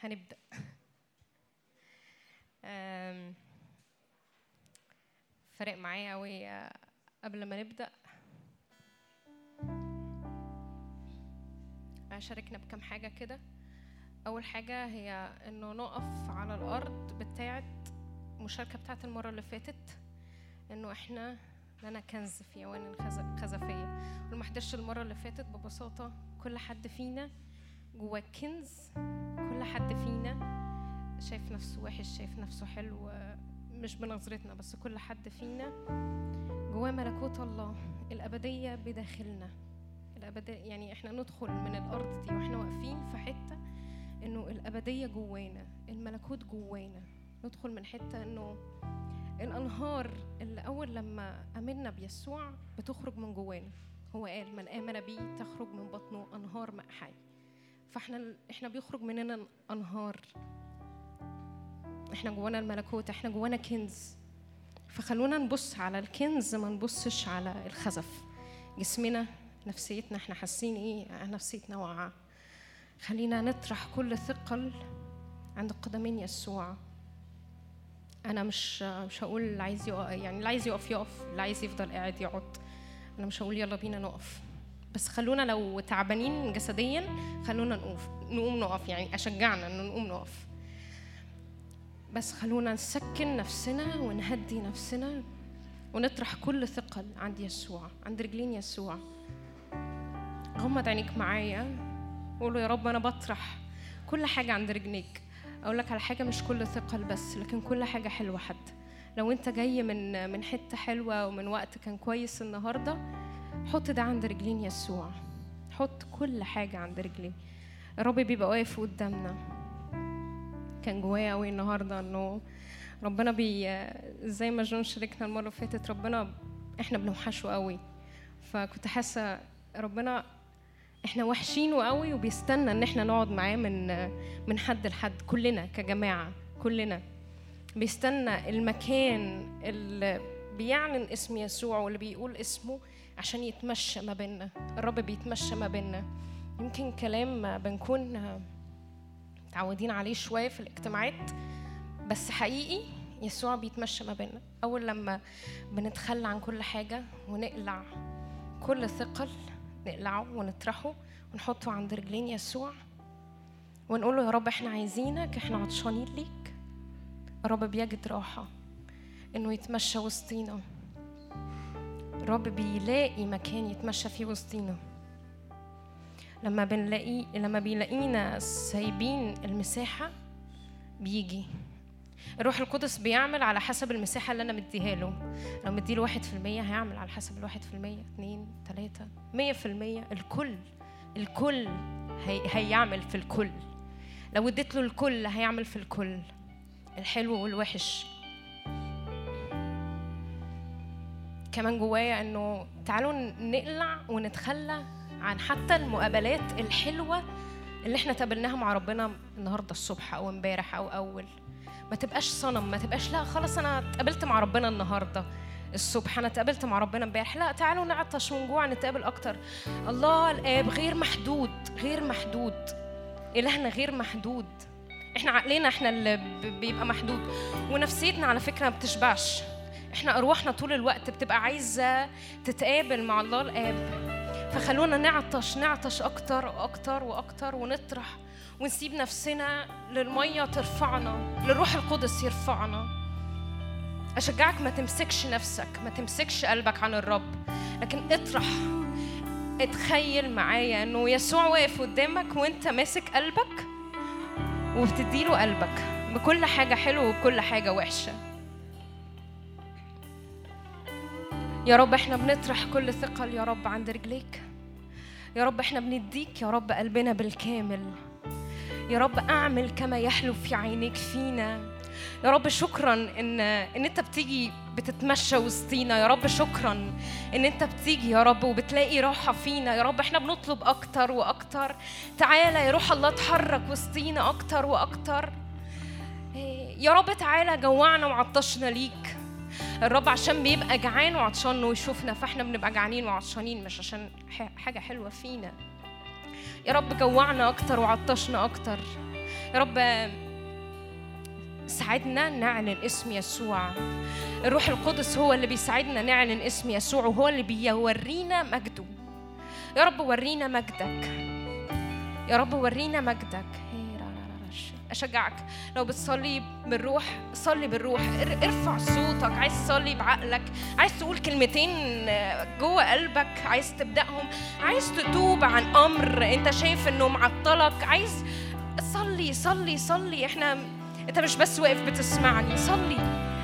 هنبدأ. فرق معايا قوي قبل ما نبدأ شاركنا بكم حاجة كده. أول حاجة هي إنه نقف على الأرض بتاعت المشاركة بتاعت المرة اللي فاتت، إنه إحنا لنا كنز في أوان الخزفية. واللي ما حضرش المرة اللي فاتت ببساطة كل حد فينا جواه كنز. كل حد فينا شايف نفسه وحش، شايف نفسه حلو، مش بنظرتنا بس. كل حد فينا جواه ملكوت الله، الأبدية بداخلنا. الأبدية يعني إحنا ندخل من الأرض دي وإحنا واقفين في حتة إنه الأبدية جوانا، الملكوت جوانا. ندخل من حتة إنه الأنهار اللي أول لما آمنا بيسوع بتخرج من جوانا. هو قال من آمن بي تخرج من بطنه أنهار ماء حي. فإحنا بيخرج مننا أنهار. إحنا جوانا الملكوت، إحنا جوانا كنز. فخلونا نبص على الكنز، ما نبصش على الخزف. جسمنا، نفسيتنا، إحنا حاسين إيه؟ نفسيتنا واقعة. خلينا نطرح كل ثقل عند قدمين يسوع. أنا مش هقول اللي عايز يقف، يعني اللي عايز يقف يقف، اللي عايز يفضل قاعد يقعد. أنا مش هقول يلا بينا نقف، بس خلونا لو تعبانين جسديا خلونا نقوم نقف. يعني أشجعنا إنه نقوم نقف، بس خلونا نسكن نفسنا ونهدي نفسنا ونطرح كل ثقل عند يسوع، عند رجلين يسوع. غمض عينيك معايا وقول له يا رب أنا بطرح كل حاجة عند رجليك. أقول لك على حاجة، مش كل ثقل بس، لكن كل حاجة حلوة. حتى لو أنت جاي من حتة حلوة ومن وقت كان كويس النهاردة، حط ده عند رجلين يسوع. حط كل حاجة عند رجليه. الرب بيبقى واقف قدامنا. كان جوايا قوي النهاردة إنه ربنا زي ما جون شاركنا المرة اللي فاتت، ربنا إحنا بنوحشه قوي. فكنت حاسة ربنا إحنا وحشينه قوي وبيستنى إن إحنا نقعد معاه من حد لحد. كلنا كجماعة، كلنا بيستنى المكان اللي بيعلن اسم يسوع واللي بيقول اسمه عشان يتمشى ما بيننا. الرب بيتمشى ما بيننا. يمكن كلام بنكون متعودين عليه شوية في الاجتماعات، بس حقيقي يسوع بيتمشى ما بيننا. أول لما بنتخلى عن كل حاجة ونقلع كل ثقل، نقلعه ونطرحه ونحطه عند رجلين يسوع ونقول له يا رب احنا عايزينك، احنا عطشانين ليك. الرب بيجد راحة انه يتمشى وسطينا. الرب بيلاقي مكان يتمشى فيه وسطينا. لما بيلاقينا سايبين المساحة بيجي الروح القدس بيعمل على حسب المساحة اللي أنا مديها له. لو مديله 1% هيعمل على حسب 1%، 2، 3، 100%. الكل هيعمل في الكل. لو اديت له الكل هيعمل في الكل، الحلو والوحش. كمان جوايا إنه تعالوا نقلع ونتخلى عن حتى المقابلات الحلوة اللي احنا تقابلناها مع ربنا النهاردة الصبح أو امبارح أو أول. ما تبقاش صنم، ما تبقاش لا خلاص أنا اتقابلت مع ربنا النهاردة الصبح، أنا اتقابلت مع ربنا امبارح. لا، تعالوا نعطش ونجوع نتقابل أكتر. الله الآب غير محدود، غير محدود. إلهنا غير محدود. احنا عقلنا احنا اللي بيبقى محدود، ونفسيتنا على فكرة ما بتشبعش. احنا أرواحنا طول الوقت بتبقى عايزة تتقابل مع الله الآب. فخلونا نعطش أكتر وأكتر وأكتر، ونطرح ونسيب نفسنا للمية ترفعنا، للروح القدس يرفعنا. أشجعك ما تمسكش نفسك، ما تمسكش قلبك عن الرب، لكن اطرح. اتخيل معايا أنه يسوع واقف قدامك وانت ماسك قلبك وبتديله قلبك بكل حاجة حلوة وبكل حاجة وحشة. يا رب احنا بنطرح كل ثقل يا رب عند رجليك. يا رب احنا بنديك يا رب قلبنا بالكامل. يا رب اعمل كما يحلو في عينيك فينا. يا رب شكرا ان انت بتيجي بتتمشى وسطينا. يا رب شكرا ان انت بتيجي يا رب وبتلاقي راحة فينا. يا رب احنا بنطلب اكتر واكتر. تعالى يا روح الله اتحرك وسطينا اكتر واكتر. يا رب تعالى جوعنا وعطشنا ليك. الرب عشان بيبقى جعان وعطشان انه يشوفنا، فاحنا بنبقى جعانين وعطشانين مش عشان حاجة حلوة فينا. يا رب جوعنا اكتر وعطشنا اكتر. يا رب ساعدنا نعلن اسم يسوع. الروح القدس هو اللي بيساعدنا نعلن اسم يسوع، وهو اللي بيورينا مجده. يا رب ورينا مجدك، يا رب ورينا مجدك. أشجعك لو بتصلي بالروح صلي بالروح، ارفع صوتك. عايز تصلي بعقلك، عايز تقول كلمتين جوه قلبك عايز تبدأهم، عايز تتوب عن أمر انت شايف انه معطلك، عايز صلي صلي صلي. انت مش بس واقف بتسمعني، صلي.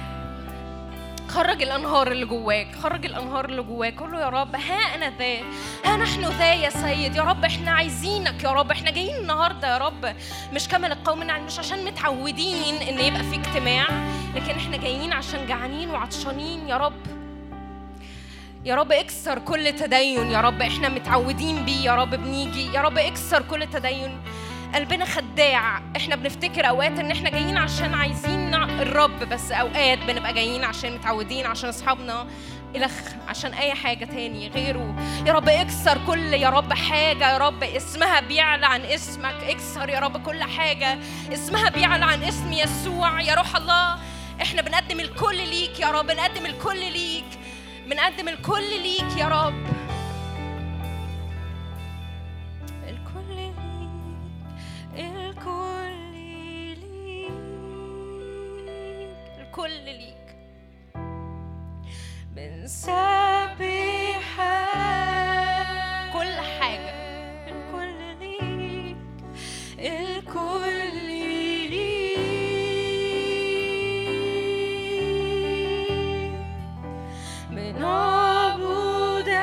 خرج الأنهار اللي جواك، خرج الأنهار اللي جواك. قول له يا رب ها أنا ذا، ها نحن ذا يا سيد. يا رب احنا عايزينك يا رب، احنا جايين النهارده يا رب مش كمل القوم، مش عشان متعودين ان يبقى في اجتماع، لكن احنا جايين عشان جعانين وعطشانين. يا رب يا رب اكسر كل تدين يا رب احنا متعودين بيه يا رب بنيجي. يا رب اكسر كل تدين. قلبنا خداع، احنا بنفتكر اوقات ان احنا جايين عشان عايزين الرب، بس اوقات بنبقى جايين عشان متعودين، عشان اصحابنا عشان اي حاجه تاني غيره. يا رب اكسر كل يا رب حاجه يا رب اسمها بيعلى عن اسمك. اكسر يا رب كل حاجه اسمها بيعلى عن اسم يسوع. يا روح الله احنا بنقدم الكل ليك يا رب، بنقدم الكل ليك، بنقدم الكل ليك يا رب. الكل ليك بنسبحك، كل حاجة الكل ليك، الكل ليك، بنعبدك،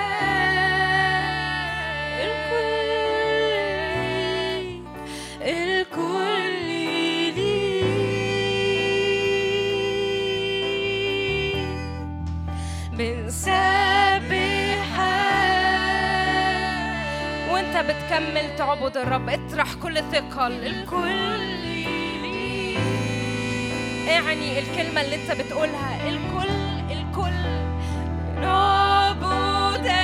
الكل ليك، الكل بنسبحك. وانت بتكمل تعبد الرب اطرح كل ثقل. الكل ليك، يعني الكلمة اللي انت بتقولها الكل نعبدك.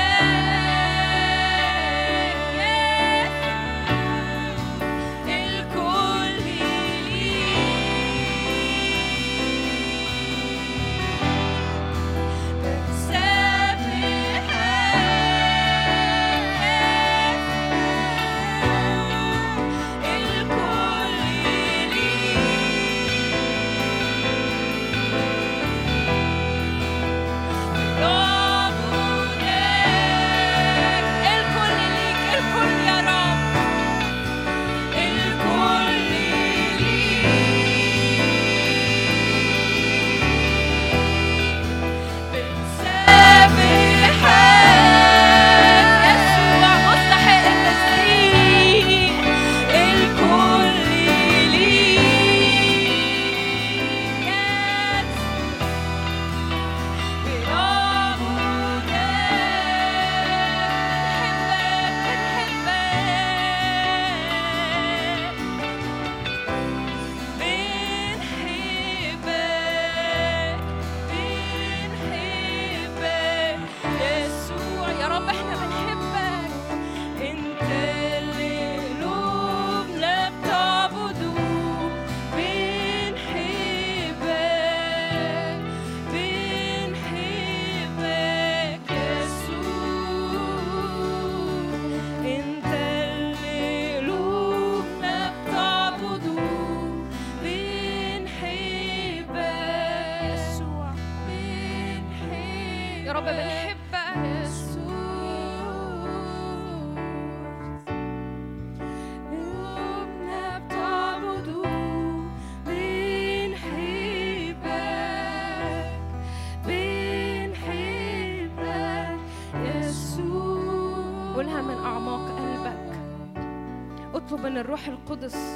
من الروح القدس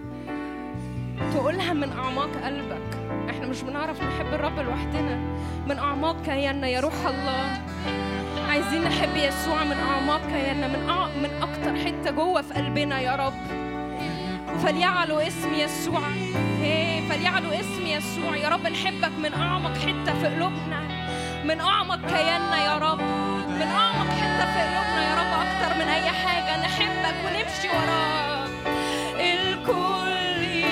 تقولها من أعماق قلبك. احنا مش بنعرف نحب الرب لوحدنا، من أعماق كياننا يا روح الله عايزين نحب يسوع من أعماق كياننا، من أكتر حتة جوه في قلبنا يا رب. فليعلو اسم يسوع، فليعلو اسم يسوع يا رب. نحبك من أعمق حتة في قلوبنا، من أعمق كياننا يا رب، من أعمق حتة في قلوبنا يا رب، أكتر من أي حاجة نحبك ونمشي وراك. الكل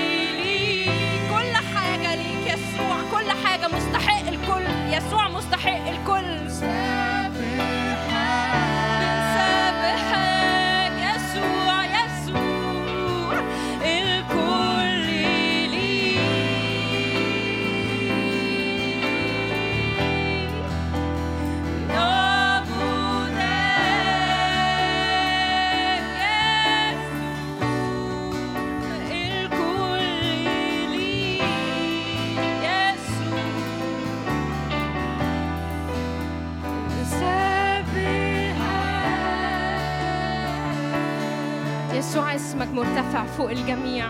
يسوع اسمك مرتفع فوق الجميع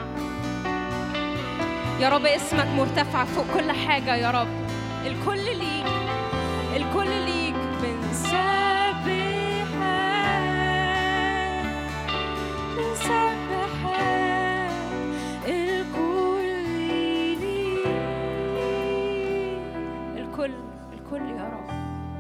يا رب، اسمك مرتفع فوق كل حاجة يا رب. الكل ليك، الكل ليك. بنسبحك بنسبحك، الكل ليك، الكل يا رب.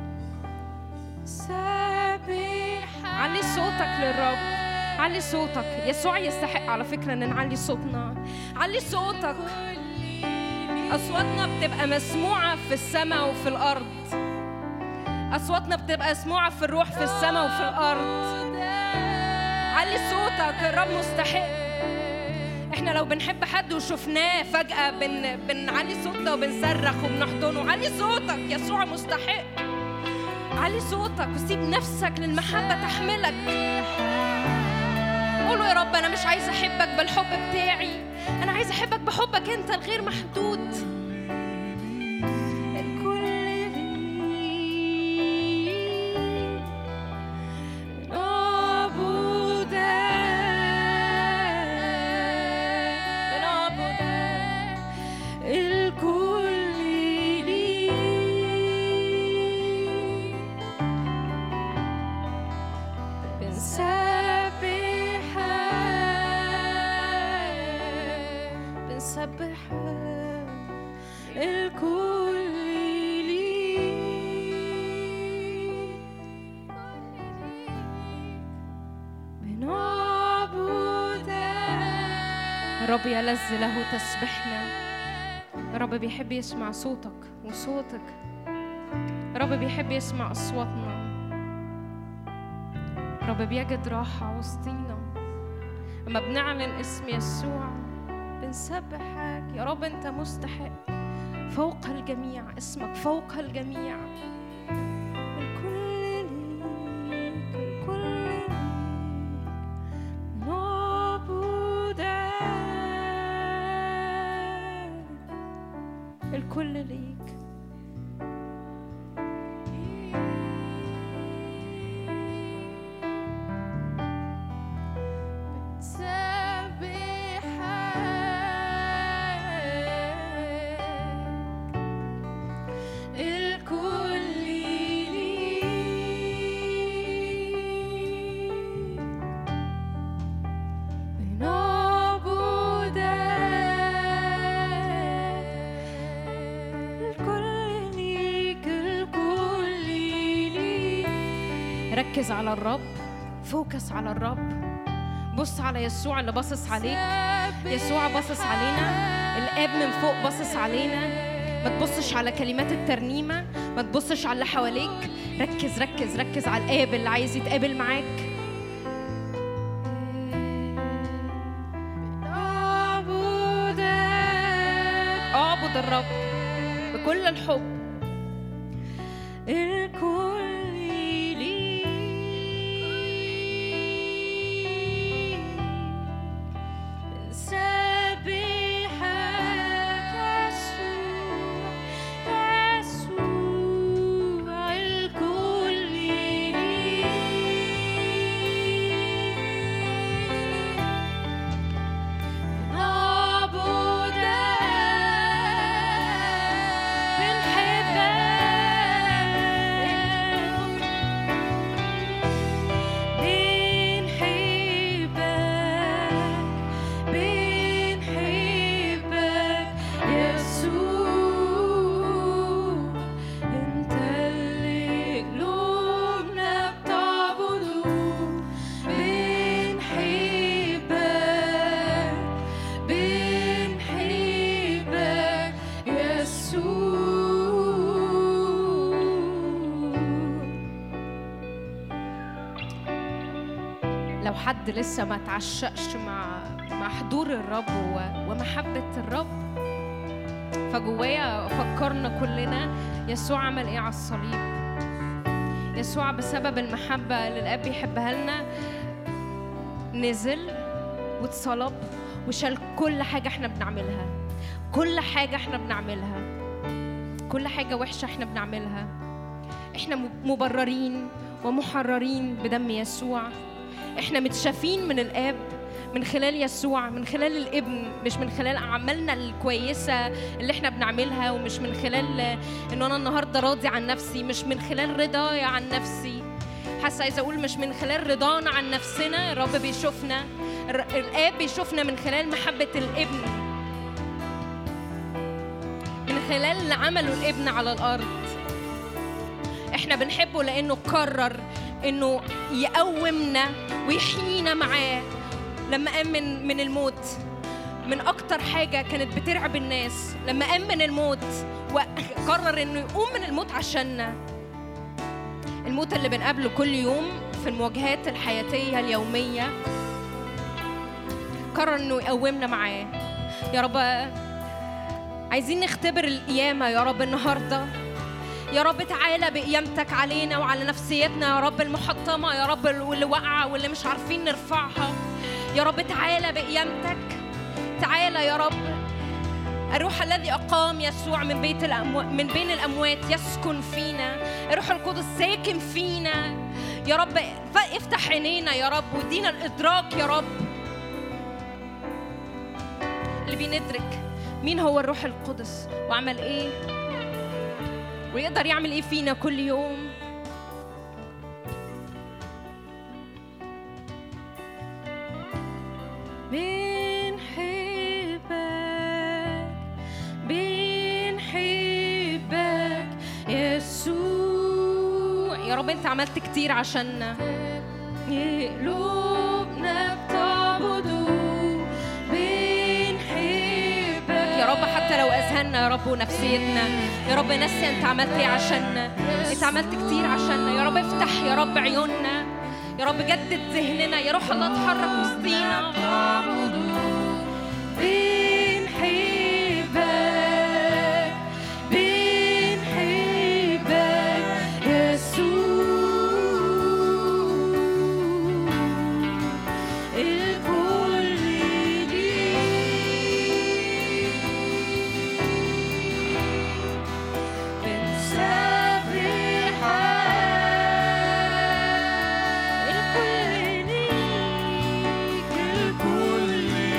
علي صوتك للرب، علي صوتك. يسوع يستحق على فكرة ان نعلي صوتنا. علي صوتك. أصواتنا بتبقى مسموعة في السماء وفي الأرض. أصواتنا بتبقى مسموعة في الروح في السماء وفي الأرض. علي صوتك، الرب مستحق. احنا لو بنحب حد وشفناه فجأة بنعلي صوتنا وبنصرخ وبنحضنه. علي صوتك، يسوع مستحق. علي صوتك وسيب نفسك للمحبة تحملك. قوله يا رب أنا مش عايز أحبك بالحب بتاعي، أنا عايز أحبك بحبك أنت الغير محدود. الكل رب يلذ له تسبحنا. رب بيحب يسمع صوتك وصوتك. رب بيحب يسمع أصواتنا. رب بيجد راحة وسطينا لما بنعلن اسم يسوع. بنسبحك يا رب، أنت مستحق فوق الجميع، اسمك فوق الجميع. الكل ليك. ركز على الرب، فوكس على الرب. بص على يسوع اللي باصص عليك. يسوع باصص علينا، الآب من فوق باصص علينا. ما تبصش على كلمات الترنيمة، ما تبصش على اللي حواليك. ركز ركز ركز على الآب اللي عايز يتقابل معاك. اعبد الرب بكل الحب. لو حد لسه ما تعشقش مع حضور الرب ومحبة الرب، فجوايا فكرنا كلنا يسوع عمل ايه على الصليب. يسوع بسبب المحبة اللي الآب بيحبها لنا نزل واتصلب وشال كل حاجة احنا بنعملها، كل حاجة احنا بنعملها، كل حاجة وحشة احنا بنعملها. احنا مبررين ومحررين بدم يسوع. احنا متشافين من الآب من خلال يسوع، من خلال الابن، مش من خلال أعمالنا الكويسة اللي احنا بنعملها، ومش من خلال إنه أنا النهاردة راضي عن نفسي، مش من خلال رضاي عن نفسي. حاسة عايزة أقول مش من خلال رضانا عن نفسنا. الرب بيشوفنا، الآب بيشوفنا من خلال محبة الابن، من خلال اللي عمله الابن على الأرض. احنا بنحبه لأنه قرر إنه يقومنا ويحيينا معاه لما قام من الموت. من أكتر حاجة كانت بترعب الناس لما قام من الموت وقرر إنه يقوم من الموت عشاننا. الموت اللي بنقابله كل يوم في المواجهات الحياتية اليومية، قرر إنه يقومنا معاه. يا رب عايزين نختبر القيامة يا رب النهاردة. يا رب تعالى بقيامتك علينا وعلى نفسيتنا يا رب المحطمة، يا رب واللي وقع واللي مش عارفين نرفعها. يا رب تعالى بقيامتك، تعالى يا رب. الروح الذي أقام يسوع من بين الأموات يسكن فينا. الروح القدس ساكن فينا يا رب. افتح عينينا يا رب ودينا الإدراك يا رب اللي بندرك مين هو الروح القدس وعمل إيه ويقدر يعمل إيه فينا كل يوم. بنحبك يسوع. يا رب أنت عملت كتير عشاننا. قلوبنا بتعبده بنحبك يا رب، حتى لو أذهاننا يا رب ونفسيتنا يا رب ناسية أنت عملت إيه عشاننا. أنت عملت كتير عشاننا يا رب. افتح يا رب عيوننا يا رب، جدد ذهننا يا روح الله، اتحرك وسطينا. بنحبك بنحبك يسوع، الكل ليك بنسبحك، الكل ليك الكل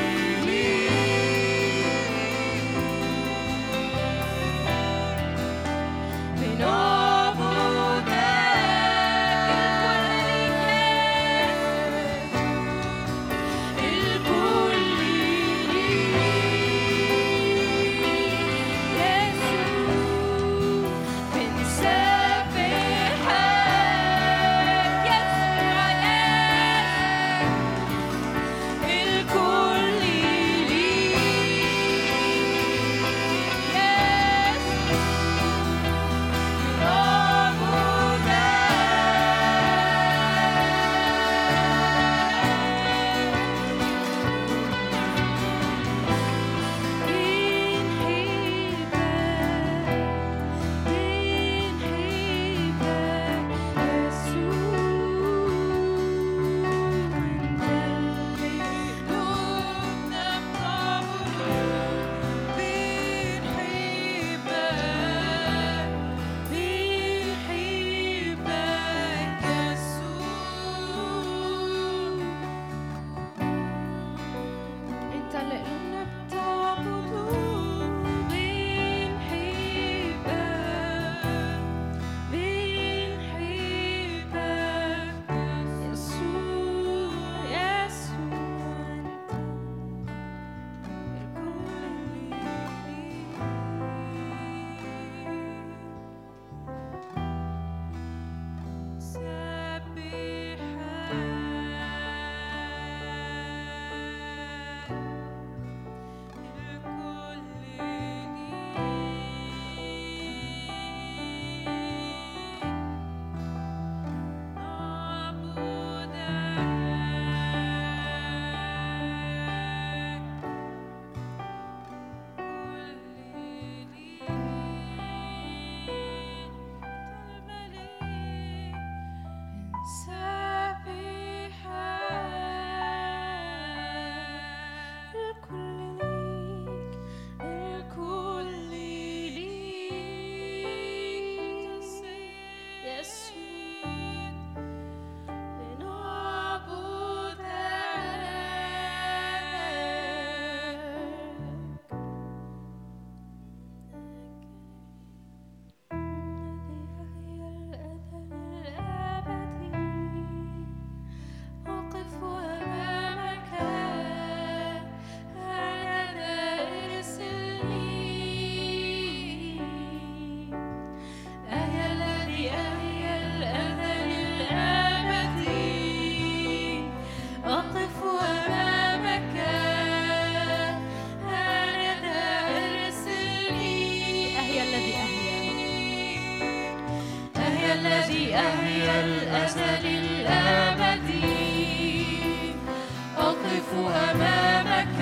أحيا الأزل الأبدي أقف أمامك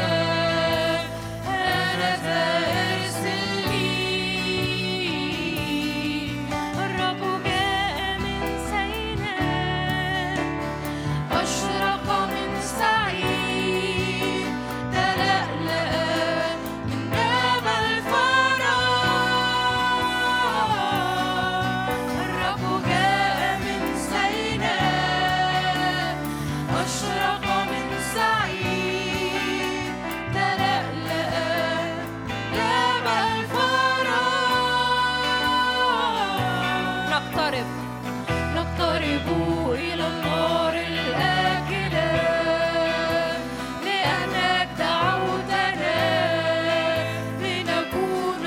هذا ارسلني الرب جاء من سيناء أشرق من سعيد تلألأ من جبل فرح الرب جاء من سيناء أشرق من سعيد تلألأ جبل فرح نقترب إلى النار الآكلة لأنك دعوتنا لنكون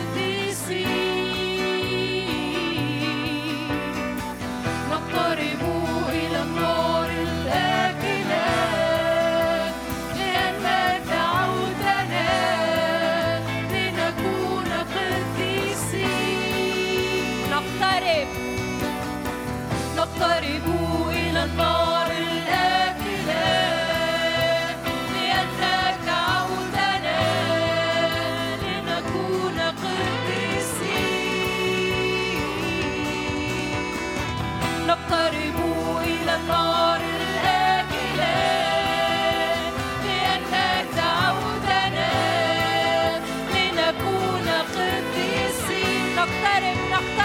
قديسين نقترب إلى النار الآكلة لأنك دعوتنا لنكون قديسين نقترب إلى النار الآكلة لأنك دعوتنا لنكون قديسين نقترب إلى النار الآكلة لأنك دعوتنا لنكون قديسين نقترب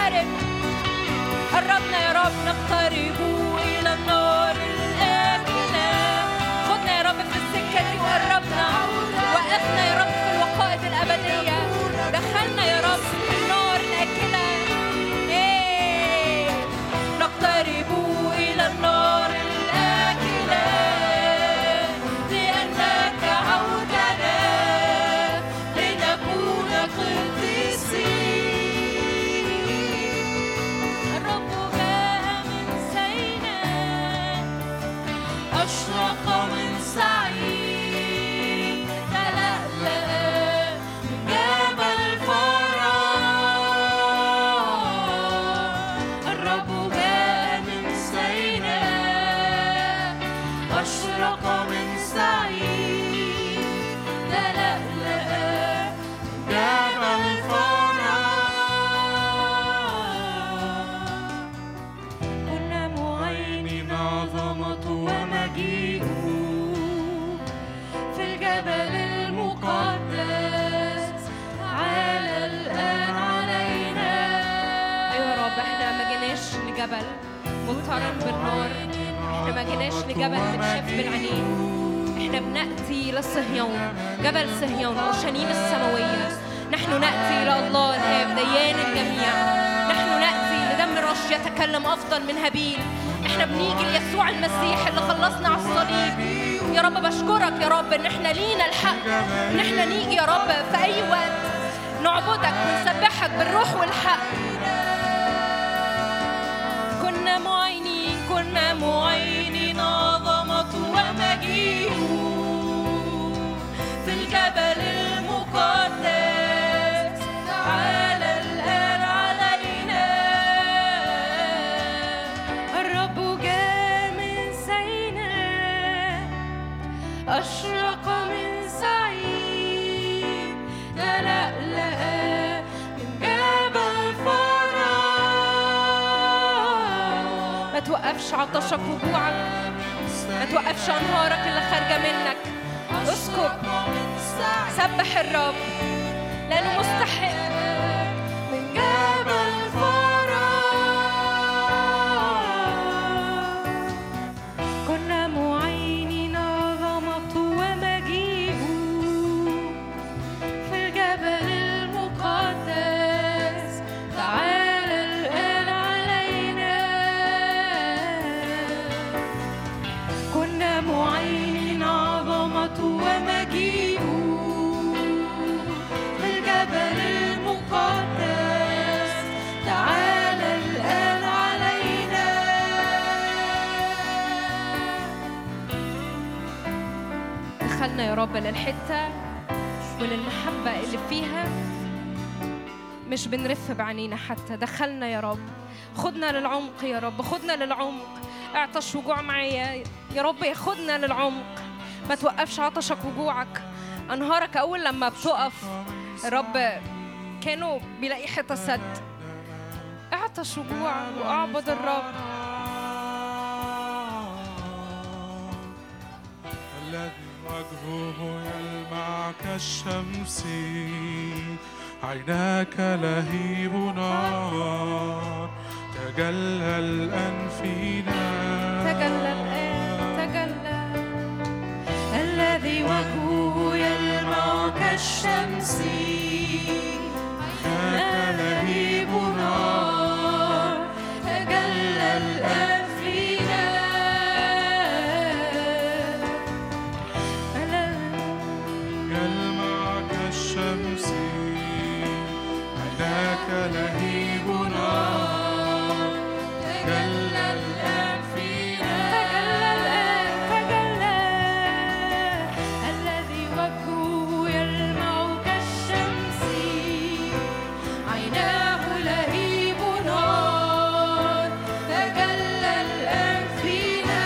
قربنا يا رب نقترب إلى النار الآكلة خدنا يا رب في السكة دي وقربنا وقفنا يا رب في الوقائد الأبدية دخلنا يا رب في النار الآكلة نقترب إلى النار الآكلة لأنك دعوتنا لنكون قديسين الرب جاء من سيناء أشرق من سعيد تلألأ من جبل فرح الرب جاء من سيناء أشرق من سعيد تلألأ جبل فرح كنا معينين عظمة ومجيئه في الجبل المقدس تعالى الآن علينا أيوة يا رب احنا ما جيناش لجبل مضطرب بالنار احنا ما جيناش لجبل متشاف بالعينين احنا بنأتي لصهيون جبل صهيون أورشليم السماوية نحن نأتي إلى الله الآب ديان الجميع نحن نأتي لدم الرش يتكلم أفضل من هابيل احنا بنيجي ليسوع المسيح اللي خلصنا على الصليب يا رب بشكرك يا رب ان احنا لينا الحق ان احنا نيجي يا رب في أي وقت نعبدك ونسبحك بالروح والحق كنا معينين عظمة ومجيئه في الجبل المقدس تعالى الآن علينا الرب جاء من سيناء أشرق من سعيد تلألأ من جبل فرح ما توقفش عطشك وجوعك ما توقفش أنهارك اللي خارجة منك اسكب سبح الرب لأنه مستحق من جبل فرح كنا معينين عظمة ومجيئه في الجبل المقدس تعالى الآن علينا كنا معينين عظمة ومجيئه في الجبل المقدس تعالى الآن علينا دخلنا يا رب للحتة وللمحبة اللي فيها مش بنرف بعينينا حتى. دخلنا يا رب، خدنا للعمق يا رب، خدنا للعمق. اعطش وجوع معايا يا رب، ياخدنا للعمق. ما توقفش عطشك وجوعك. أنهارك أول لما بتقف الرب كانوا بيلاقي حتة سد. اعطش وجوع وأعبد الرب. الذي وجهه يلمع كالشمس، عيناك لهيب نار، تجلى الآن فينا، تجلى الآن، تجلى. الذي وجهه يلمع كالشمس، عيناك لهيب نار، تجلى الآن فينا. يلمع كالشمس، عيناك لهيب نار، تجلى الآن فينا. تجلى الآن، تجلى. الذي وجهه يلمع كالشمس، عيناه لهيب نار، تجلى الآن فينا.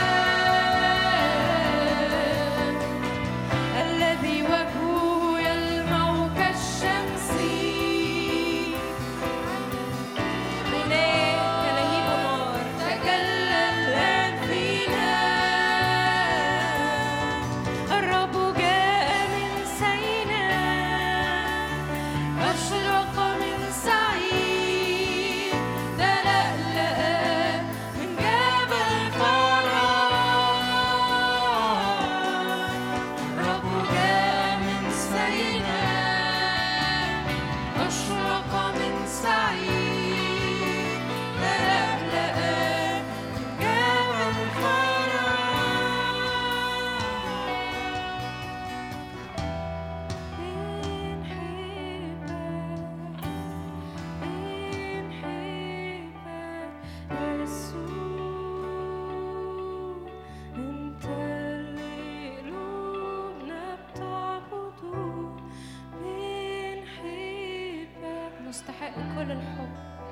الذي وجهه يلمع كالشمس، عيناك لهيب نار، تجلى الآن فينا. الرب جاء من سيناء، أشرق من سعيد، تلألأ من جبل فرات. الرب جاء من سيناء، أشرق من سعيد، تلألأ من جبل فرات. مستحق كل الحب.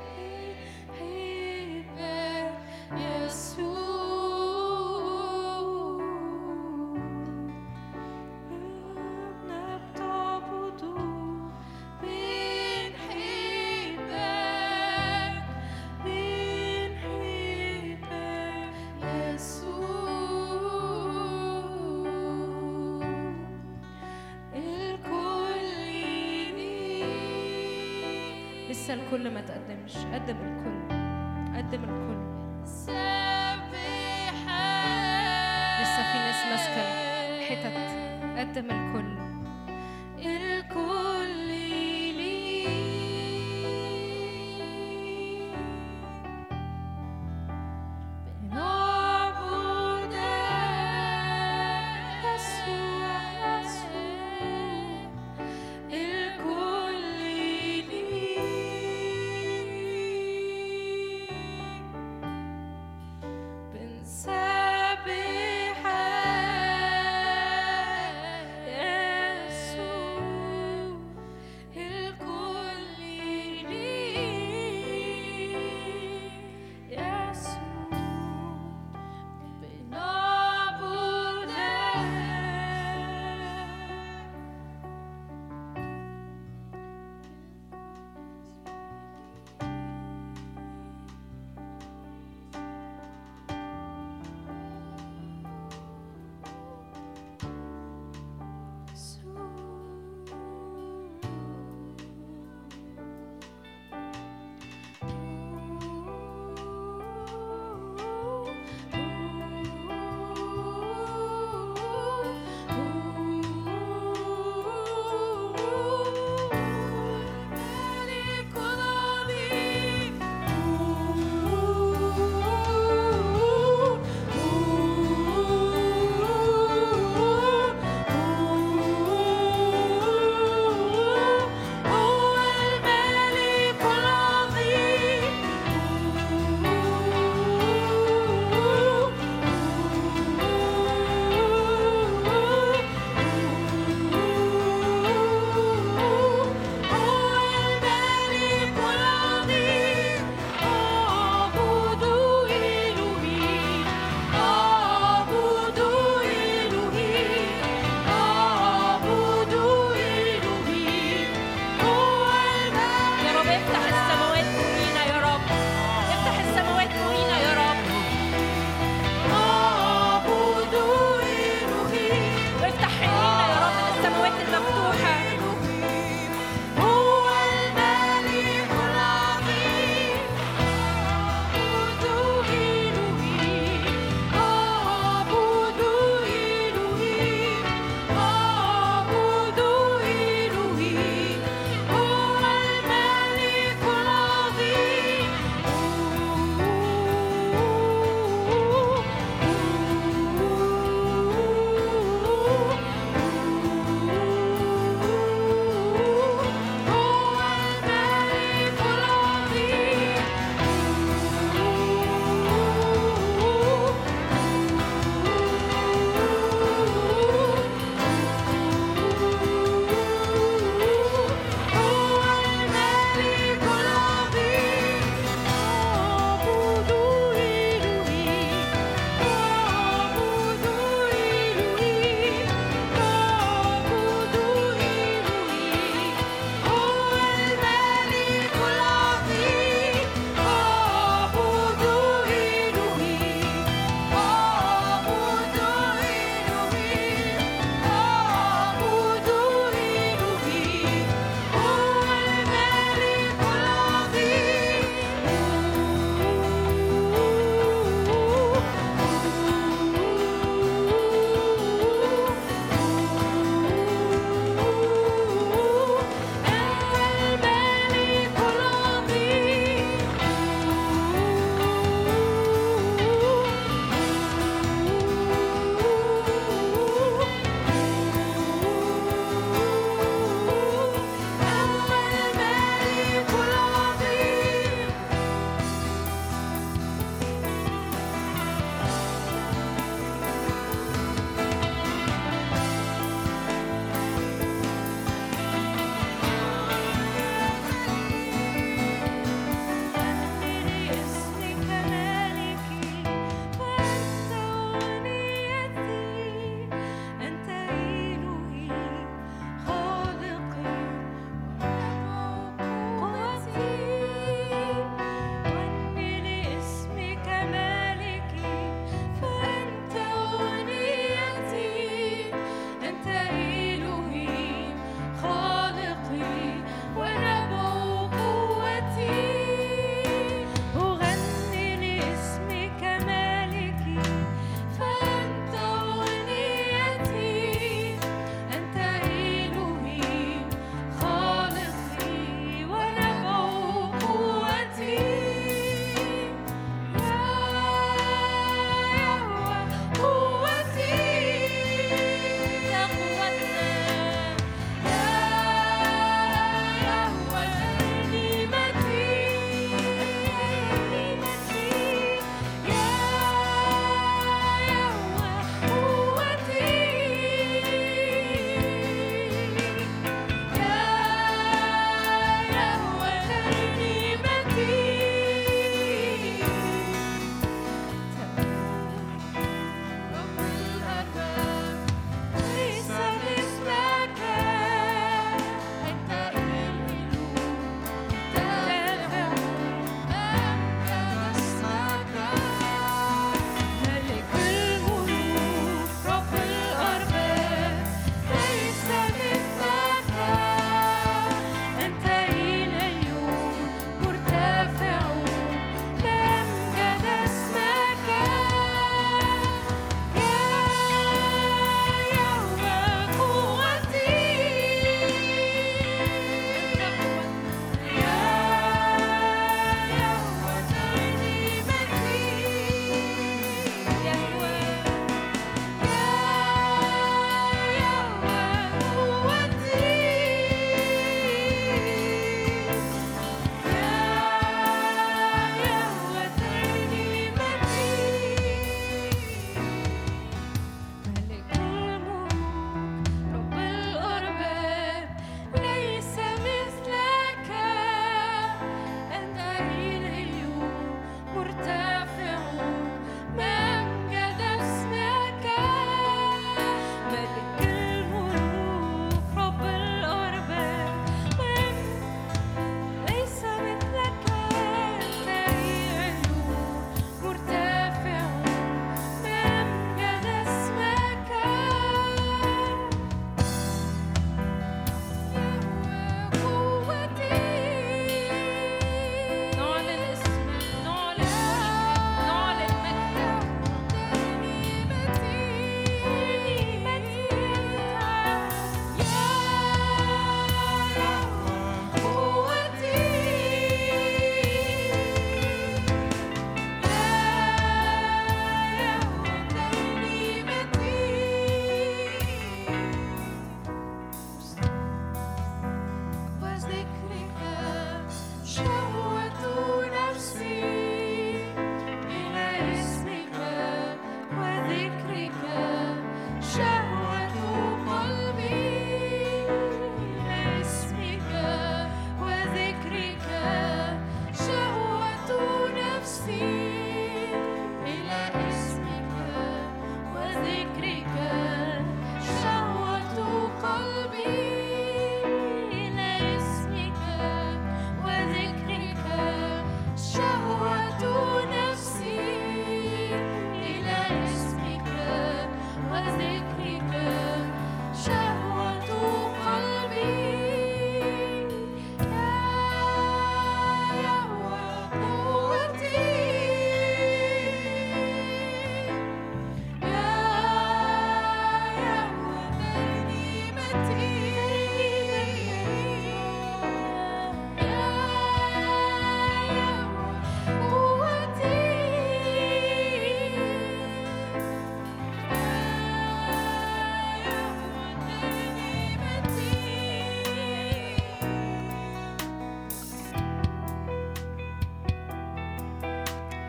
لسه الكل ما تقدمش. قدم الكل، قدم الكل. لسه في ناس ماسكة حتت. قدم الكل. الكل لي، بنعبدك يسوع، يسوع. الكل لي، بنسبحك يا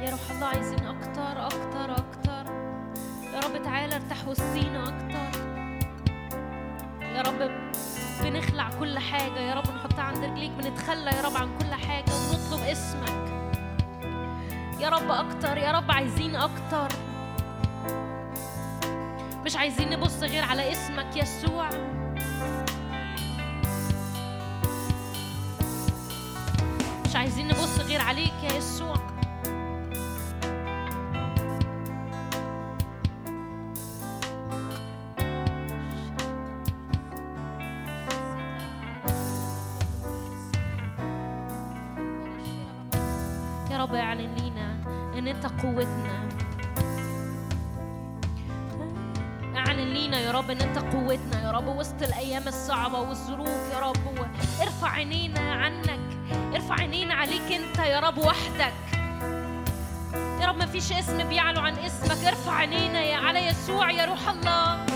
يا روح الله عايزين أكتر أكتر أكتر. يا رب تعالى ارتاح وسطينا أكتر. يا رب بنخلع كل حاجة يا رب نحطها عند رجليك، بنتخلى يا رب عن كل حاجة ونطلب اسمك يا رب أكتر. يا رب عايزين أكتر، مش عايزين نبص غير على اسمك يسوع. مش عايزين نبص غير عليك يا يسوع. يا رب اعلن لينا ان انت قوتنا. اعلن لينا يا رب ان انت قوتنا يا رب وسط الايام الصعبه والظروف يا رب. ارفع عينينا عنك، ارفع عينينا عليك انت يا رب وحدك يا رب. ما فيش اسم بيعلو عن اسمك. ارفع عينينا على يسوع يا روح الله.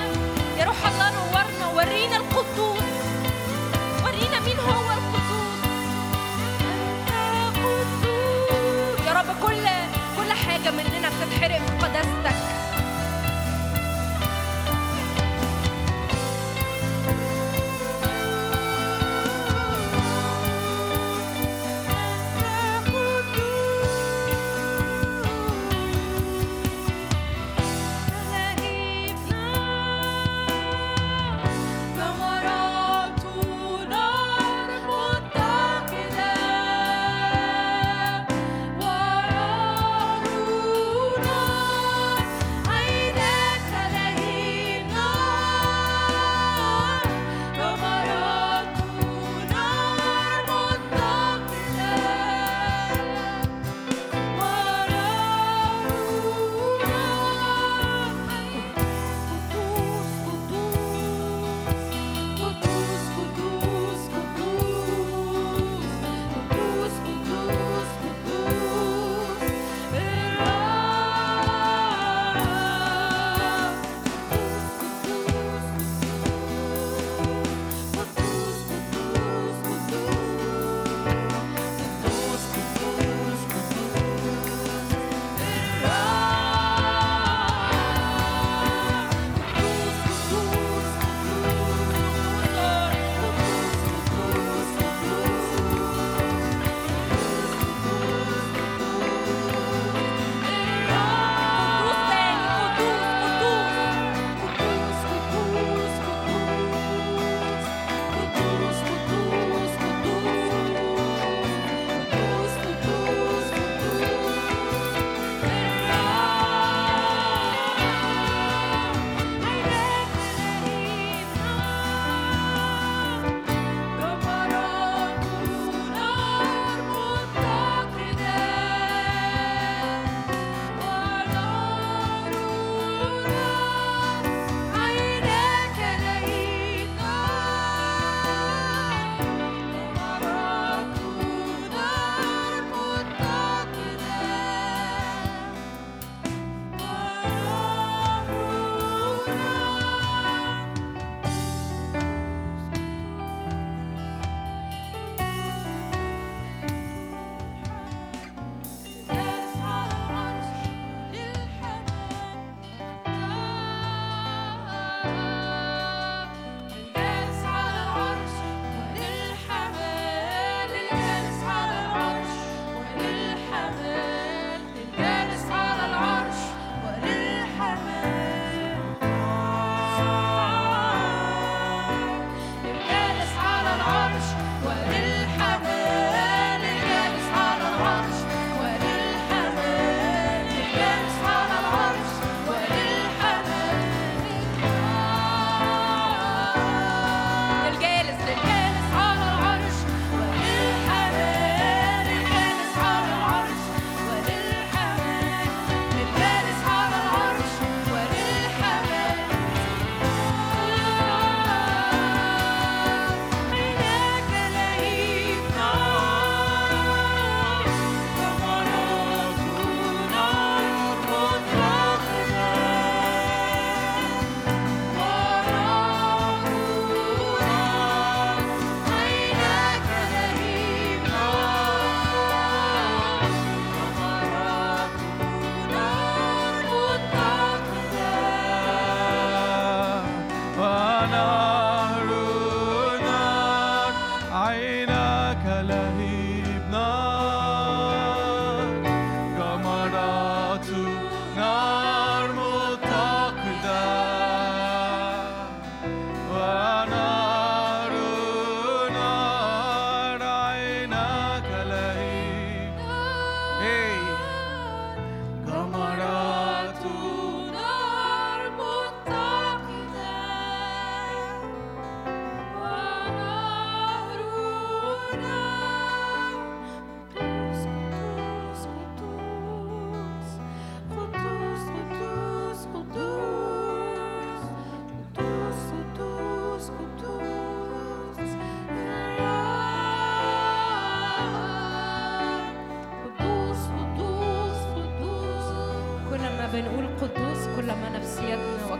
ورينا القدوس، ورينا مين هو القدوس.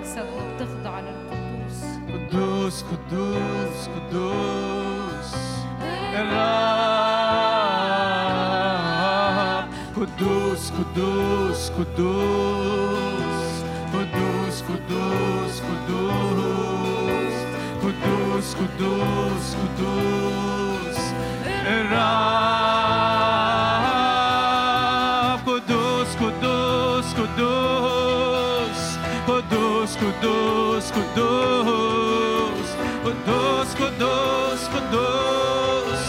أجسادنا بتخضع للقدوس. قدوس قدوس قدوس الرب، قدوس قدوس قدوس قدوس قدوس قدوس قدوس قدوس قدوس الرب، قدوس قدوس قدوس قدوس قدوس قدوس قدوس قدوس قدوس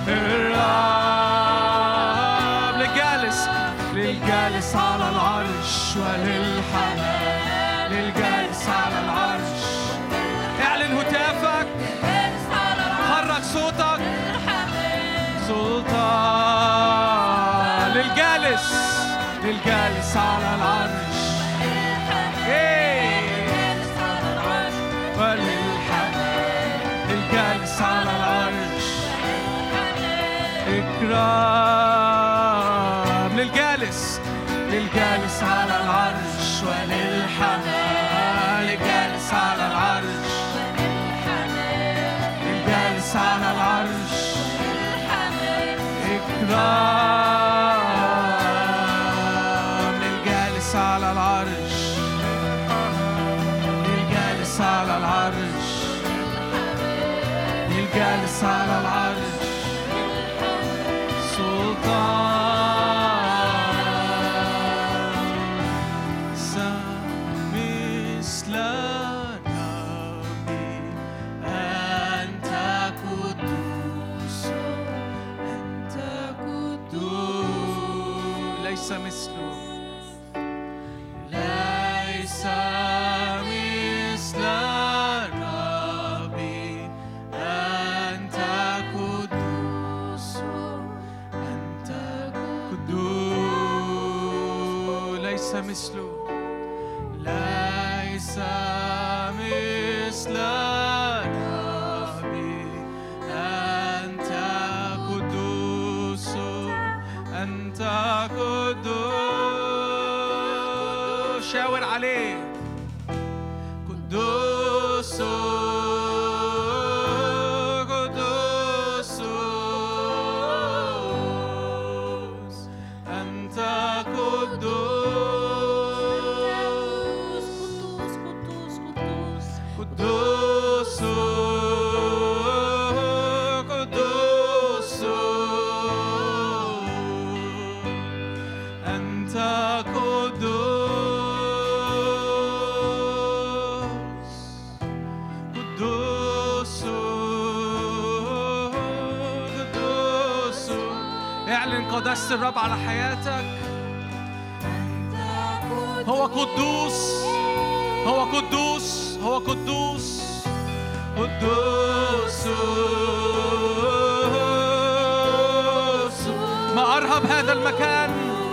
الرب، للجالس على العرش وللحمام، للجالس على العرش. اعلن هتافك، حرك صوتك، للجالس على العرش وللحمام، للجالس على العرش إكرام، للجالس على العرش وللحمام، للجالس على العرش، للجالس على العرش إكرام، للجالس على العرش، للجالس على العرش، للجالس على العرش سلطان، مثل ربي أنت قدوس، أنت قدوس، ليس مثله، ليس مثل ربي أنت قدوس، أنت قدوس، ليس مثله، ليس مثل ربي أنت قدوس، أنت قدوس. شاور عليه، قدوس قدوس أنت قدوس، قدوس قدوس أنت قدوس، قدوس قدوس. اعلن قداسة الرب على حياتك. هو قدوس، هو قدوس، هو قدوس، قدوس. ما أرهب هذا المكان،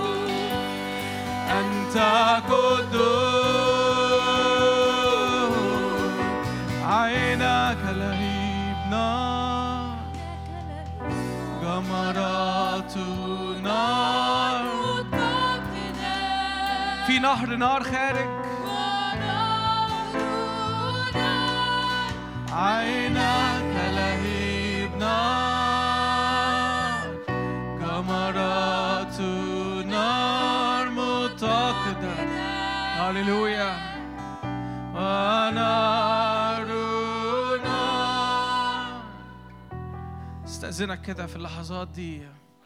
أنت قدوس، عينك لهيب نار، جمرات نار، في نهر نار خارج، عينك لهيب نار، جمرات نار متقدة، هللويا، ونار نار. استأذنك كده في اللحظات دي،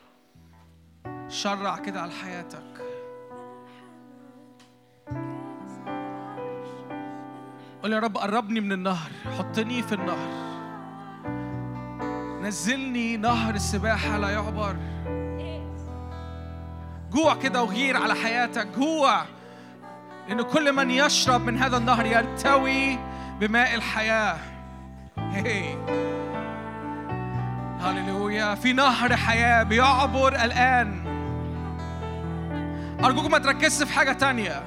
شرع كده على حياتك. قول يا رب قربني من النهر، حطني في النهر، نزلني نهر السباحة لا يعبر. جوع كده وغير على حياتك، جوع لأن كل من يشرب من هذا النهر يرتوي بماء الحياة. هللويا، في نهر حياة بيعبر الآن. أرجوك ما تركزش في حاجة تانية.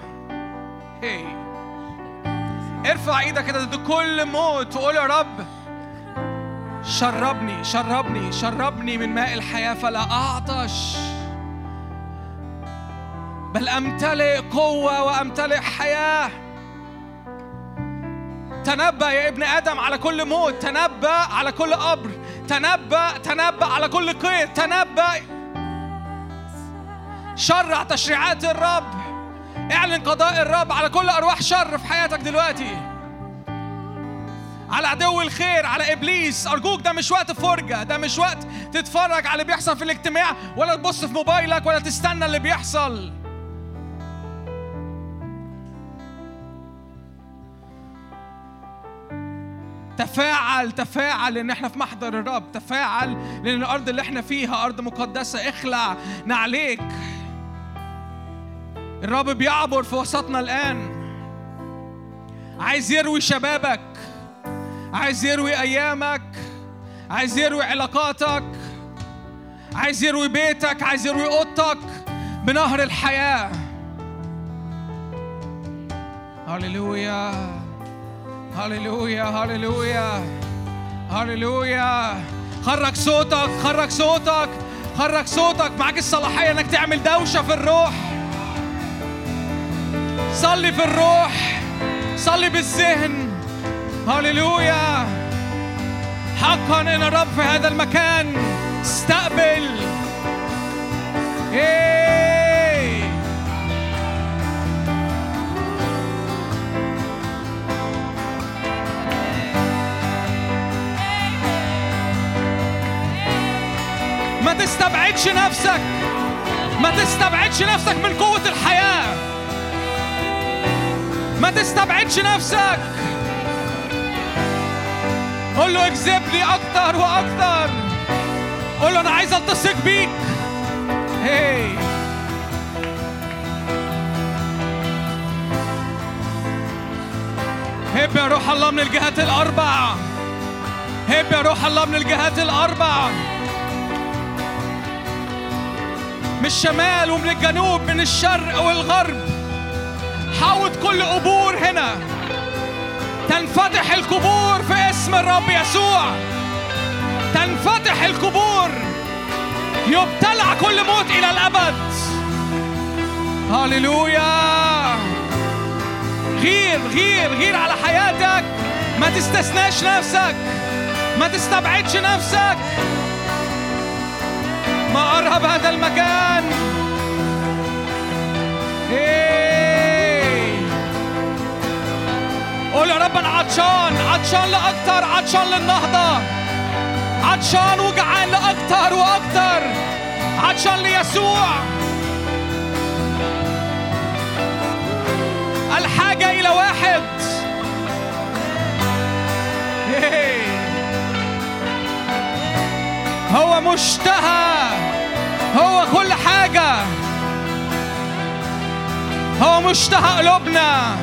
ارفع ايدك كده ضد كل موت وقول يا رب شربني شربني شربني من ماء الحياة فلا أعطش، بل أمتلئ قوة وأمتلئ حياة. تنبأ يا ابن آدم على كل موت، تنبأ على كل قبر، تنبأ على كل قيد، تنبأ. شرع تشريعات الرب، اعلن قضاء الرب على كل أرواح شر في حياتك دلوقتي، على عدو الخير، على إبليس. أرجوك ده مش وقت فرجة، ده مش وقت تتفرج على اللي بيحصل في الاجتماع ولا تبص في موبايلك ولا تستنى اللي بيحصل. تفاعل لأن احنا في محضر الرب. تفاعل لأن الأرض اللي احنا فيها أرض مقدسة. اخلع نعليك. الرب بيعبر في وسطنا الآن، عايز يروي شبابك، عايز يروي أيامك، عايز يروي علاقاتك، عايز يروي بيتك، عايز يروي أوضتك بنهر الحياة. هاليلويا هاليلويا هاليلويا هاليلويا. خرج صوتك، خرج صوتك، خرج صوتك. معاك الصلاحية انك تعمل دوشة في الروح. صلي في الروح، صلي بالذهن. هاليلويا. حقا ان الرب في هذا المكان. استقبل. ما تستبعدش نفسك، ما تستبعدش نفسك من قوة الحياة. ما تستبعدش نفسك. قول له اجذبني أكتر وأكتر. قول له أنا عايز ألتصق بيك. هب يا روح الله من الجهات الأربع. هب يا روح الله من الجهات الأربع، من الشمال ومن الجنوب، من الشرق والغرب. حاوط كل قبور هنا. تنفتح القبور في اسم الرب يسوع. تنفتح القبور. يبتلع كل موت إلى الأبد. هاليلويا. غير غير غير على حياتك. ما تستثناش نفسك، ما تستبعدش نفسك. ما قرب هذا المكان. قول يا رب أنا عطشان، عطشان لأكتر، عطشان للنهضة، عطشان وجعان لأكتر وأكتر، عطشان ليسوع. الحاجة إلى واحد. هو مشتهى، هو كل حاجة. هو مشتهى قلوبنا.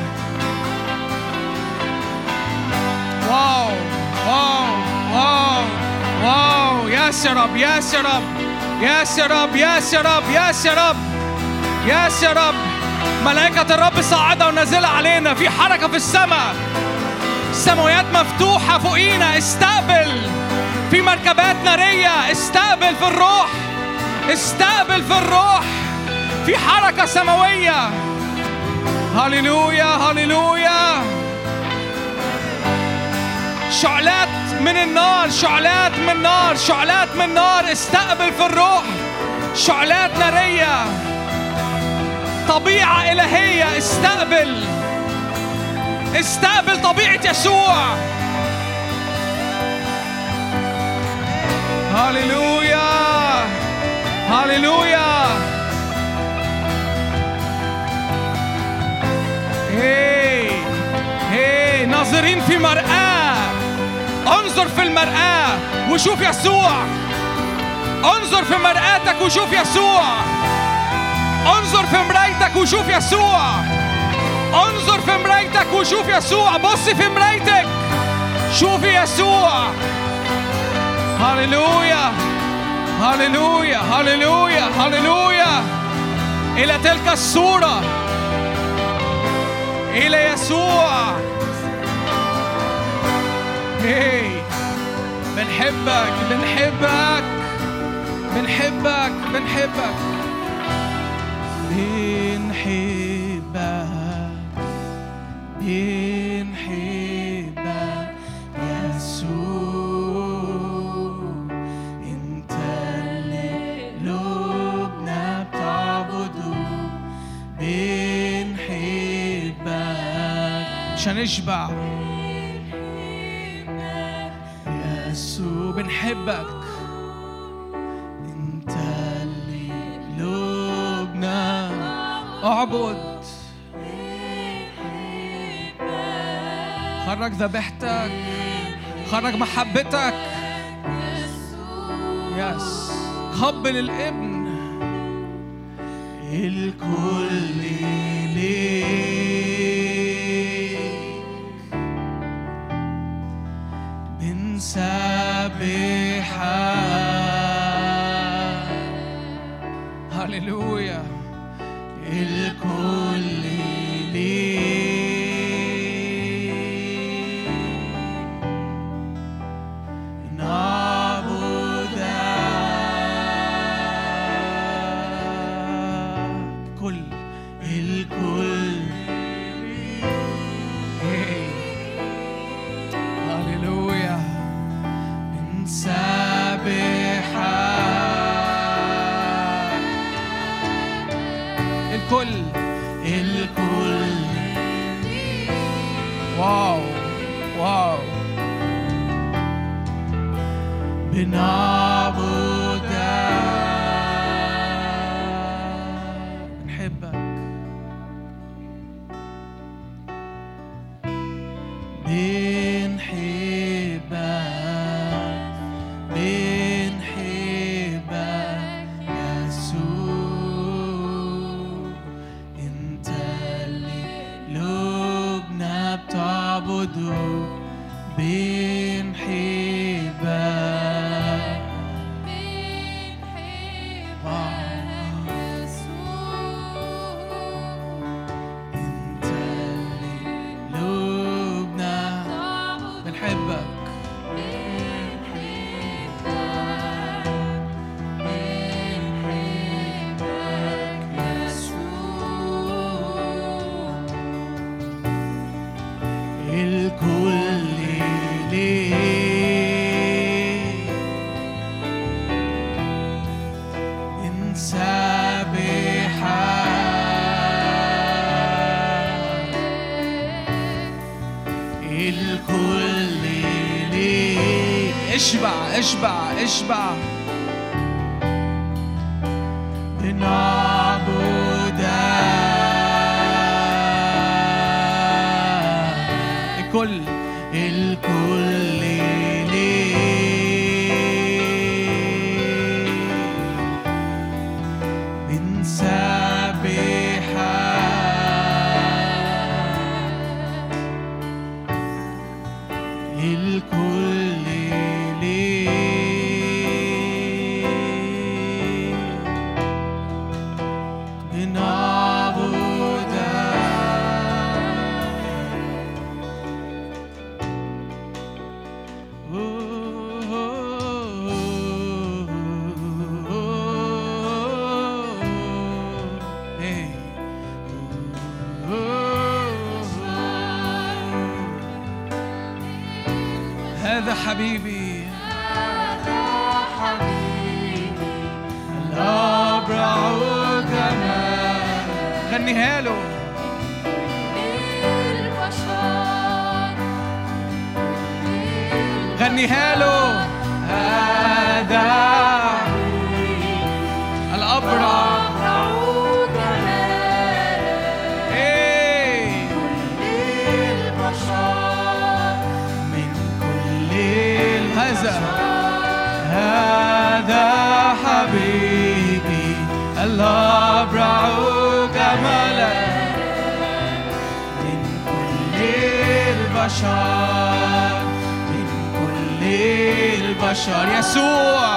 واو واو واو واو. ياس يا رب، ياس يا رب، ياس يا رب، ياس يا رب، ياس يا رب، ياس يا رب. ملائكة الرب صاعدة ونازلة علينا. في حركة في السماء. السماوات مفتوحة فوقينا. استقبل. في مركبات نارية. استقبل في الروح، استقبل في الروح. في حركة سماوية. هاليلويا هاليلويا. شعلات من النار، شعلات من نار، شعلات من نار. استقبل في الروح. شعلات نارية. طبيعة إلهية. استقبل، استقبل طبيعة يسوع. هاليلويا هاليلويا. هي ناظرين في مرآة. انظر في المرآة وشوف يسوع. انظر في مرآتك وشوف يسوع. انظر في مرايتك وشوف يسوع. انظر في مرايتك وشوف يسوع. بص في مرايتك، شوفي يسوع. هاليلويا هاليلويا هاليلويا هاليلويا. إلى تلك الصورة، إلى يسوع. بنحبك بنحبك بنحبك بنحبك بنحبك بنحبك مش هنشبع. يسوع بنحبك، انت اللي قلوبنا. اعبد، خرج ذبيحتك، خرج محبتك. يس، قبل الابن. الكل ليك بنسبحك. هللويا. الكل ليك نعبدك. الكل هللويا. بنسبحك. الكل واو واو. بنعبدك، بنحبك، يسوع. انت اللي قلوبنا بتعبده. بنحبك، انت اللي قلوبنا بنحبك. الكل ليك نسبحك. الكل ليك. اشبع اشبع اشبع. بنعبدك. الكل ليك بنسبحك. الكل ليك بنعبدك. هذا حبيبي، الأبرع جمال. غنيها له. غنيها له. هذا الأبرع هذا حبيبي، الأبرع جمالا من كل البشر. من كل البشر يسوع.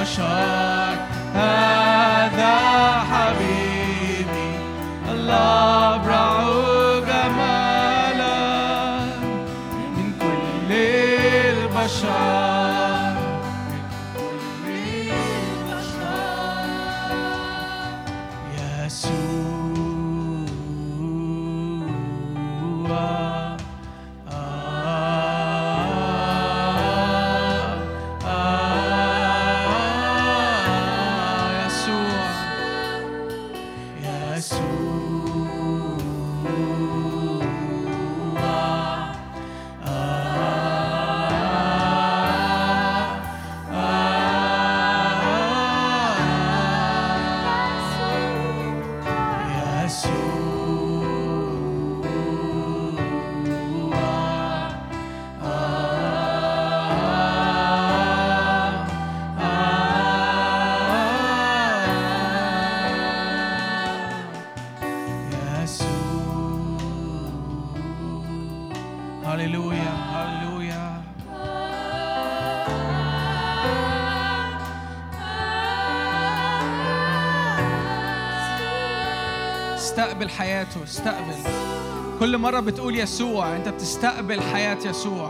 البشر هذا حبيبي الأبرع جمالا من كل البشر استقبل حياته، استقبل. كل مرة بتقول يسوع أنت بتستقبل حياة يسوع.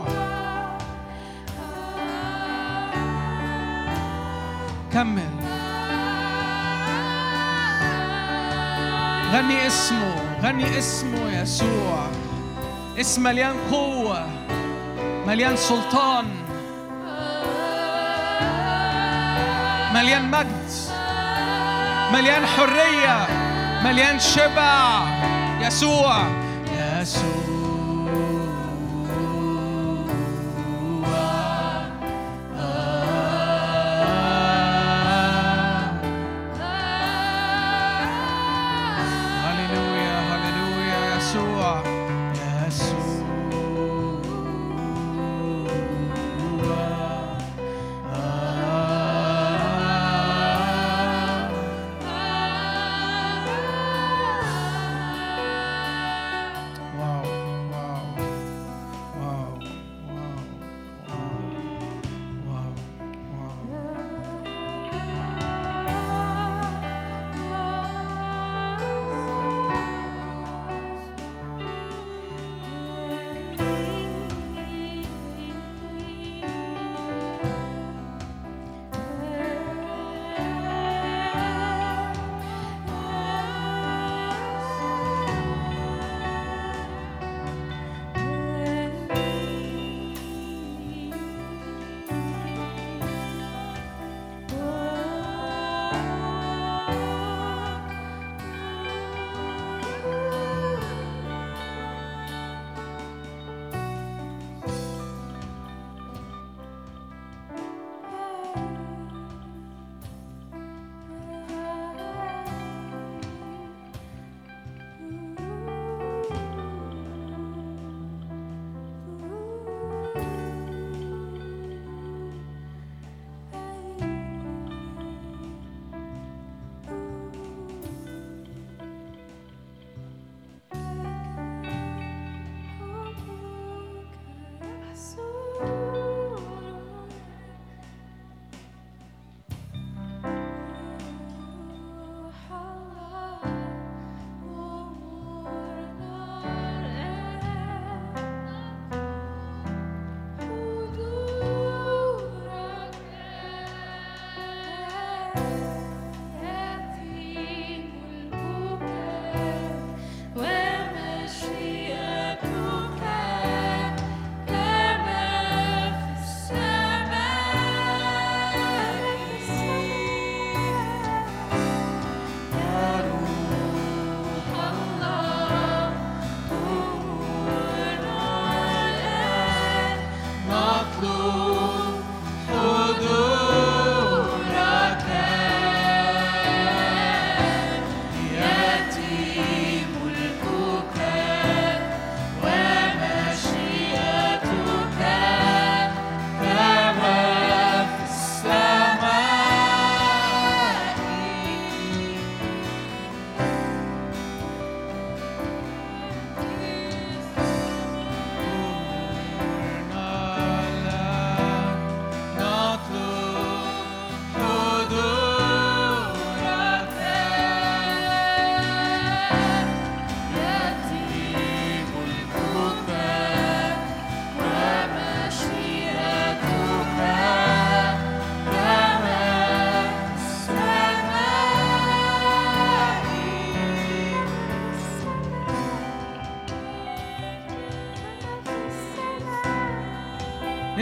كمل، غني اسمه، غني اسمه يسوع. اسم مليان قوة، مليان سلطان، مليان مجد، مليان حرية، مليان شبع. يسوع يسوع هللويا هللويا. يسوع يسوع واو.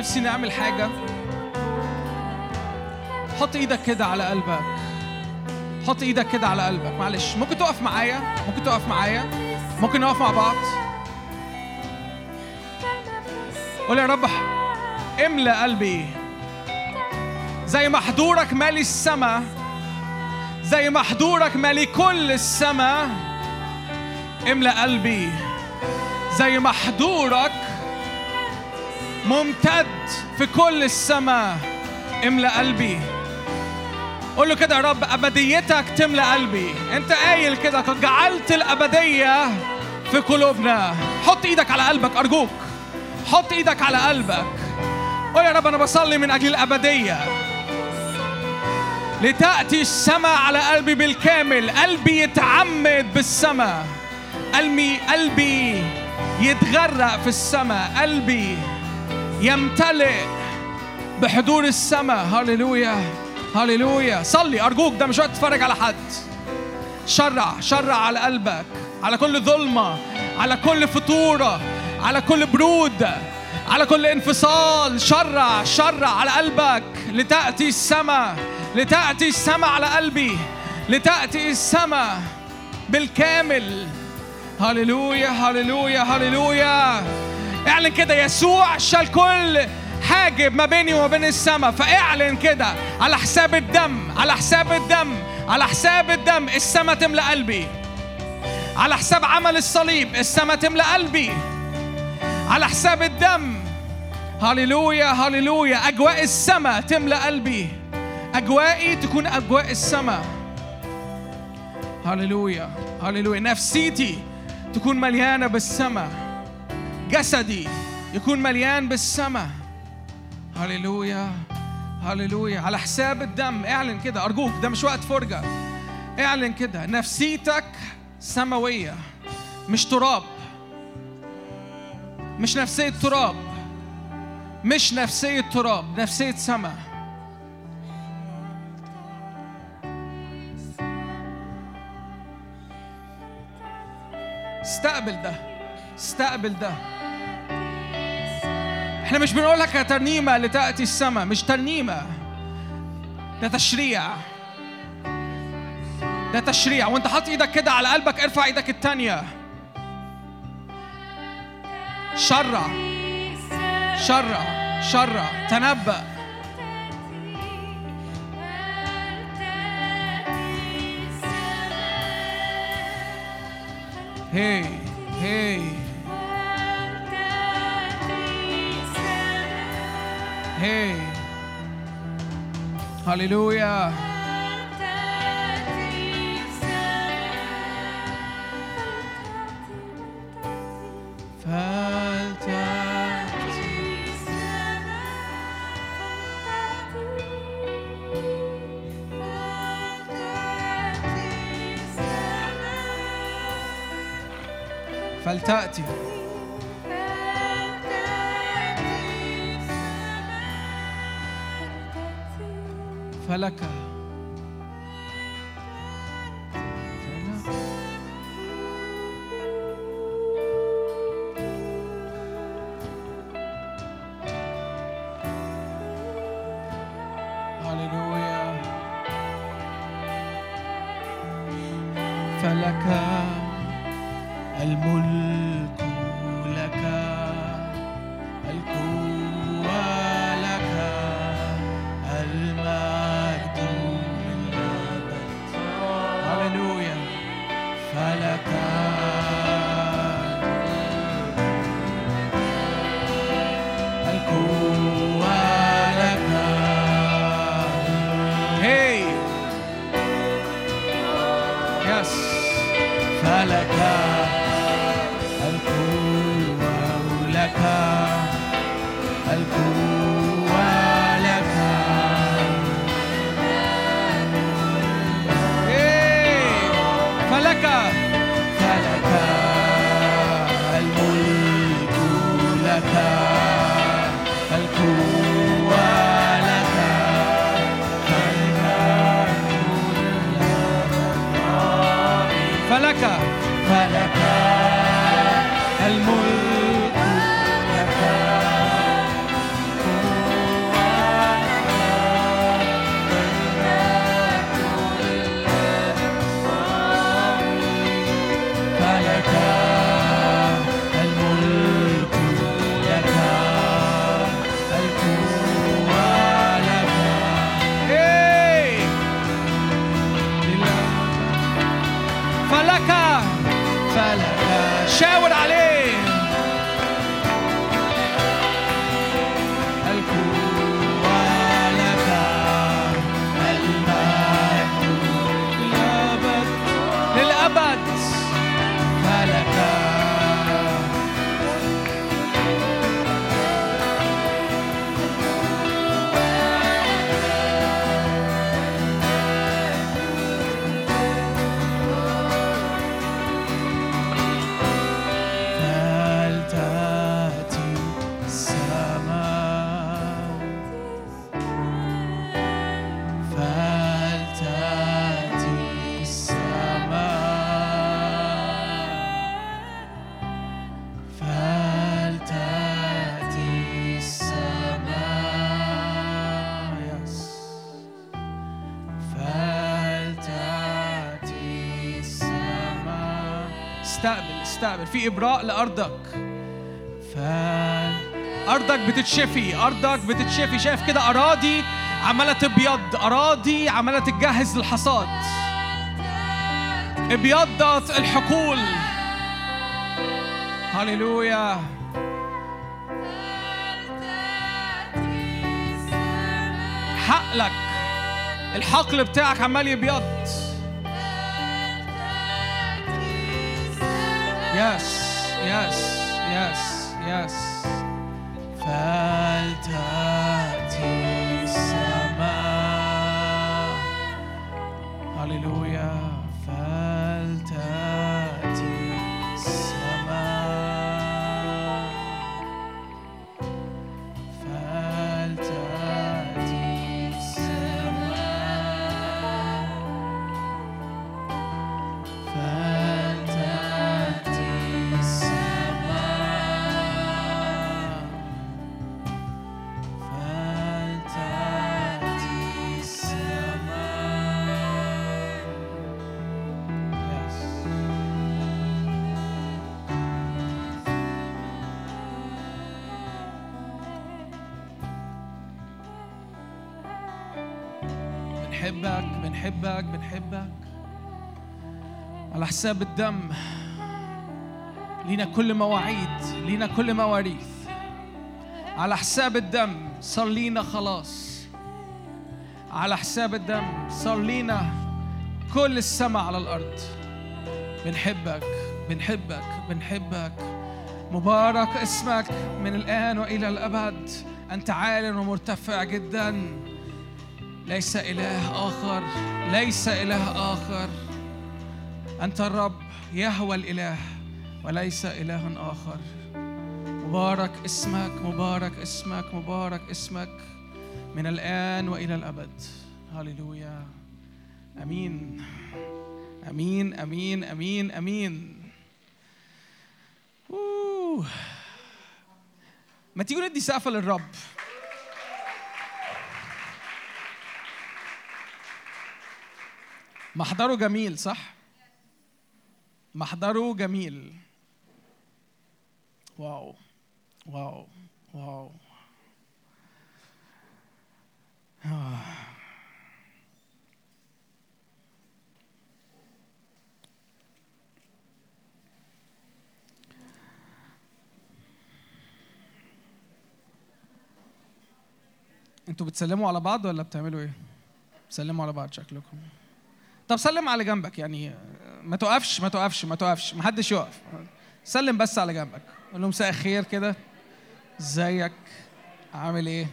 نفسي نعمل حاجة. حط ايدك كده على قلبك، حط ايدك كده على قلبك. معلش ممكن تقف معايا، ممكن تقف معايا، ممكن نقف مع بعض. قول يا رب املأ قلبي زي ما حضورك مالي السماء، زي ما حضورك مالي كل السماء. املأ قلبي زي ما حضورك ممتد في كل السماء. املأ قلبي. قول له كده يا رب أبديتك تملأ قلبي. انت قايل كده قد جعلت الأبدية في قلوبنا. حط ايدك على قلبك أرجوك، حط ايدك على قلبك. قول يا رب أنا بصلي من أجل الأبدية، لتأتي السماء على قلبي بالكامل. قلبي يتعمد بالسماء، قلبي يتغرق في السماء، قلبي يمتلئ بحضور السماء. هاليلويا هاليلويا. صلي أرجوك، ده مش وقت تتفرج على حد. شرع على قلبك، على كل ظلمة، على كل فطورة، على كل برود، على كل انفصال. شرع على قلبك. لتأتي السماء، لتأتي السماء على قلبي، لتأتي السماء بالكامل. هاليلويا هاليلويا هاليلويا. اعلن كده يسوع شال كل حاجب ما بيني وما بين السماء. فاعلن كده على حساب الدم، على حساب الدم، على حساب الدم السماء تملأ قلبي. على حساب عمل الصليب السماء تملأ قلبي. على حساب الدم. هاليلويا هاليلويا. أجواء السماء تملأ قلبي. أجوائي تكون أجواء السماء. هاليلويا هاليلويا. نفسيتي تكون مليانة بالسماء، جسدي يكون مليان بالسماء. هاليلويا هاليلويا. على حساب الدم. اعلن كده أرجوك، ده مش وقت فرجة. اعلن كده نفسيتك سماوية، مش تراب، مش نفسية تراب، مش نفسية تراب، نفسية سماء. استقبل ده، استقبل ده. احنا مش بنقول لك ترنيمة لتأتي السماء، مش ترنيمة، ده تشريع، ده تشريع. وانت حاط ايدك كده على قلبك ارفع ايدك التانية. شرع تنبأ. هي هاليلويا. فلتأتي فلك. هاليلويا. فلك الملك، لك القوة، لك المجد للأبد. هاليلويا. فلك القوة، لك يس. فلك لك القوة، لك فلك الملك، لك القوة، لك فلك استقبل في إبراء لأرضك. أرضك بتتشفي. شايف كده أراضي عمالة تبيض، أراضي عمالة تتجهز للحصاد. ابيضت الحقول. هاليلويا. حقلك، الحقل بتاعك عمال يبيض. يس فلتأتي السماء. هاليلويا. فلتأتي السماء. فلتأتي السماء. فلتأتي السماء. فلتأتي السماء. بنحبك على حساب الدم. لينا كل مواعيد، لينا كل مواريث. على حساب الدم صار لينا خلاص. على حساب الدم صار لينا كل السماء على الأرض. بنحبك. مبارك اسمك من الآن وإلى الأبد. أنت عال ومرتفع جدا. ليس إله آخر. أنت الرب يهوى الإله وليس إله آخر. مبارك اسمك من الآن وإلى الأبد. هاليلويا. أمين. ما تيجوا ندي سقفة للرب. محضره جميل، صح؟ محضره جميل. واو. انتوا بتسلموا على بعض ولا بتعملوا ايه؟ بتسلموا على بعض شكلكم. طب سلم على جنبك، يعني ما توقفش، محدش يقف. سلم بس على جنبك، قول له مساء الخير كده، ازيك، عامل ايه؟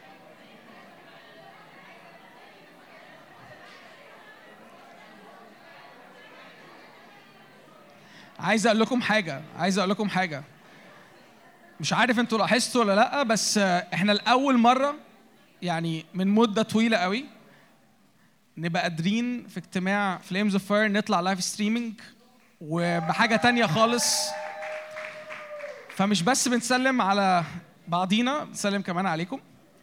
عايز اقول لكم حاجه. مش عارف انتوا لاحظتوا ولا لا، بس احنا الاول مره يعني من مده طويله قوي نبقى قادرين في اجتماع فليمز اوف فاير نطلع لايف ستريمينج وبحاجه تانية خالص. فمش بس بنسلم على بعضينا، بنسلم كمان عليكم.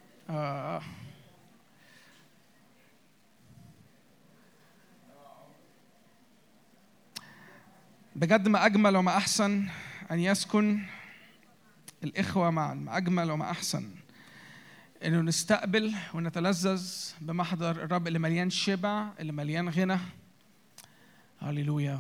بجد ما أجمل وما أحسن أن يسكن الإخوة معا. ما أجمل وما أحسن إنه نستقبل ونتلذذ بمحضر الرب اللي مليان شبع، اللي مليان غنى. هاليلويا.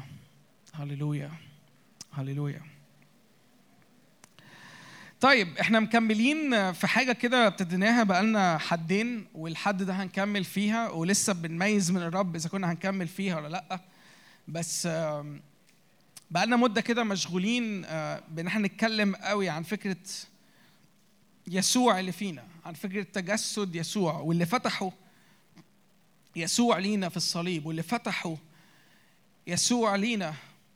طيب احنا مكملين في حاجة كده ابتديناها بقالنا حدين، والحد ده هنكمل فيها، ولسه بنميز من الرب إذا كنا هنكمل فيها ولا لأ. بس بقالنا مدة كده مشغولين بأن احنا نتكلم قوي عن فكرة يسوع اللي فينا، عن فكرة تجسد يسوع، واللي فتحه يسوع لينا في الصليب، واللي فتحه يسوع لينا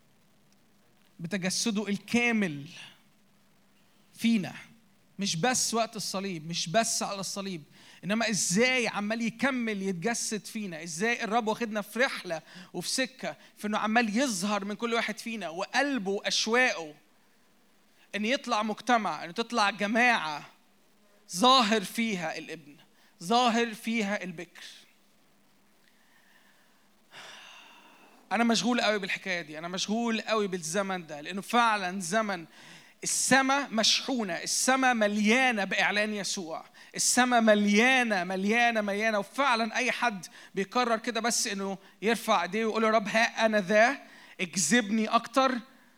بتجسده الكامل فينا. مش بس وقت الصليب، مش بس على الصليب، إنما إزاي عمال يكمل يتجسد فينا. إزاي الرب واخدنا في رحلة وفي سكة في إنه عمال يظهر من كل واحد فينا، وقلبه وأشواقه إن يطلع مجتمع، إن تطلع جماعة ظاهر فيها الابن، ظاهر فيها البكر. أنا مشغول قوي بالحكاية دي، أنا مشغول قوي بالزمن ده، لأنه فعلا زمن السماء مشحونة، السماء مليانة بإعلان يسوع، السماء مليانة مليانة مليانة. وفعلا أي حد بيقرر كده بس إنه يرفع إيديه ويقول يا رب ها أنا ذا، اجذبني أكتر،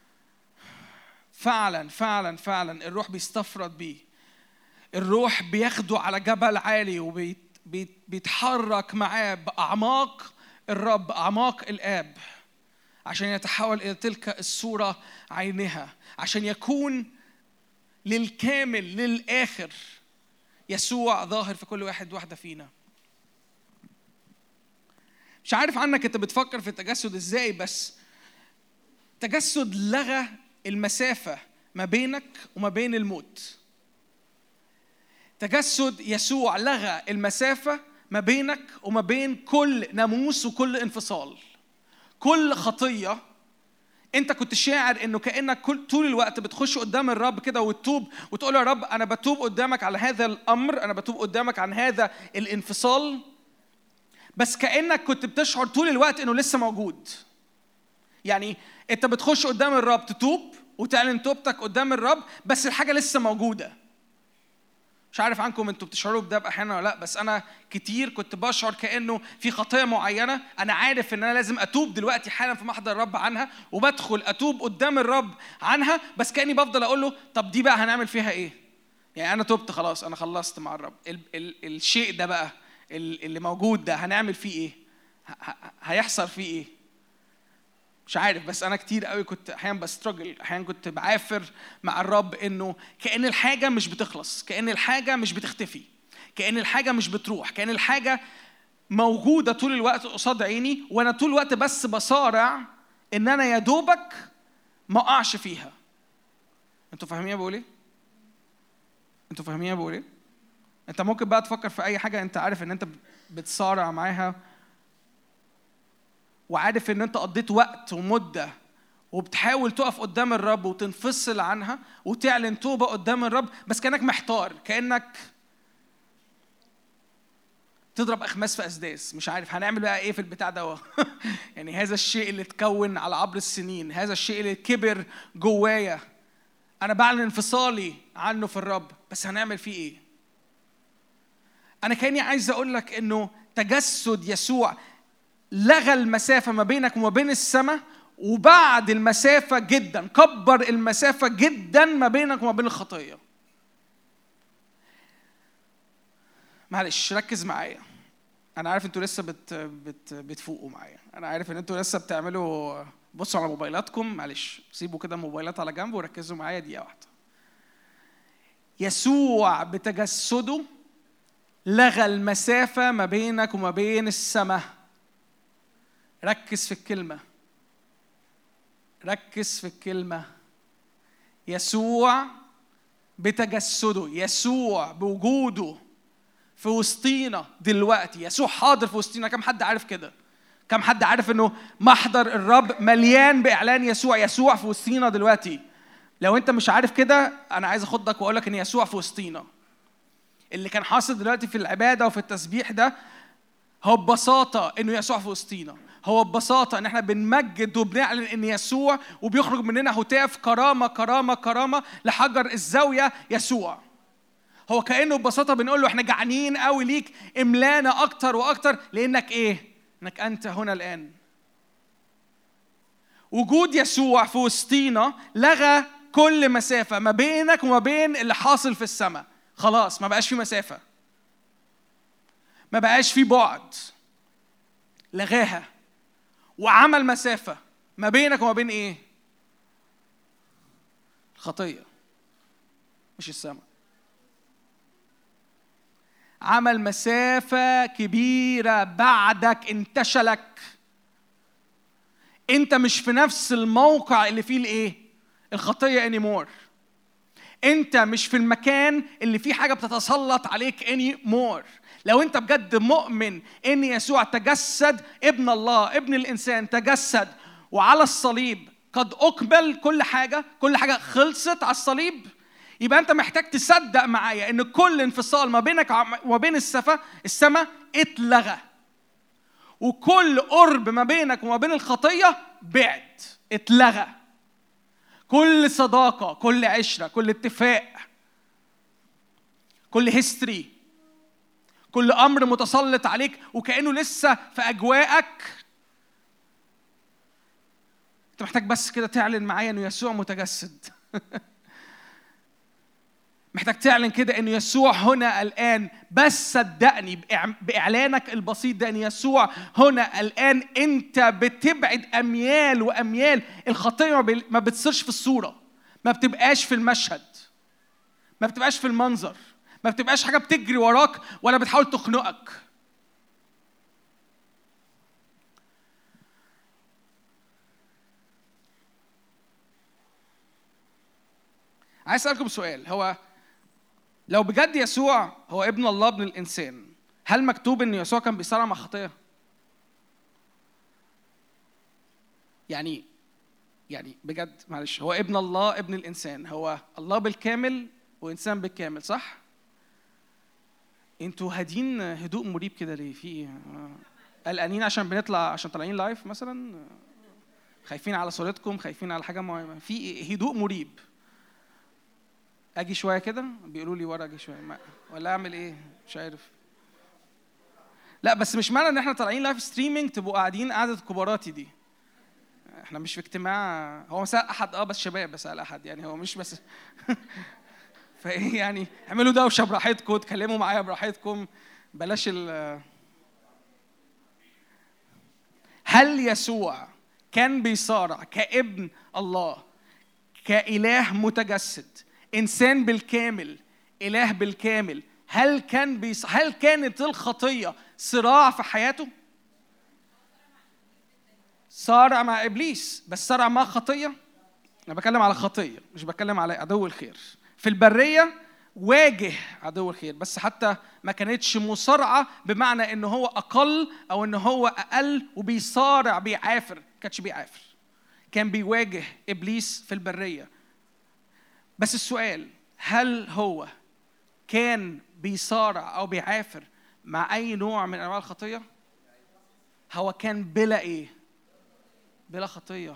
فعلا فعلا فعلا الروح بيستفرد بيه، الروح بياخده على جبل عالي وبيتحرك معاه بأعماق الرب، أعماق الآب، عشان يتحول إلى تلك الصورة عينها، عشان يكون للكامل للآخر يسوع ظاهر في كل واحد واحدة فينا. مش عارف عنك أنت بتفكر في التجسد إزاي، بس التجسد لغى المسافة ما بينك وما بين الموت. تجسد يسوع لغى المسافة ما بينك وما بين كل ناموس وكل انفصال، كل خطية. انت كنت شاعر انه كأنك طول الوقت بتخش قدام الرب كده وتتوب وتقول يا رب انا بتوب قدامك على هذا الامر، انا بتوب قدامك عن هذا الانفصال، بس كأنك كنت بتشعر طول الوقت انه لسه موجود. يعني انت بتخش قدام الرب تتوب وتعلن توبتك قدام الرب، بس الحاجة لسه موجودة. مش عارف عنكم انتوا بتشعروا بده احيانا ولا لا، بس انا كتير كنت بشعر كأنه في خطية معينة انا عارف ان انا لازم اتوب دلوقتي حالا في محضر الرب عنها، وبدخل اتوب قدام الرب عنها، بس كأني بفضل اقول له طب دي بقى هنعمل فيها ايه؟ يعني انا توبت خلاص، انا خلصت مع الرب، الشيء ده بقى اللي موجود ده هنعمل فيه ايه؟ هيحصل فيه ايه؟ مش عارف، بس أنا كتير قوي كنت أحيانا بسترجل، أحيانا كنت بعافر مع الرب إنه كأن الحاجة مش بتخلص، كأن الحاجة مش بتختفي، كأن الحاجة مش بتروح، كأن الحاجة موجودة طول الوقت قصاد عيني، وأنا طول الوقت بس بصارع إن أنا يا دوبك ما أقعش فيها. أنتوا فاهمين بقول إيه؟ أنتوا فاهمين بقول إيه؟ أنت ممكن بقى تفكر في أي حاجة أنت عارف إن أنت بتصارع معاها، وعارف ان انت قضيت وقت ومدة وبتحاول تقف قدام الرب وتنفصل عنها وتعلن توبة قدام الرب، بس كأنك محتار، كأنك تضرب أخماس في أسداس، مش عارف هنعمل بقى ايه في البتاع ده. يعني هذا الشيء اللي اتكون على عبر السنين، هذا الشيء اللي كبر جوايا، انا بعلن انفصالي عنه في الرب، بس هنعمل فيه ايه؟ انا كأني عايز اقول لك انه تجسد يسوع لغى المسافة ما بينك وما بين السماء، وبعد المسافة جدا كبر المسافة جدا ما بينك وما بين الخطية. معلش ركز معايا، أنا عارف أنتوا لسه بتفوقوا معايا، أنا عارف أن أنتوا لسه بتعملوا بصوا على موبايلاتكم، معلش سيبوا كده الموبايلات على جنب وركزوا معايا دقيقة واحدة. يسوع بتجسده لغى المسافة ما بينك وما بين السماء. ركز في الكلمة، ركز في الكلمة. يسوع بتجسده، يسوع بوجوده في وسطينا دلوقتي، يسوع حاضر في وسطينا. كم حد عارف كده؟ كم حد عارف انه محضر الرب مليان بإعلان يسوع؟ يسوع في وسطينا دلوقتي. لو انت مش عارف كده انا عايز اخدك واقول لك ان يسوع في وسطينا. اللي كان حاصل دلوقتي في العبادة وفي التسبيح ده هو ببساطة انه يسوع في وسطينا، هو ببساطة ان احنا بنمجد وبنعلن ان يسوع، وبيخرج مننا هتاف كرامة كرامة كرامة لحجر الزاوية يسوع. هو كأنه ببساطة بنقول له احنا جعانين قوي ليك، املانا اكتر واكتر، لانك ايه؟ انك انت هنا الان. وجود يسوع في وسطينا لغى كل مسافة ما بينك وما بين اللي حاصل في السماء. خلاص ما بقاش في مسافة، ما بقاش في بعد، لغاها وعمل مسافة ما بينك وما بين ايه؟ الخطية مش السماء. عمل مسافة كبيرة بعدك، انتشلك. انت مش في نفس الموقع اللي فيه الايه؟ الخطية anymore. انت مش في المكان اللي فيه حاجة بتتسلط عليك anymore. لو انت بجد مؤمن ان يسوع تجسد، ابن الله ابن الانسان تجسد، وعلى الصليب قد اكمل كل حاجة، كل حاجة خلصت على الصليب، يبقى انت محتاج تصدق معايا ان كل انفصال ما بينك وما بين السماء اتلغى. وكل قرب ما بينك وما بين الخطية بعد، اتلغى. كل صداقة، كل عشرة، كل اتفاق، كل هيستوري، كل أمر متسلط عليك وكأنه لسه في أجواءك، أنت محتاج بس كده تعلن معايا إنه يسوع متجسد. محتاج تعلن كده إنه يسوع هنا الآن. بس صدقني بإعلانك البسيط ده إن يسوع هنا الآن، أنت بتبعد أميال وأميال. الخطية ما بتصيرش في الصورة، ما بتبقاش في المشهد، ما بتبقاش في المنظر، ما بتبقاش حاجة بتجري وراك ولا بتحاول تخنقك. عايز أسألكم سؤال، هو لو بجد يسوع هو ابن الله ابن الإنسان، هل مكتوب إن يسوع كان بيصارع مع خطية؟ يعني بجد معلش، هو ابن الله ابن الإنسان، هو الله بالكامل وإنسان بالكامل، صح؟ انتوا هادين هدوء مريب كده ليه؟ في قلقانين عشان بنطلع، عشان طالعين لايف مثلا؟ خايفين على صورتكم؟ خايفين على حاجة معينة؟ في هدوء مريب. اجي شويه كده، بيقولوا لي ورا اجي شويه، ولا اعمل ايه؟ مش عارف. لا بس مش معنى ان احنا طالعين لايف ستريمينج تبقوا قاعدين قعده كباراتي دي. احنا مش في اجتماع، هو مساء احد بس شباب، بس على احد يعني، هو مش بس. فايه يعني، اعملوا دوشه براحتكم، اتكلموا معايا براحتكم، بلاش هل يسوع كان بيصارع كابن الله، كإله متجسد، إنسان بالكامل، إله بالكامل؟ هل كانت الخطية صراع في حياته؟ صارع مع إبليس، بس صارع مع خطية. أنا بتكلم على خطية، مش بتكلم على عدو الخير. في البرية واجه عدو الخير، بس حتى ما كانتش مصارعة بمعنى إنه هو أقل أو إنه هو أقل وبيصارع بيعافر، ما كانش بيعافر، كان بيواجه إبليس في البرية. بس السؤال، هل هو كان بيصارع أو بيعافر مع أي نوع من أنواع الخطية؟ هو كان بلا إيه؟ بلا خطية.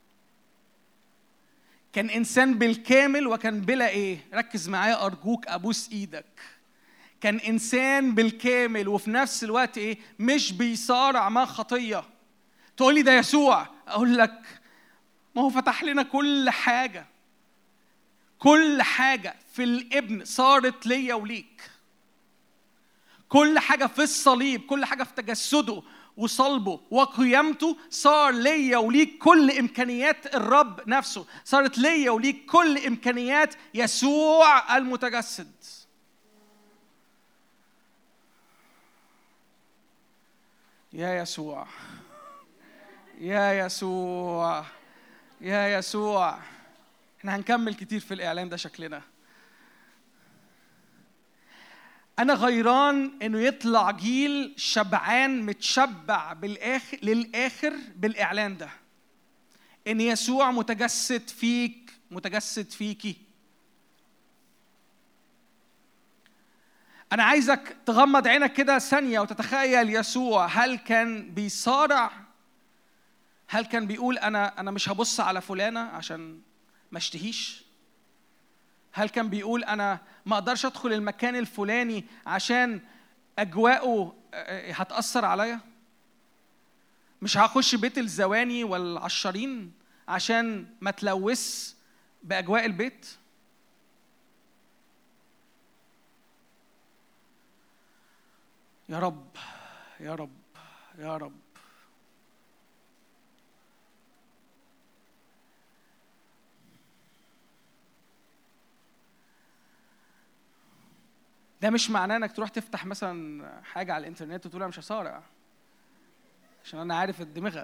كان إنسان بالكامل وكان بلا إيه؟ ركز معايا أرجوك، أبوس إيدك. كان إنسان بالكامل وفي نفس الوقت إيه؟ مش بيصارع مع خطية. تقولي ده يسوع، أقول لك ما هو فتح لنا كل حاجة. كل حاجة في الابن صارت ليا وليك. كل حاجة في الصليب، كل حاجة في تجسده وصلبه وقيامته صار ليا وليك. كل إمكانيات الرب نفسه صارت ليا وليك، كل إمكانيات يسوع المتجسد. يا يسوع، يا يسوع، يا يسوع. احنا هنكمل كتير في الإعلان ده شكلنا. أنا غيران إنه يطلع جيل شبعان متشبع للآخر بالإعلان ده، إن يسوع متجسد فيك، متجسد فيكي. أنا عايزك تغمض عينك كده ثانية وتتخيل يسوع. هل كان بيصارع؟ هل كان بيقول أنا مش هبص على فلانة عشان ما اشتهيش؟ هل كان بيقول أنا ما أقدرش أدخل المكان الفلاني عشان أجواءه هتأثر عليا؟ مش هخش بيت الزواني والعشرين عشان ما تلوث بأجواء البيت؟ يا رب، يا رب، يا رب. ده مش معناه انك تروح تفتح مثلا حاجه على الانترنت وتقول انا مش هصارع عشان انا عارف الدماغ.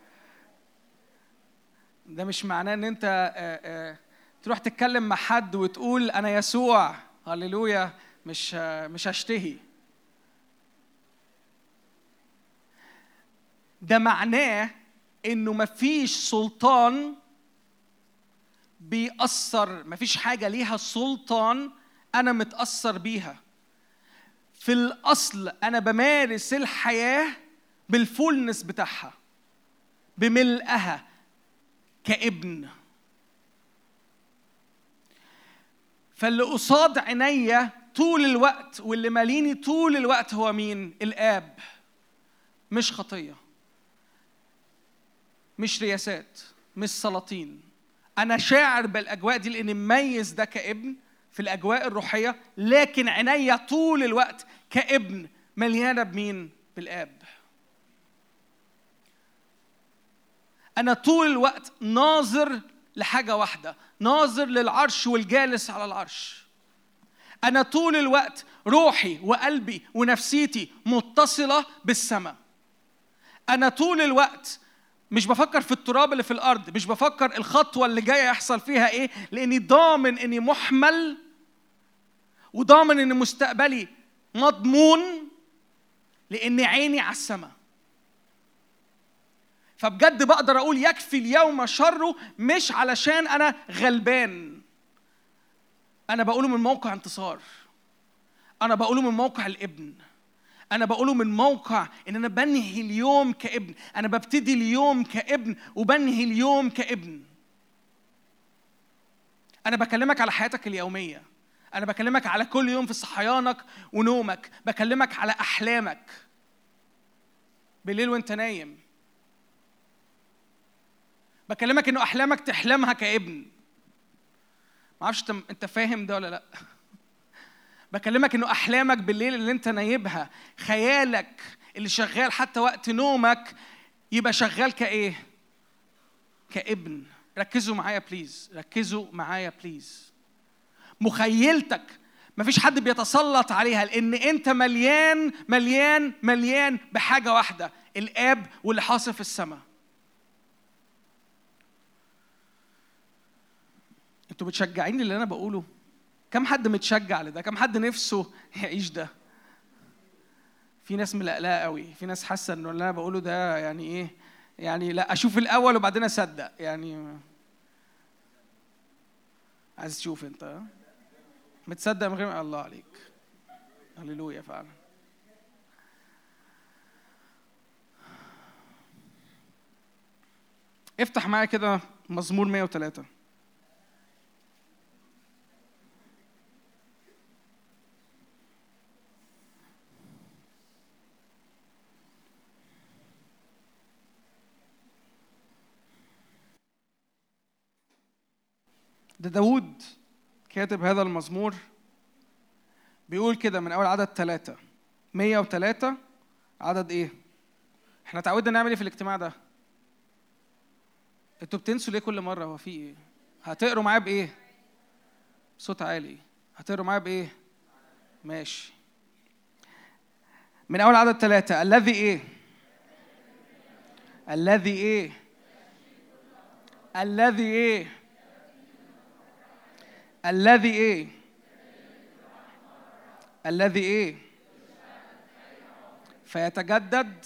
ده مش معناه ان انت تروح تتكلم مع حد وتقول انا يسوع هللويا مش هشتهي. ده معناه انه مفيش سلطان بيأثر، مفيش حاجه ليها سلطان أنا متأثر بيها. في الأصل أنا بمارس الحياة بالفولنس بتاعها، بملئها كابن. فاللي قصاد عينيا طول الوقت واللي ماليني طول الوقت هو مين؟ الآب. مش خطية، مش رياسات، مش سلاطين. أنا شاعر بالأجواء دي لأني مميز ده كابن في الأجواء الروحية، لكن عينيا طول الوقت كابن مليانة بمين؟ بالآب. أنا طول الوقت ناظر لحاجة واحدة، ناظر للعرش والجالس على العرش. أنا طول الوقت روحي وقلبي ونفسيتي متصلة بالسماء. أنا طول الوقت مش بفكر في التراب اللي في الأرض، مش بفكر الخطوة اللي جاية يحصل فيها إيه، لأني ضامن إني محمل وضامن إن مستقبلي مضمون، لأني عيني على السماء. فبجد بقدر أقول يكفي اليوم شره، مش علشان أنا غلبان، أنا بقوله من موقع انتصار، أنا بقوله من موقع الابن، أنا بقوله من موقع إن أنا بنهي اليوم كابن، أنا ببتدي اليوم كابن وبنهي اليوم كابن. أنا بكلمك على حياتك اليومية، أنا بكلمك على كل يوم في صحيانك ونومك، بكلمك على أحلامك بالليل وأنت نايم، بكلمك إنه أحلامك تحلمها كابن. معرفش أنت فاهم ده ولا لأ؟ بكلمك إنه أحلامك بالليل اللي أنت نايبها، خيالك اللي شغال حتى وقت نومك، يبقى شغال كإيه؟ كابن. ركزوا معايا بليز، ركزوا معايا بليز. مخيلتك مفيش حد بيتسلط عليها، لأن أنت مليان مليان مليان بحاجة واحدة، الآب واللي حاصل في السماء. أنتوا بتشجعيني اللي أنا بقوله؟ كم حد متشجع لده؟ كم حد نفسه يعيش ده؟ في ناس ملقلقة قوي، في ناس حاسة إنه اللي أنا بقوله ده يعني إيه؟ يعني لا أشوف الأول وبعدين أصدق. يعني عايز تشوف أنت متصدق من غير ما الله عليك. هللويا فعلا. افتح معايا كده مزمور 103. ده داود كاتب هذا المزمور، بيقول كده من أول عدد 3. 103 عدد إيه؟ إحنا تعودنا نعمل إيه في الاجتماع ده؟ أنتوا بتنسوا ليه كل مرة؟ هو في إيه؟ هتقروا معايا بإيه؟ صوت عالي. هتقروا معايا بإيه؟ ماشي. من أول عدد 3. الذي إيه؟ الذي إيه؟ الذي إيه؟ الذي إيه؟ الذي إيه؟ فيتجدد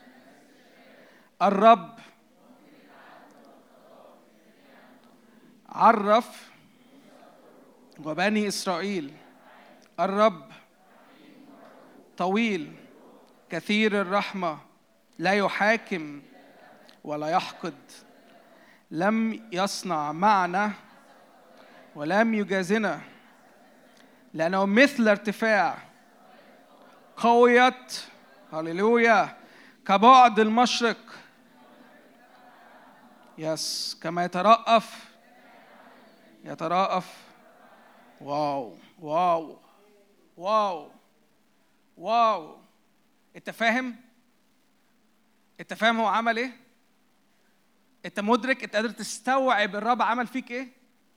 الرب عرف وبني إسرائيل. الرب طويل كثير الرحمة، لا يحاكم ولا يحقد، لم يصنع معنا ولم يجازنا، لأنه مثل ارتفاع قوية هللويا كبعد المشرق. يس، كما يترأف. واو واو واو واو. انت فاهم هو عمل ايه؟ انت مدرك؟ انت قادر تستوعب الرب عمل فيك ايه؟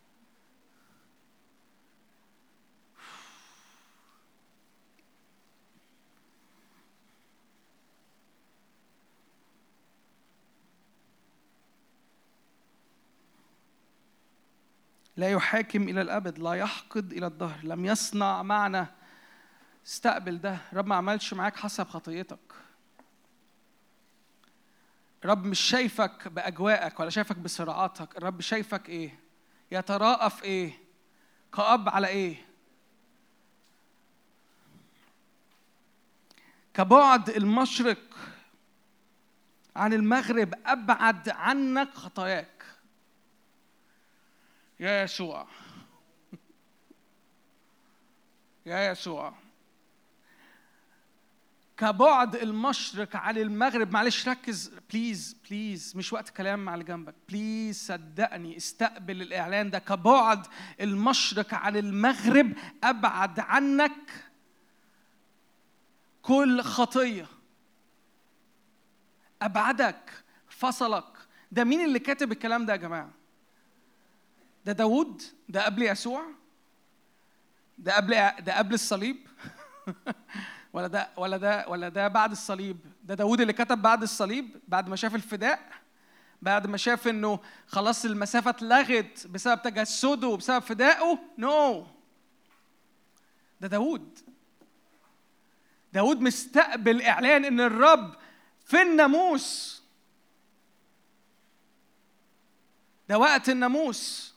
لا يحاكم إلى الأبد، لا يحقد إلى الدهر، لم يصنع معنا. استقبل ده. رب ما عملش معاك حسب خطيتك. رب مش شايفك بأجواءك ولا شايفك بصراعاتك. الرب شايفك إيه؟ يتراءف إيه؟ كأب على إيه؟ كبعد المشرق عن المغرب أبعد عنك خطاياك. يا يسوع، يا يسوع، كبعد المشرق عن المغرب. معلش ركز بليز بليز، مش وقت كلام مع اللي جنبك، بليز صدقني استقبل الإعلان ده. كبعد المشرق عن المغرب أبعد عنك كل خطية. أبعدك، فصلك. ده مين اللي كاتب الكلام ده يا جماعة؟ ده داود؟ ده قبل يسوع؟ ده قبل الصليب؟ ولا ده بعد الصليب؟ ده داود اللي كتب بعد الصليب، بعد ما شاف الفداء، بعد ما شاف انه خلاص المسافة اتلغت بسبب تجسده وبسبب فدائه. نو، ده داود مستقبل إعلان إن الرب في الناموس. ده وقت الناموس،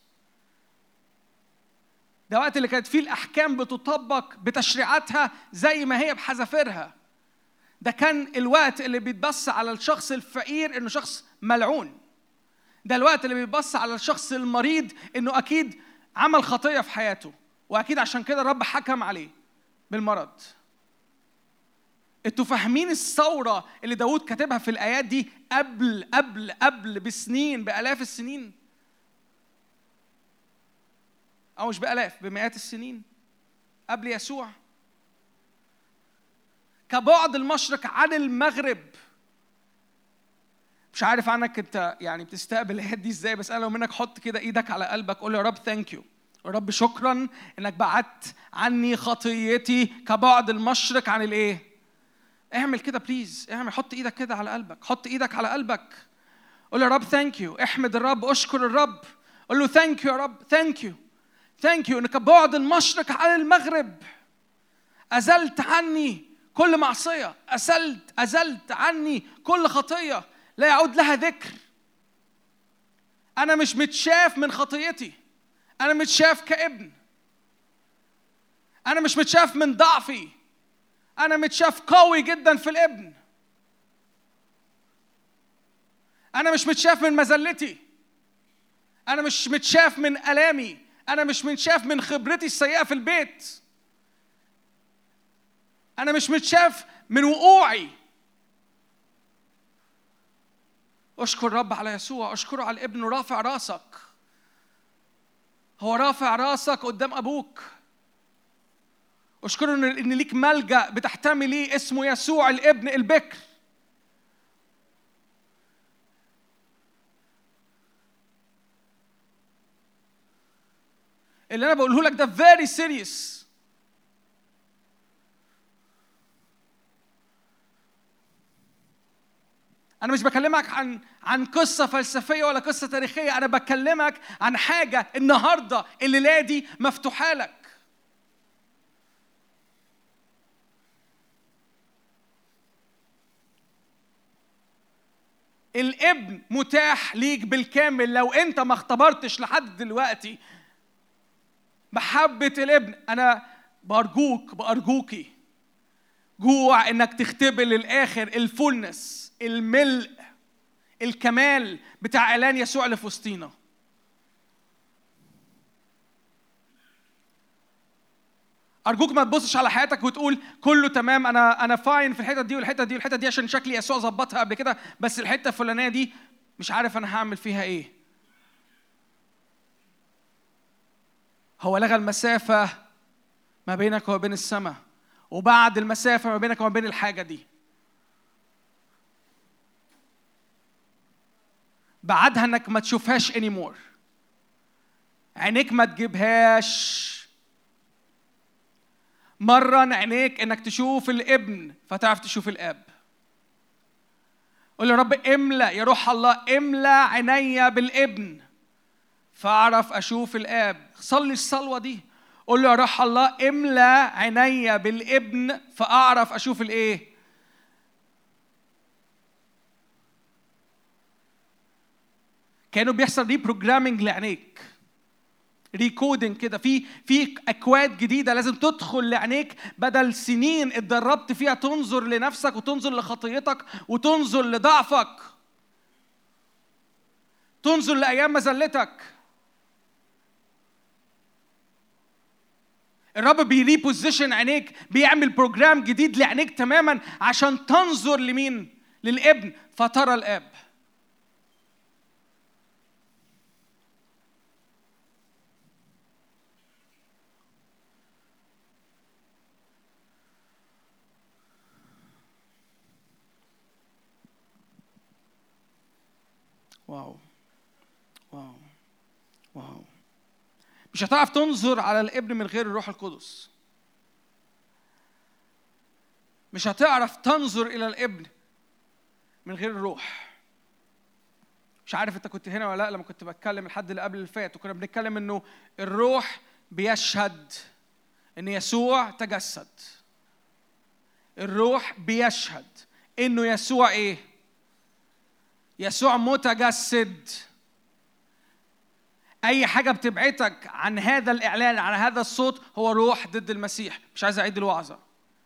ده وقت اللي كانت فيه الأحكام بتطبق بتشريعاتها زي ما هي بحذافيرها. ده كان الوقت اللي بيتبص على الشخص الفقير إنه شخص ملعون. ده الوقت اللي بيتبص على الشخص المريض إنه أكيد عمل خطية في حياته، وأكيد عشان كده الرب حكم عليه بالمرض. انتوا فاهمين الثورة اللي داود كاتبها في الآيات دي قبل بسنين، بآلاف السنين، أو مش بآلاف، بمئات السنين قبل يسوع. كبعد المشرق عن المغرب. مش عارف عنك انت يعني بتستقبل الآيات دي ازاي، بس أنا لو منك حط كده إيدك على قلبك، قول يا رب ثانك يو، يا رب شكرا إنك بعدت عني خطيتي كبعد المشرق عن الإيه؟ اعمل كده بليز، اعمل، حط ايدك كده على قلبك، حط ايدك على قلبك، قول يا رب ثانك يو، احمد الرب، اشكر الرب، قول له ثانك يو يا رب، ثانك يو انك بعد المشرق عن المغرب ازلت عني كل معصيه، ازلت عني كل خطيه لا يعود لها ذكر. انا مش متشاف من خطيتي، انا متشاف كابن، انا مش متشاف من ضعفي، أنا متشاف قوي جدا في الابن. أنا مش متشاف من مذلتي، أنا مش متشاف من ألامي، أنا مش متشاف من خبرتي السيئة في البيت، أنا مش متشاف من وقوعي. أشكر الرب على يسوع، أشكره على الابن. رافع راسك، هو رافع راسك قدام أبوك. أشكره إن ليك ملجأ بتحتمي ليه اسمه يسوع الابن البكر. اللي أنا بقوله لك ده very serious. أنا مش بكلمك عن قصة فلسفية ولا قصة تاريخية، أنا بكلمك عن حاجة النهاردة الليلة دي مفتوحة لك. الابن متاح ليك بالكامل. لو انت ما اختبرتش لحد دلوقتي محبة الابن، انا بأرجوكي جوع انك تختبر للآخر الفولنس، الملء، الكمال بتاع اعلان يسوع اللي في وسطينا. أرجوك ما تبصش على حياتك وتقول كله تمام، أنا فاين في الحتة دي والحتة دي والحتة دي عشان شكلي يسوع ظبطها قبل كده، بس الحتة الفلانية دي مش عارف أنا هعمل فيها إيه. هو لغى المسافة ما بينك وبين السماء، وبعد المسافة ما بينك وما بين الحاجة دي بعدها إنك ما تشوفهاش anymore، عينيك ما تجيبهاش. مرن عينيك انك تشوف الابن فتعرف تشوف الاب. قول يا رب املأ يا روح الله، املأ عينيا بالابن فاعرف اشوف الاب. صلي الصلوه دي، قول له يا روح الله املأ عينيا بالابن فاعرف اشوف الايه؟ كانوا بيحصل ري بروجرامينج لعينيك. ريكودنج كده، في اكواد جديده لازم تدخل لعينيك، بدل سنين اتدربت فيها تنظر لنفسك وتنظر لخطيتك وتنظر لضعفك، تنظر لايام مذلتك. الرب بيريبوزيشن عينيك، بيعمل بروجرام جديد لعينيك تماما عشان تنظر لمين؟ للابن فترى الاب. واو واو واو. مش هتعرف تنظر على الابن من غير الروح القدس. مش هتعرف تنظر إلى الابن من غير الروح. مش عارف انت كنت هنا ولا لا لما كنت بتكلم الحد اللي قبل اللي فات، وكنا بنتكلم انه الروح بيشهد ان يسوع تجسد. الروح بيشهد انه يسوع ايه؟ يسوع متجسد. أي حاجة بتبعدك عن هذا الإعلان، عن هذا الصوت، هو روح ضد المسيح. مش عايز أعيد الوعظة.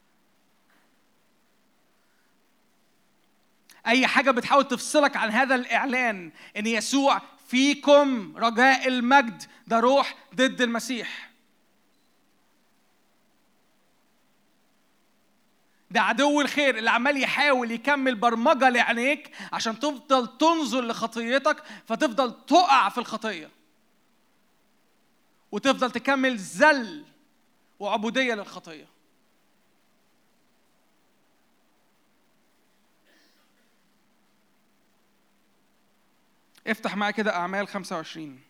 أي حاجة بتحاول تفصلك عن هذا الإعلان إن يسوع فيكم رجاء المجد، ده روح ضد المسيح. ده عدو الخير اللي عمال يحاول يكمل برمجة لعينيك عشان تفضل تنظر لخطيتك، فتفضل تقع في الخطية وتفضل تكمل ذل وعبودية للخطية. افتح معايا كده أعمال 25.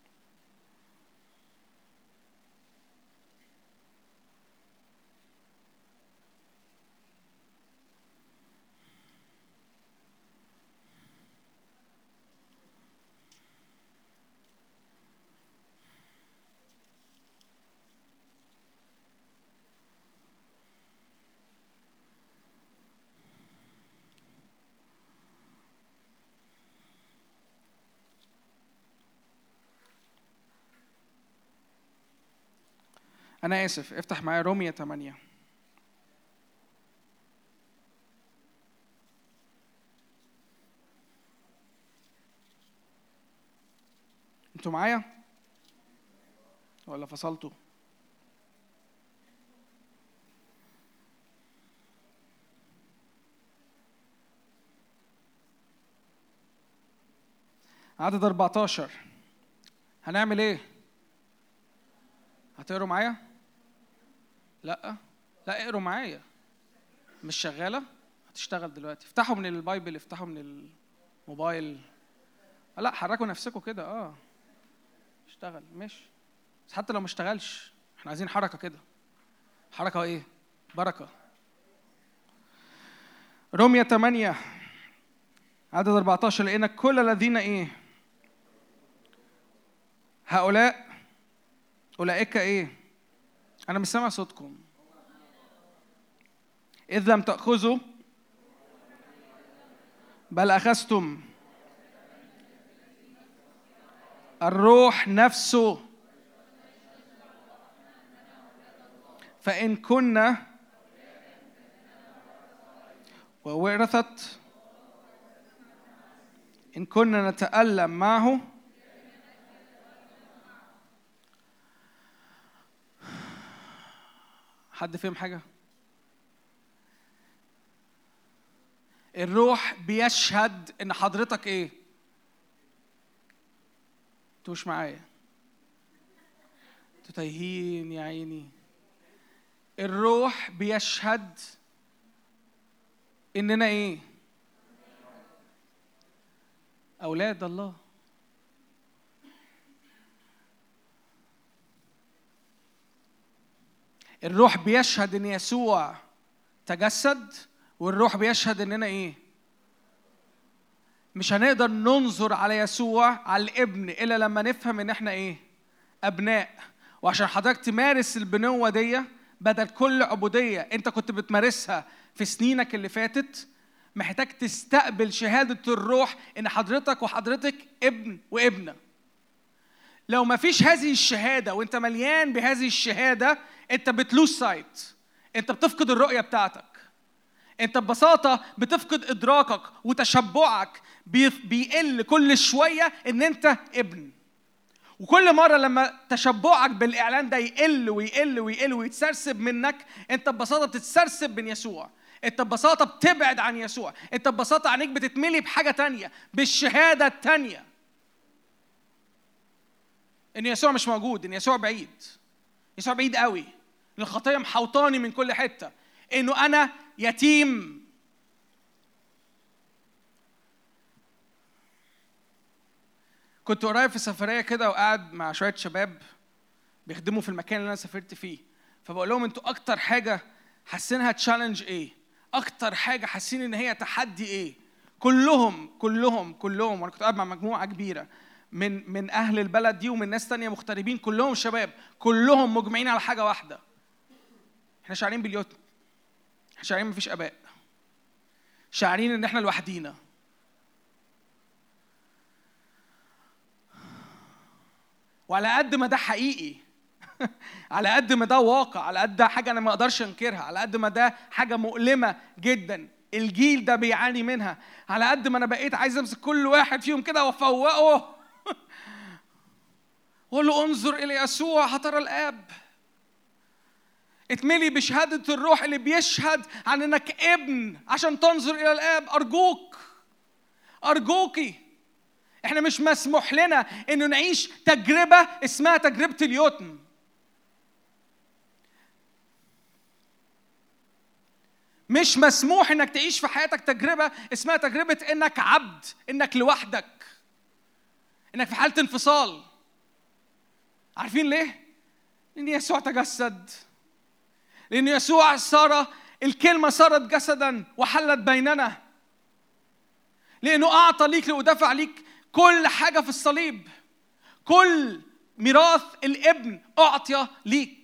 أنا آسف، افتح معايا رومية 8. أنتوا معايا؟ ولا فصلتوا؟ عدد 14. هنعمل إيه؟ هتقروا معايا؟ لا اقروا معايا. مش شغالة؟ هتشتغل دلوقتي. افتحوا من البايبل، افتحوا من الموبايل. لا حركوا نفسكم كده. اشتغل. مش بس حتى لو ما اشتغلش احنا عايزين حركة كده. حركة ايه؟ بركة. رومية 8 عدد 14. لأن كل الذين ايه؟ أولئك ايه؟ أنا مش سامع صوتكم. إذ لم تأخذوا بل أخذتم الروح نفسه، فإن كنا وورثت إن كنا نتألم معه حد فهم حاجة؟ الروح بيشهد إن حضرتك إيه؟ انتوا مش معايا؟ انتوا تايهين يا عيني. الروح بيشهد إننا إيه؟ أولاد الله. الروح بيشهد إن يسوع تجسد، والروح بيشهد إننا إيه؟ مش هنقدر ننظر على يسوع على الابن إلا لما نفهم إن إحنا إيه؟ أبناء. وعشان حضرتك تمارس البنوة دي بدل كل عبودية أنت كنت بتمارسها في سنينك اللي فاتت، محتاج تستقبل شهادة الروح إن حضرتك وحضرتك ابن وابنة. لو ما فيش هذه الشهادة وانت مليان بهذه الشهادة، انت بتلوس سايت، انت بتفقد الرؤية بتاعتك. انت ببساطة بتفقد ادراكك وتشبعك بيقل كل شوية ان انت ابن. وكل مرة لما تشبعك بالاعلان ده يقل ويقل ويقل ويتسرسب منك، انت ببساطة بتتسرسب من يسوع. انت ببساطة بتبعد عن يسوع. انت ببساطة عينيك بتتملي بحاجة تانية، بالشهادة التانية، ان يسوع مش موجود، ان يسوع بعيد. يسوع بعيد قوي، ان الخطية محوطاني من كل حتة، انه انا يتيم. كنت قريب في سفرية كده وقاعد مع شوية شباب بيخدموا في المكان اللي انا سافرت فيه، فبقول لهم انتوا اكتر حاجة حاسينها تشالنج ايه؟ اكتر حاجة حاسين ان هي تحدي ايه؟ كلهم وانا كنت قاعد مع مجموعة كبيرة من اهل البلد دي ومن ناس تانية مغتربين، كلهم شباب، كلهم مجمعين على حاجة واحدة: احنا شاعرين باليوتم، احنا شاعرين مفيش اباء، شاعرين ان احنا لوحدينا. وعلى قد ما ده حقيقي على قد ما ده واقع، على قد حاجة أنا ما أقدرش أنكرها، على قد ما ده حاجة مؤلمة جدا الجيل ده بيعاني منها، على قد ما أنا بقيت عايز أمسك كل واحد فيهم كده وأفوقه وأقول له انظر إلى يسوع هترى الآب. اتملي بشهادة الروح اللي بيشهد عن إنك ابن عشان تنظر إلى الآب. أرجوكي، إحنا مش مسموح لنا إنه نعيش تجربة اسمها تجربة اليتم. مش مسموح إنك تعيش في حياتك تجربة اسمها تجربة إنك عبد، إنك لوحدك، إنك في حالة انفصال. عارفين ليه؟ لأن يسوع تجسد، لأن يسوع الكلمة صارت جسدا وحلت بيننا، لأنه أعطى ليك ودفع ليك كل حاجة في الصليب. كل ميراث الابن أعطي ليك.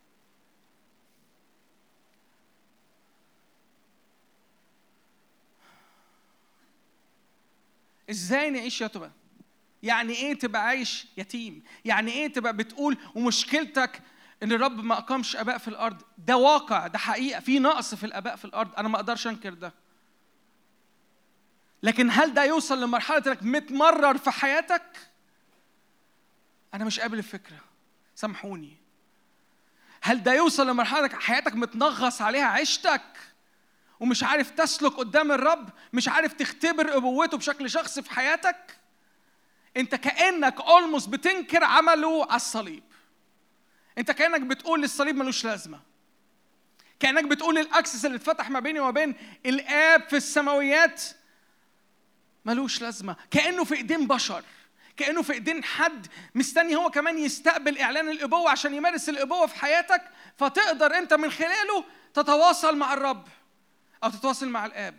إزاي نعيش يتوبة؟ يعني إيه تبقى عايش يتيم؟ يعني إيه تبقى بتقول ومشكلتك إن الرب ما أقامش آباء في الأرض؟ ده واقع، ده حقيقة، في نقص في الآباء في الأرض، أنا ما أقدرش أنكر ده. لكن هل ده يوصل لمرحلة إنك متمرر في حياتك؟ أنا مش قابل الفكرة، سامحوني. هل ده يوصل لمرحلة إنك حياتك متنغص عليها عيشتك ومش عارف تسلك قدام الرب، مش عارف تختبر أبوته بشكل شخصي في حياتك؟ أنت كأنك almost بتنكر عمله على الصليب. أنت كأنك بتقول للصليب ملوش لازمة، كأنك بتقول للأكسس اللي اتفتح ما بيني وما بين الآب في السماويات ملوش لازمة، كأنه في إيدين بشر، كأنه في إيدين حد مستني هو كمان يستقبل إعلان الأبوة عشان يمارس الأبوة في حياتك، فتقدر أنت من خلاله تتواصل مع الرب أو تتواصل مع الآب.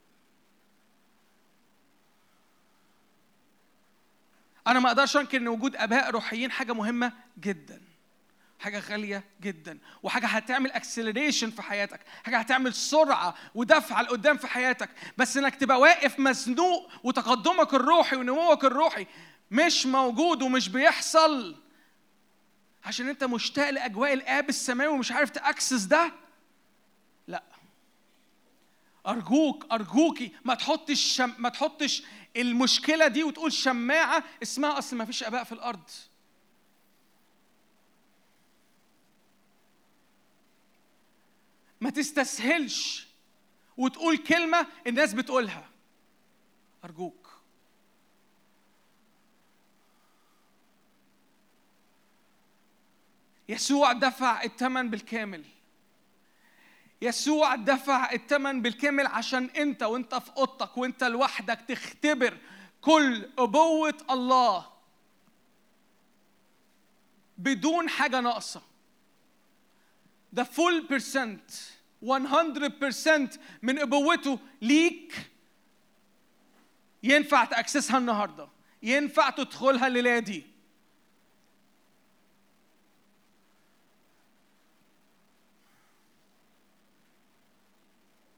أنا ما أقدرش أنكر إن وجود آباء روحيين حاجة مهمة جدا، حاجة غالية جدا، وحاجة هتعمل اكسلريشن في حياتك، حاجة هتعمل سرعة ودفعة لقدام في حياتك. بس إنك تبقى واقف مزنوق وتقدمك الروحي ونموك الروحي مش موجود ومش بيحصل عشان أنت مشتاق لأجواء الآب السماوي ومش عارف تأكسس ده، لا. أرجوكي ما تحطش المشكلة دي وتقول شماعة اسمها أصل ما فيش آباء في الأرض. ما تستسهلش وتقول كلمة الناس بتقولها، أرجوك. يسوع دفع الثمن بالكامل. يسوع دفع الثمن بالكامل عشان أنت وأنت في أوضتك وأنت لوحدك تختبر كل أبوة الله بدون حاجة ناقصة. The full percent 100% من أبوته ليك ينفع تأكسسها النهاردة، ينفع تدخلها الليلة دي.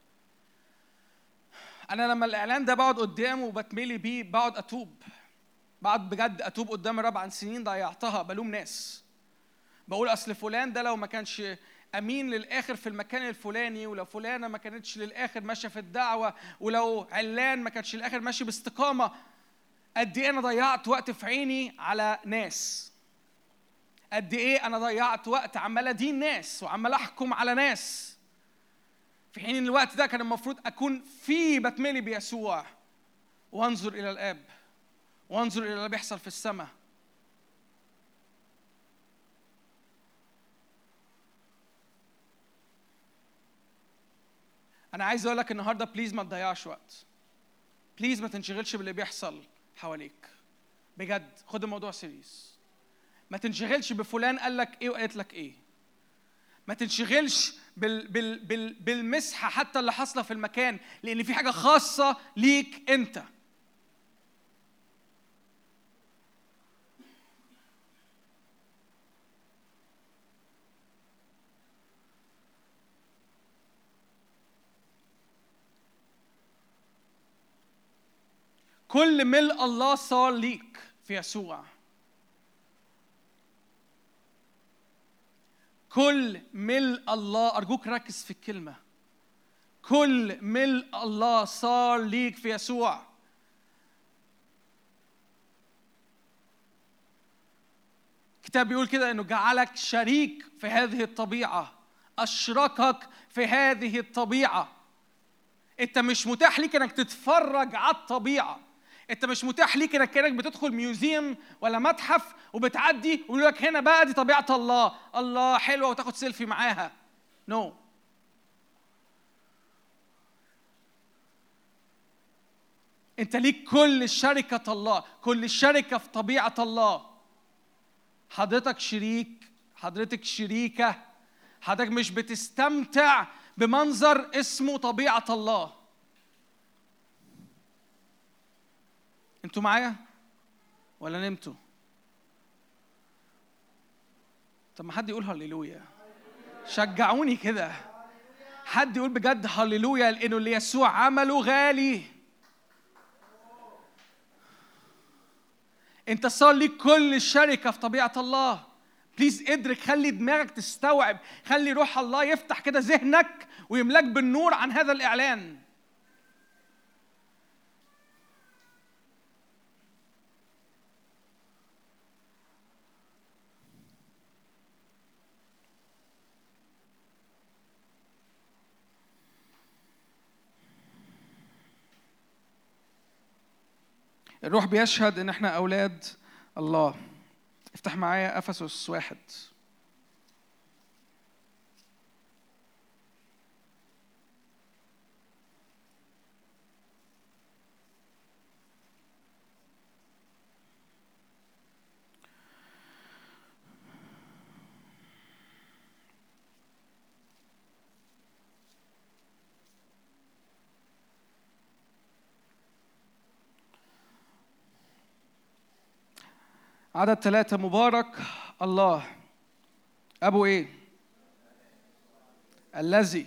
أنا لما الإعلان ده بقعد قدامه وبتملي بيه بقعد أتوب. بعد بجد اتوب قدام الرب عن سنين ضيعتها بلوم ناس، بقول اصل فلان ده لو ما كانش امين للاخر في المكان الفلاني، ولو فلانه ما كانتش للاخر ماشيه في الدعوه، ولو علان ما كانش للاخر ماشي باستقامه. قد ايه انا ضيعت وقت في عيني على ناس، قد ايه انا ضيعت وقت عمال ادين ناس وعمال احكم على ناس، في حين ان الوقت ده كان المفروض اكون فيه بتملي بيسوع وانظر الى الاب وانظر الى اللي بيحصل في السماء. انا عايز اقول لك النهارده بليز ما تضيعش وقت، بليز ما تنشغلش باللي بيحصل حواليك، بجد خد الموضوع سيريس. ما تنشغلش بفلان قال لك ايه وقالت لك ايه، ما تنشغلش بالمسحه حتى اللي حاصله في المكان، لان في حاجه خاصه ليك انت. كل ملء الله صار ليك في يسوع، كل ملء الله، أرجوك ركز في الكلمة، كل ملء الله صار ليك في يسوع. الكتاب بيقول كده إنه جعلك شريك في هذه الطبيعة، أشركك في هذه الطبيعة. أنت مش متاح ليك إنك تتفرج على الطبيعة، أنت مش متاح ليك إنك كأنك بتدخل ميوزيوم ولا متحف وبتعدي ويقول لك هنا بقى دي طبيعة الله، الله حلوة وتاخد سيلفي معاها. نو. أنت ليك كل شركة الله، كل الشركة في طبيعة الله. حضرتك شريك، حضرتك شريكة، حضرتك مش بتستمتع بمنظر اسمه طبيعة الله. انتوا معايا ولا نمتوا؟ طب ما حد يقول هللويا، شجعوني كده، حد يقول بجد هللويا، لانه اللي يسوع عمله غالي. انت صار ليك كل الشركه في طبيعه الله. بليز ادرك، خلي دماغك تستوعب، خلي روح الله يفتح كده ذهنك ويملاك بالنور عن هذا الاعلان. الروح بيشهد ان احنا اولاد الله. افتح معايا افسس 1. عدد 3. مبارك الله أبو إيه؟ الذي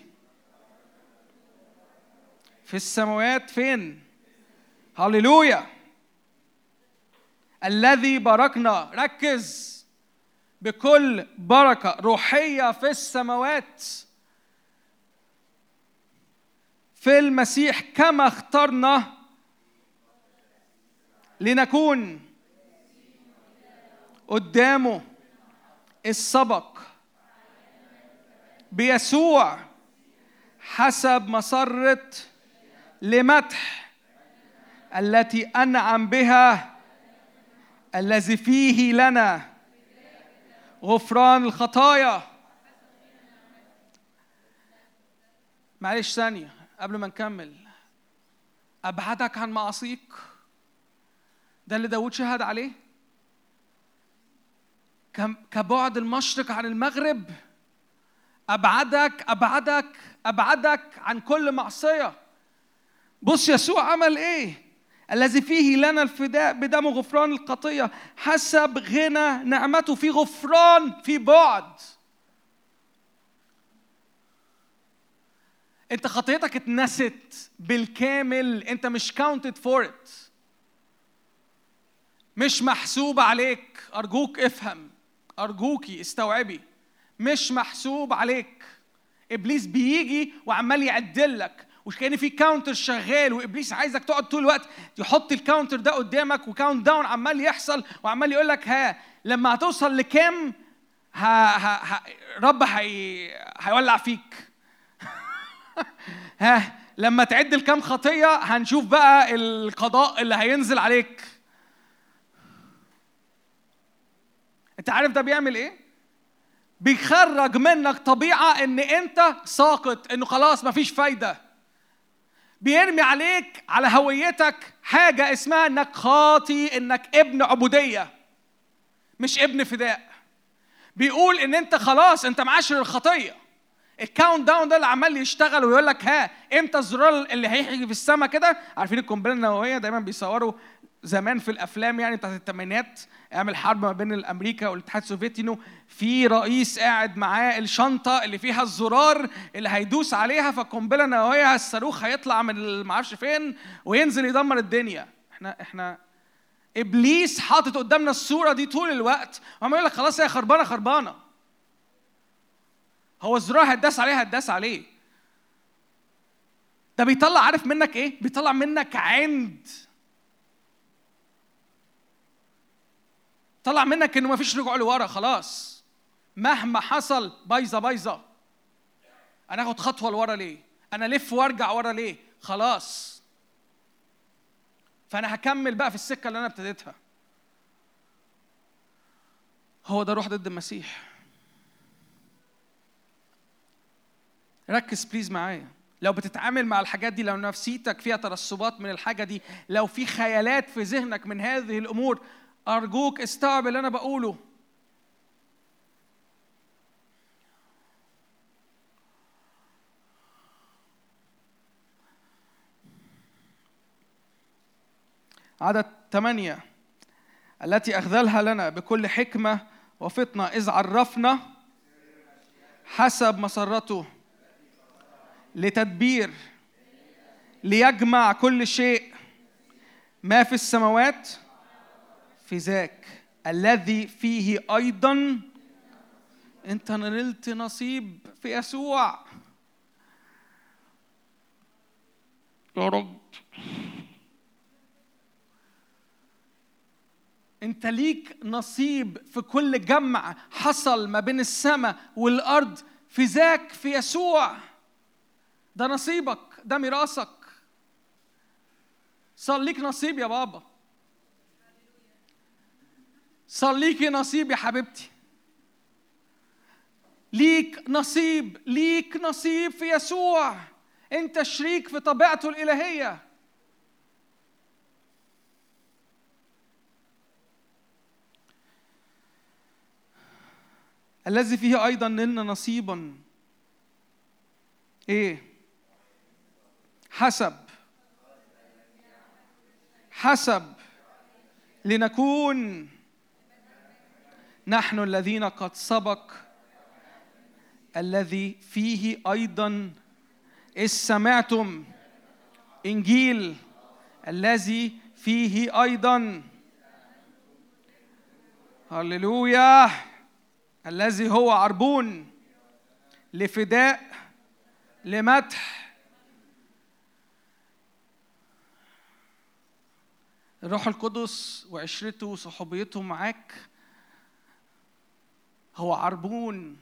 في السماوات. فين؟ هللويا. الذي باركنا، ركز، بكل بركة روحية في السماوات في المسيح، كما اخترنا لنكون قدامه السبق بيسوع حسب مسرة لمدح التي أنعم بها، الذي فيه لنا غفران الخطايا. معلش ثانية قبل ما نكمل. أبعدك عن معاصيك، ده اللي داود شهد عليه، كبعد المشرق عن المغرب. أبعدك أبعدك أبعدك عن كل معصية. بص يسوع عمل إيه؟ الذي فيه لنا الفداء بدمه غفران الخطية حسب غنى نعمته. في غفران، في بعد. أنت خطيتك اتنست بالكامل، أنت مش counted for it. مش محسوب عليك. أرجوك افهم، أرجوكي استوعبي، مش محسوب عليك. إبليس بيجي وعمال يعدلك، وكأن في كاونتر شغال، وإبليس عايزك تقعد طول الوقت يحط الكاونتر ده قدامك، وكاونت داون عمال يحصل، وعمال يقول لك ها لما هتوصل لكام رب هيولع فيك. ها لما تعد الكام خطية هنشوف بقى القضاء اللي هينزل عليك. انت عارف ده بيعمل ايه؟ بيخرج منك طبيعة ان انت ساقط، انه خلاص مفيش فايدة. بيرمي عليك على هويتك حاجة اسمها انك خاطي، انك ابن عبودية مش ابن فداء. بيقول ان انت خلاص انت معاشر الخطية. الكاونت داون ده اللي عمال يشتغل ويقول لك ها امتى الزرار اللي هيحجي في السماء كده. عارفين القنبله النوويه دايما بيصوروا زمان في الافلام يعني بتاعت الثمانينات ايام الحرب ما بين الامريكا والاتحاد السوفيتي، انه في رئيس قاعد معاه الشنطه اللي فيها الزرار اللي هيدوس عليها فالقنبله النوويه الصاروخ هيطلع من ما اعرفش فين وينزل يدمر الدنيا. احنا ابليس حاطط قدامنا الصوره دي طول الوقت، وعمال يقول لك خلاص هي خربانه خربانه. هو الزرار هتداس عليه هتداس عليه. ده بيطلع عارف منك ايه؟ بيطلع منك عند، طلع منك انه ما فيش رجوع لورا. خلاص مهما حصل بايظه بايظه، انا اخد خطوه لورا ليه؟ انا الف وارجع ورا ليه؟ خلاص فانا هكمل بقى في السكه اللي انا ابتديتها. هو ده روح ضد المسيح. ركز بليز معايا. لو بتتعامل مع الحاجات دي، لو نفسيتك فيها ترسبات من الحاجة دي، لو في خيالات في ذهنك من هذه الأمور، أرجوك استوعب اللي أنا بقوله. عدد 8 التي أخذلها لنا بكل حكمة وفطنة إذ عرفنا حسب مسرته لتدبير ليجمع كل شيء ما في السماوات في ذاك الذي فيه أيضا أنت نلت نصيب في يسوع. يا رب أنت ليك نصيب في كل جمع حصل ما بين السماء والأرض في ذاك في يسوع. ده نصيبك، ده ميراثك. صار ليك نصيب يا بابا، صار ليكي نصيب يا حبيبتي. ليك نصيب، ليك نصيب في يسوع. انت شريك في طبيعته الإلهية. الذي فيه أيضا لنا نصيبا ايه؟ حسب لنكون نحن الذين قد سبق الذي فيه أيضا إذ سمعتم إنجيل الذي فيه أيضا هللويا الذي هو عربون لفداء لمدح الروح القدس وعشرته وصحوبيته معاك. هو عربون.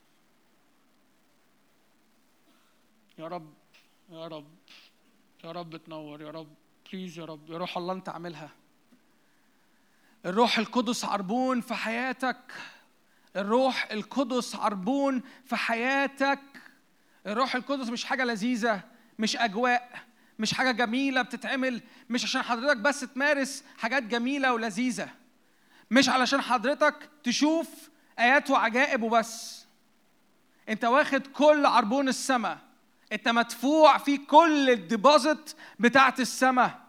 يا رب يا رب يا رب تنور يا رب بليز يا رب يا روح الله انت عاملها. الروح القدس عربون في حياتك. الروح القدس عربون في حياتك. الروح القدس مش حاجة لذيذة، مش أجواء، مش حاجة جميلة بتتعمل، مش عشان حضرتك بس تمارس حاجات جميلة ولذيذة، مش علشان حضرتك تشوف آيات وعجائب وبس. انت واخد كل عربون السماء، انت مدفوع في كل الديبوزيت بتاعت السماء.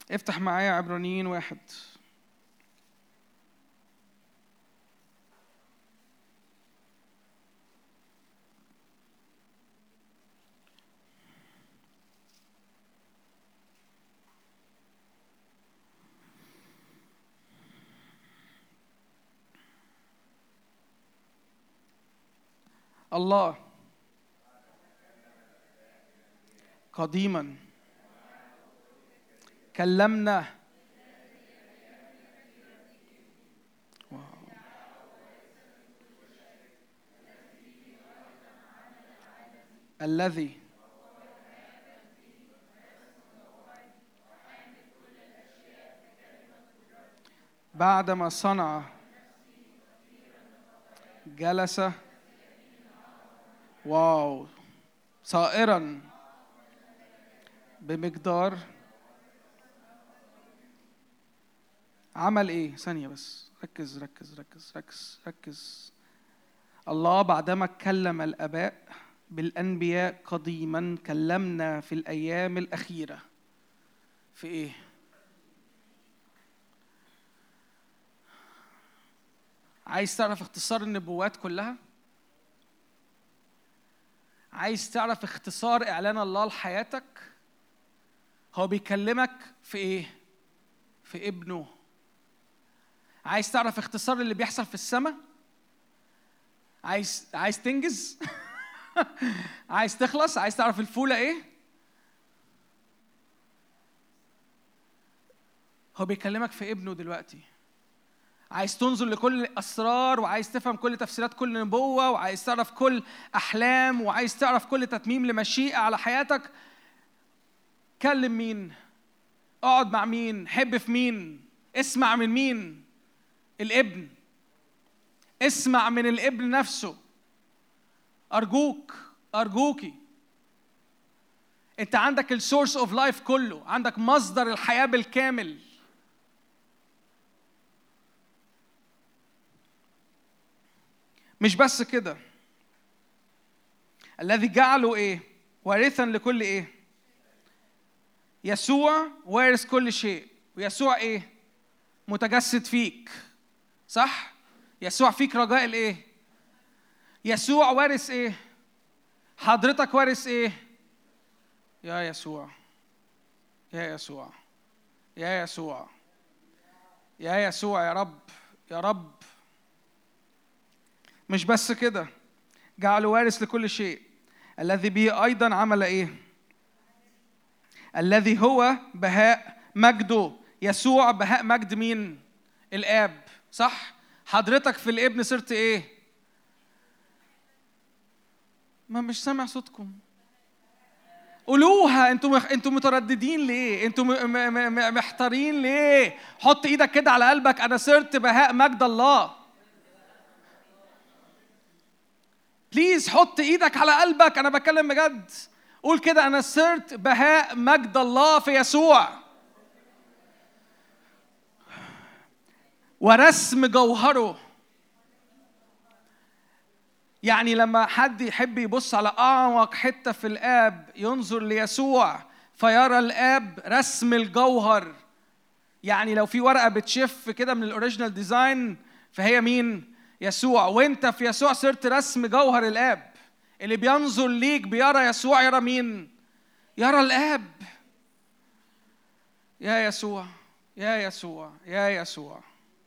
افتح معايا عبرانيين 1. الله قديما كلمنا الذي بعدما صنع جلس صائرا بمقدار عمل ايه؟ ثانية بس، ركز ركز ركز ركز ركز. الله بعدما كلم الآباء بالأنبياء قديما كلمنا في الأيام الأخيرة في ايه؟ عايز تعرف اختصار النبوات كلها؟ عايز تعرف اختصار إعلان الله لحياتك؟ هو بيكلمك في إيه؟ في ابنه. عايز تعرف اختصار اللي بيحصل في السماء؟ عايز تنجز؟ عايز تخلص؟ عايز تعرف الفولة إيه؟ هو بيكلمك في ابنه دلوقتي. عايز تنظر لكل الأسرار، وعايز تفهم كل تفسيرات كل نبوة، وعايز تعرف كل أحلام، وعايز تعرف كل تتميم لمشيئة على حياتك. كلم مين؟ اقعد مع مين؟ حب في مين؟ اسمع من مين؟ الابن. اسمع من الابن نفسه. أرجوكي. أنت عندك السورس اوف لايف كله، عندك مصدر الحياة بالكامل. مش بس كده، الذي جعله ايه؟ وارثا لكل ايه؟ يسوع وارث كل شيء. ويسوع ايه؟ متجسد فيك، صح؟ يسوع فيك رجاء الايه؟ يسوع وارث ايه؟ حضرتك وارث ايه؟ يا يسوع يا يسوع يا يسوع يا يسوع يا رب يا رب. مش بس كده، جعله وارث لكل شيء، الذي به أيضا عمل إيه؟ الذي هو بهاء مجده. يسوع بهاء مجد مين؟ الآب، صح؟ حضرتك في الابن صرت إيه؟ ما مش سامع صوتكم. قولوها. انتوا مترددين ليه؟ انتوا محتارين ليه؟ حط ايدك كده على قلبك. أنا صرت بهاء مجد الله. بليز حط ايدك على قلبك، انا بكلم بجد. قول كده، انا صرت بهاء مجد الله في يسوع، ورسم جوهره. يعني لما حد يحب يبص على اعمق حته في الاب، ينظر ليسوع فيرى الاب رسم الجوهر. يعني لو في ورقه بتشف كده من الاوريجينال ديزاين، فهي مين؟ يسوع. وانت في يسوع صرت رسم جوهر الآب. اللي بينظر ليك بيرى يسوع، يرى مين؟ يرى الآب. يا يسوع يا يسوع يا يسوع.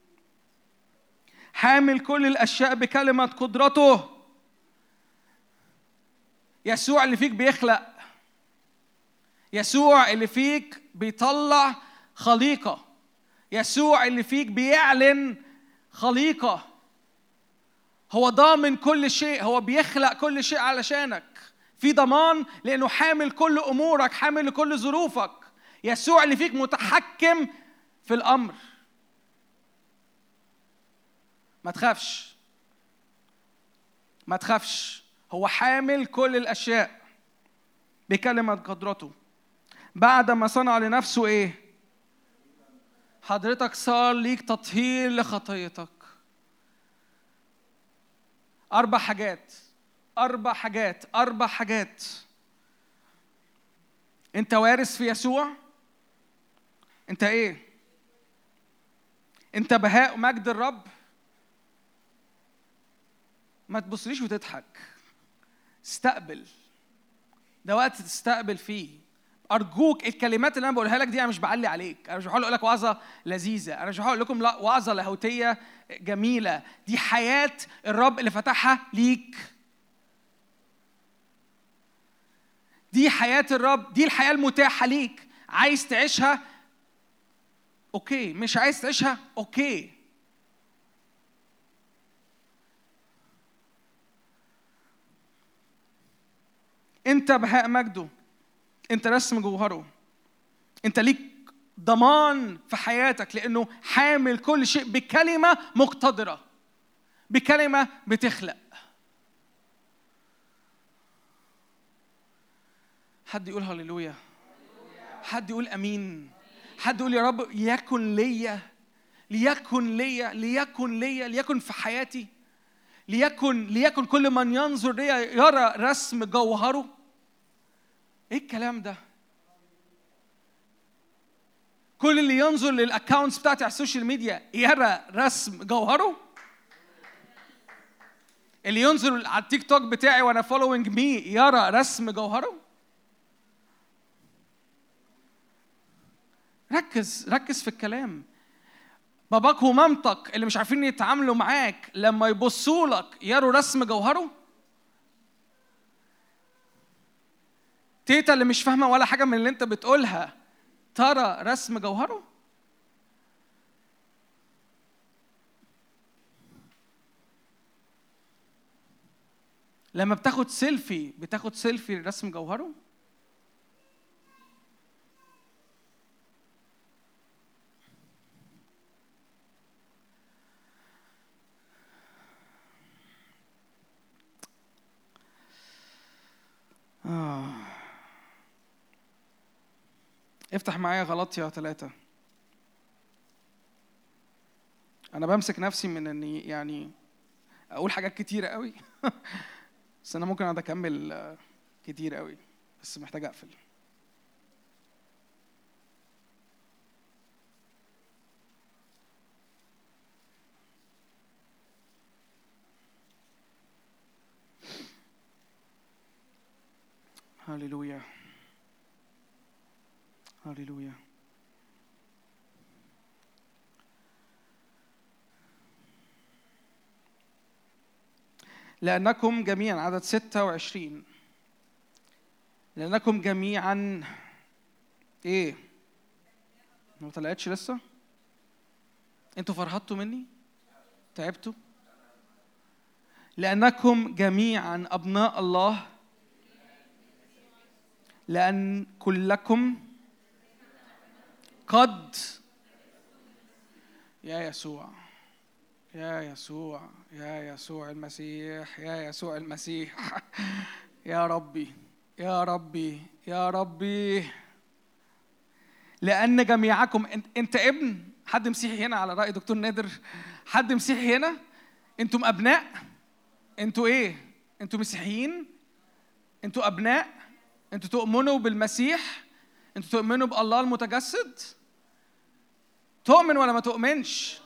حامل كل الأشياء بكلمة قدرته. يسوع اللي فيك بيخلق. يسوع اللي فيك بيطلع خليقة. يسوع اللي فيك بيعلن خليقة. هو ضامن كل شيء، هو بيخلق كل شيء علشانك. في ضمان لأنه حامل كل أمورك، حامل كل ظروفك. يسوع اللي فيك متحكم في الأمر. ما تخافش، ما تخافش. هو حامل كل الأشياء بكلمة قدرته. بعد ما صنع لنفسه إيه؟ حضرتك صار ليك تطهير لخطيتك. 4 حاجات. أنت وارث في يسوع، انت ايه؟ انت بهاء ومجد الرب. ما تبصليش وتضحك، استقبل. ده وقت تستقبل فيه. ارجوك الكلمات اللي انا بقولها لك دي انا مش بعلي عليك، انا مش بحاول اقول لك وعظه لذيذه، انا مش بحاول لكم وعظه لاهوتيه جميله. دي حياه الرب اللي فتحها ليك. دي حياه الرب، دي الحياه المتاحه ليك. عايز تعيشها اوكي، مش عايز تعيشها اوكي. انت بهاء مجده، انت رسم جوهره، انت ليك ضمان في حياتك لانه حامل كل شيء بكلمه مقتدره، بكلمه بتخلق. حد يقول هللويا، حد يقول امين، حد يقول يا رب ليكن ليا، ليكن ليا، ليكن ليا، ليكن في حياتي، ليكن كل من ينظر لي يرى رسم جوهره. ايه الكلام ده؟ كل اللي ينظر للاكاونتس بتاعتي على السوشيال ميديا يرى رسم جوهره. اللي ينظر على التيك توك بتاعي وانا فولوينج مي يرى رسم جوهره. ركز في الكلام. باباك ومامتك اللي مش عارفين يتعاملوا معاك لما يبصوا لك يروا رسم جوهره. تيتا اللي مش فاهمه ولا حاجه من اللي انت بتقولها ترى رسم جوهره. لما بتاخد سيلفي رسم جوهره. افتح معايا غلطية 3. أنا بمسك نفسي من إني يعني أقول حاجات كتيرة قوي بس أنا ممكن أقعد أكمل كتير قوي، بس محتاج أقفل. هاليلويا هاليلويا. لأنكم جميعا، عدد 26، لأنكم جميعا إيه؟ ما طلعتش لسه؟ أنتوا فرحتوا مني؟ تعبتوا؟ لأنكم جميعا أبناء الله، لأن كلكم قد يا يسوع المسيح، يا يسوع المسيح، يا ربي يا ربي يا ربي. لأن جميعكم، أنت ابن. حد مسيحي هنا على رأي دكتور نادر؟ حد مسيحي هنا؟ أنتم أبناء؟ أنتوا إيه؟ أنتوا مسيحيين؟ أنتوا أبناء؟ أنتوا تؤمنوا بالمسيح؟ أنتوا تؤمنوا بالله المتجسد؟ تؤمن ولا ما تؤمنش؟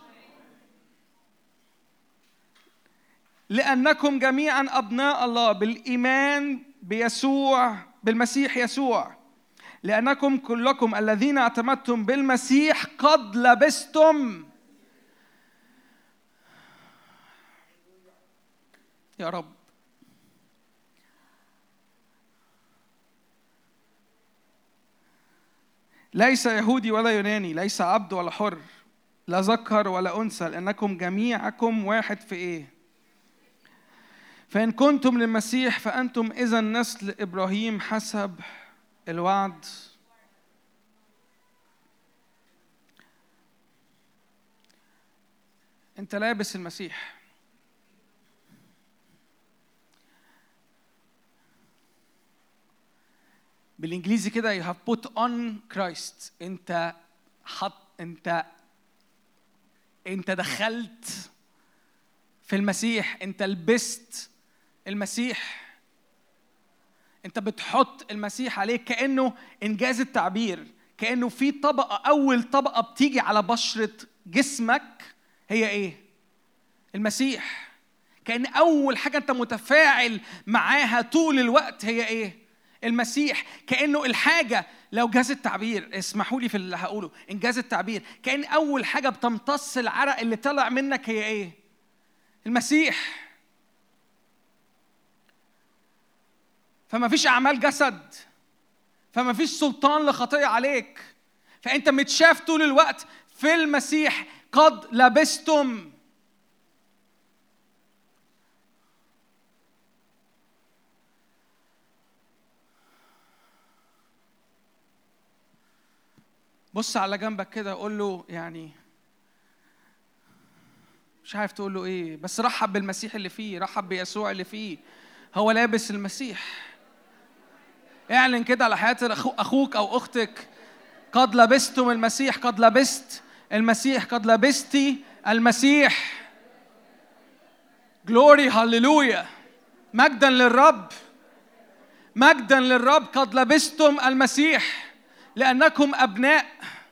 لأنكم جميعا أبناء الله بالإيمان بيسوع، بالمسيح يسوع. لأنكم كلكم الذين اعتمدتم بالمسيح قد لبستم. يا رب ليس يهودي ولا يوناني، ليس عبد ولا حر، لا ذكر ولا أنثى، لأنكم جميعكم واحد في إيه؟ فإن كنتم للمسيح فأنتم إذن نسل إبراهيم حسب الوعد. أنت لابس المسيح. بالإنجليزي كده you have put on Christ. أنت دخلت في المسيح، أنت لبست المسيح، أنت بتحط المسيح عليك. كأنه إنجاز التعبير، كأنه في طبقة، أول طبقة بتيجي على بشرة جسمك هي إيه؟ المسيح. كأن أول حاجة أنت متفاعل معاها طول الوقت هي إيه؟ المسيح. كأنه الحاجة، لو جاز التعبير، اسمحوا لي في اللي هقوله، إنجاز التعبير، كأن أول حاجة بتمتص العرق اللي طلع منك هي إيه؟ المسيح. فما فيش أعمال جسد، فما فيش سلطان لخطية عليك، فأنت متشاف طول الوقت في المسيح. قد لبستم. بص على جنبك كده وقول له، يعني مش عارف تقول له ايه، بس رحب بالمسيح اللي فيه، رحب بيسوع اللي فيه، هو لابس المسيح. اعلن كده على حياة اخوك او اختك، قد لبستم المسيح، قد لبست المسيح، قد لبستي المسيح. جلوري، هاليلويا، مجدا للرب، مجدا للرب. قد لبستم المسيح لأنكم أبناء،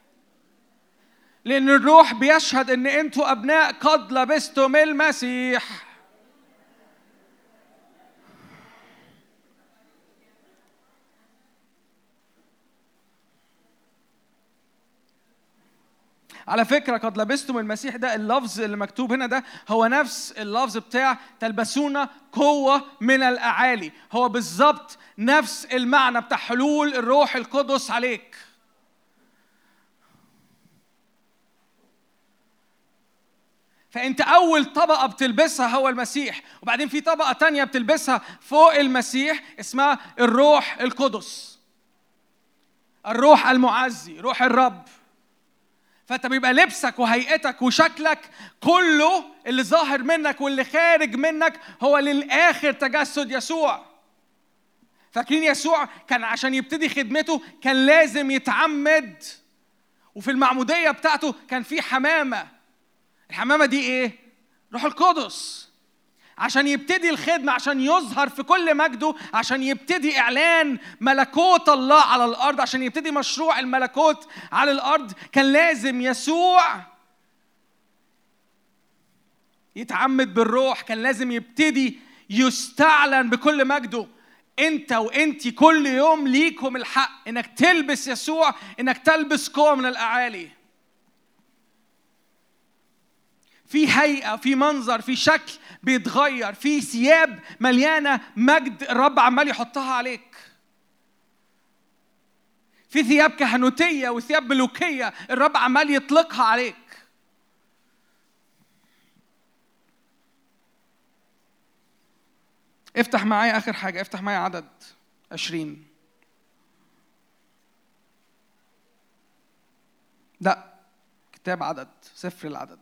لأن الروح بيشهد أن أنتوا أبناء. قد لبستم المسيح. على فكرة قد لبستم المسيح ده، اللفظ اللي مكتوب هنا ده هو نفس اللفظ بتاع تلبسون قوة من الأعالي، هو بالظبط نفس المعنى بتاع حلول الروح القدس عليك. فأنت أول طبقة بتلبسها هو المسيح، وبعدين في طبقة تانية بتلبسها فوق المسيح اسمها الروح القدس، الروح المعزي، روح الرب. فأنت بيبقى لبسك وهيئتك وشكلك كله اللي ظاهر منك واللي خارج منك هو للآخر تجسد يسوع. فاكرين يسوع كان عشان يبتدي خدمته كان لازم يتعمد، وفي المعمودية بتاعته كان في حمامة. الحمامة دي إيه؟ روح القدس. عشان يبتدي الخدمة، عشان يظهر في كل مجده، عشان يبتدي إعلان ملكوت الله على الأرض، عشان يبتدي مشروع الملكوت على الأرض، كان لازم يسوع يتعمد بالروح، كان لازم يبتدي يستعلن بكل مجده. أنت وأنتي كل يوم ليكم الحق إنك تلبس يسوع، إنك تلبس قوة من الأعالي، في هيئة، في منظر، في شكل بيتغير، في ثياب مليانة مجد الرب عمال يحطها عليك، في ثياب كهنوتية وثياب ملوكية الرب عمال يطلقها عليك. افتح معايا آخر حاجة، افتح معايا عدد 20. لا، كتاب عدد، سفر العدد.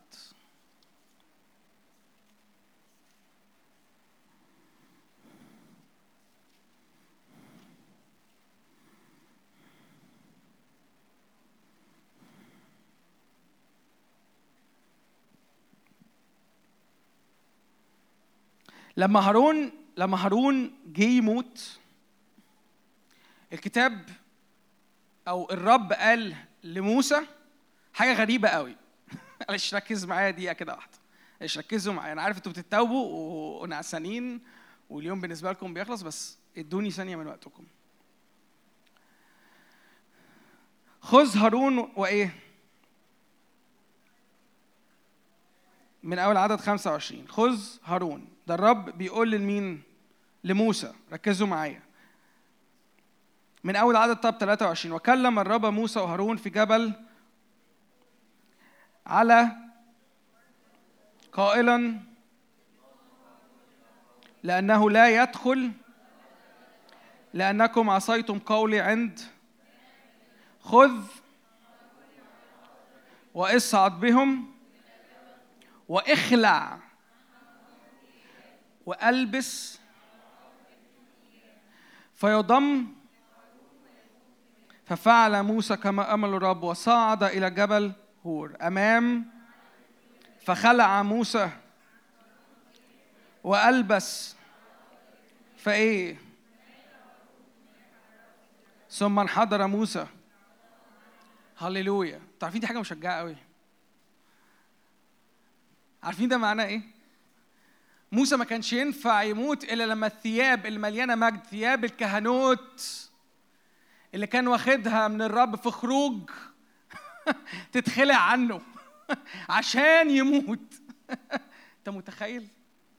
لما هارون جه يموت، الكتاب او الرب قال لموسى حاجه غريبه قوي. معلش ركز معايا دقيقه كده واحده، معلش ركزوا معايا. انا عارف انتوا بتتوبوا ونعسانين واليوم بالنسبه لكم بيخلص، بس ادوني ثانيه من وقتكم. خذ هارون وايه من اول عدد 25. خذ هارون، ده الرب بيقول لمين؟ لموسى. ركزوا معايا من اول عدد طب 23. وكلم الرب موسى وهارون في جبل على قائلا لأنه لا يدخل لأنكم عصيتم قولي عند. خذ واصعد بهم واخلع وألبس فيضم. ففعل موسى كما أمر الرب وصعد إلى جبل هور أمام. فخلع موسى وألبس فإيه. ثم انحدر موسى هللويا. عارفين دي حاجة مشجعة قوي؟ عارفين ده معناه ايه؟ موسى ما كانش ينفع يموت إلا لما الثياب المليانة مجد، ثياب الكهنوت اللي كان واخدها من الرب في خروج تتخلع عنه عشان يموت. انت متخيل؟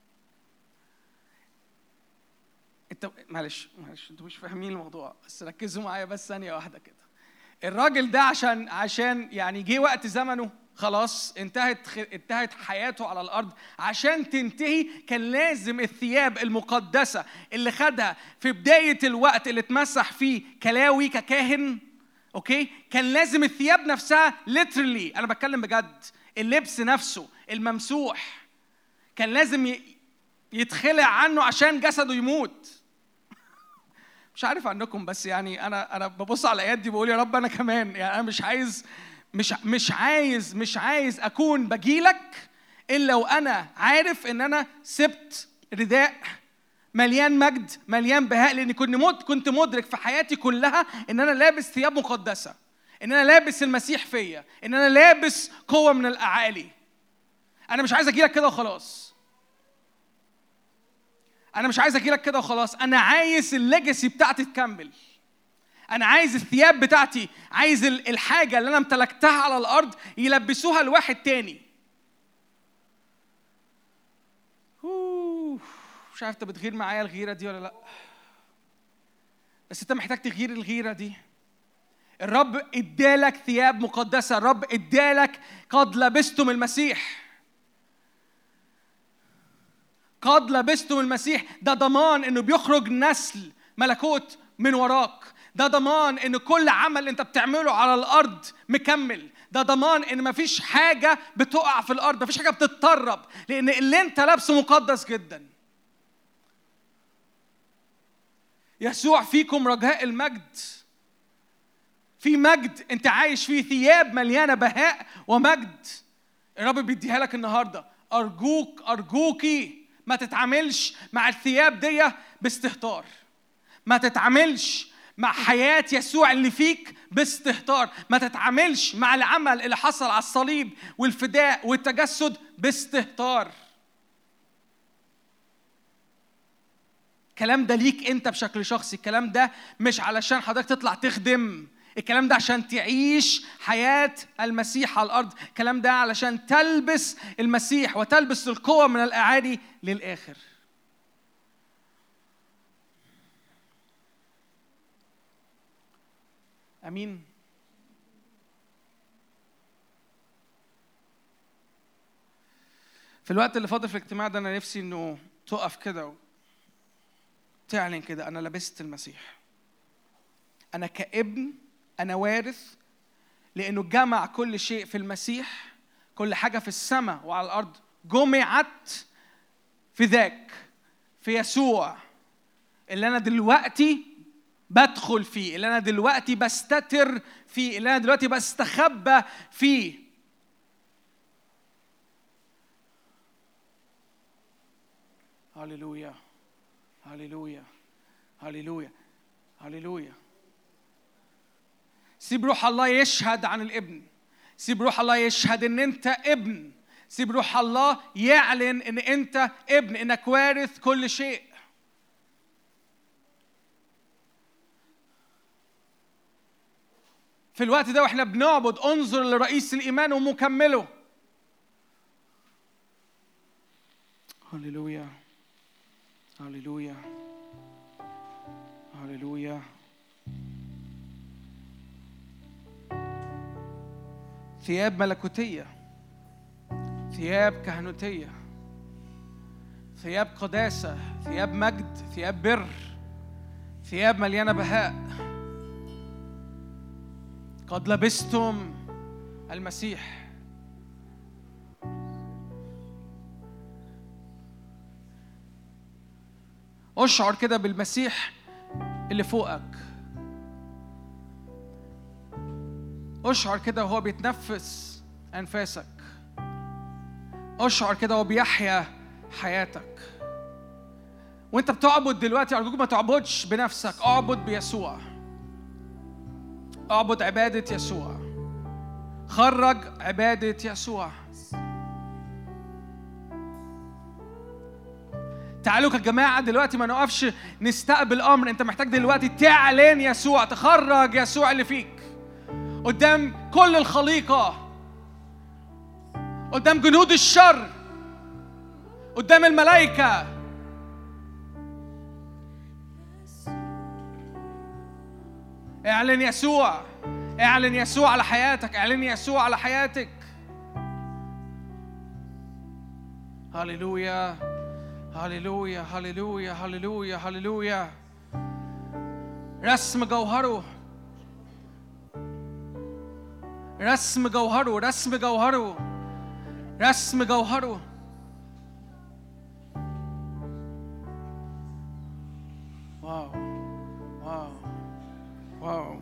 انت معلش انتوا مش فاهمين الموضوع، بس ركزوا معايا بس ثانية واحدة كده. الراجل ده عشان يعني جه وقت زمنه خلاص، انتهت حياته على الأرض. عشان تنتهي كان لازم الثياب المقدسة اللي خدها في بداية الوقت اللي اتمسح فيه كلاوي ككاهن، أوكي؟ كان لازم الثياب نفسها literally، أنا بتكلم بجد، اللبس نفسه الممسوح كان لازم يتخلع عنه عشان جسده يموت. مش عارف عنكم، بس يعني أنا ببص على الآيات دي بقول يا رب أنا كمان، يعني أنا مش عايز أكون بجيلك إلا وأنا عارف إن أنا سبت رداء مليان مجد مليان بهاء، لأني كنت مدرك في حياتي كلها إن أنا لابس ثياب مقدسة، إن أنا لابس المسيح فيا، إن أنا لابس قوة من الأعالي. أنا مش عايز أجيلك كده وخلاص، أنا عايز الليجاسي بتاعتي تكمل، أنا عايز الثياب بتاعتي، عايز الحاجة اللي أنا امتلكتها على الأرض يلبسوها لواحد تاني. مش عارف أنت بتغير معايا الغيرة دي ولا لأ، بس أنت محتاج تغير الغيرة دي. الرب إدالك ثياب مقدسة، الرب إدالك قد لبستم المسيح، قد لبستم المسيح. ده ضمان إنه بيخرج نسل ملكوت من وراك، ده ضمان إن كل عمل أنت بتعمله على الأرض مكمل، ده ضمان إن مفيش حاجة بتقع في الأرض، مفيش حاجة بتتطرب، لأن اللي أنت لابسه مقدس جدا. يسوع فيكم رجاء المجد، في مجد أنت عايش فيه، ثياب مليانة بهاء ومجد الرب بيديها لك النهاردة. أرجوكي ما تتعاملش مع الثياب دي باستهتار، ما تتعاملش مع حياة يسوع اللي فيك باستهتار، ما تتعاملش مع العمل اللي حصل على الصليب والفداء والتجسد باستهتار. الكلام ده ليك انت بشكل شخصي، الكلام ده مش علشان حضرتك تطلع تخدم، الكلام ده عشان تعيش حياة المسيح على الأرض، الكلام ده علشان تلبس المسيح وتلبس القوة من الأعالي للآخر. أمين. في الوقت اللي فاضل في الاجتماع ده أنا نفسي إنه تقف كده وتعلن كده، أنا لبست المسيح، أنا كابن، أنا وارث، لأنه جمع كل شيء في المسيح، كل حاجة في السماء وعلى الأرض جمعت في ذاك، في يسوع اللي أنا دلوقتي بدخل فيه، اللي أنا دلوقتي بستتر فيه، اللي أنا دلوقتي بستخبى فيه. هاليلويا هاليلويا هاليلويا هاليلويا. سيب روح الله يشهد عن الابن، سيب روح الله يشهد ان انت ابن، سيب روح الله يعلن ان انت ابن، انك وارث كل شيء. في الوقت ده واحنا بنعبد انظر لرئيس الايمان ومكمله. هاليلويا هاليلويا هاليلويا. ثياب ملكوتية، ثياب كهنوتية، ثياب قداسة، ثياب مجد، ثياب بر، ثياب مليانة بهاء. قد لبستم المسيح. اشعر كده بالمسيح اللي فوقك، اشعر كده وهو بيتنفس أنفاسك، اشعر كده وهو بيحيا حياتك. وانت بتعبد دلوقتي أرجوك ما تعبدش بنفسك، اعبد بيسوع، اعبد عبادة يسوع. خرج عبادة يسوع. تعالوا كجماعة دلوقتي ما نقفش نستقبل أمر، أنت محتاج دلوقتي تعلن يسوع، تخرج يسوع اللي فيك قدام كل الخليقة، قدام جنود الشر، قدام الملائكة. اعلن يسوع، اعلن يسوع على حياتك، اعلن يسوع على حياتك. هاليلويا هاليلويا هاليلويا هاليلويا هاليلويا. رسم جوهره، رسم جوهره، رسم جوهره، رسم جوهره. واو واو واو.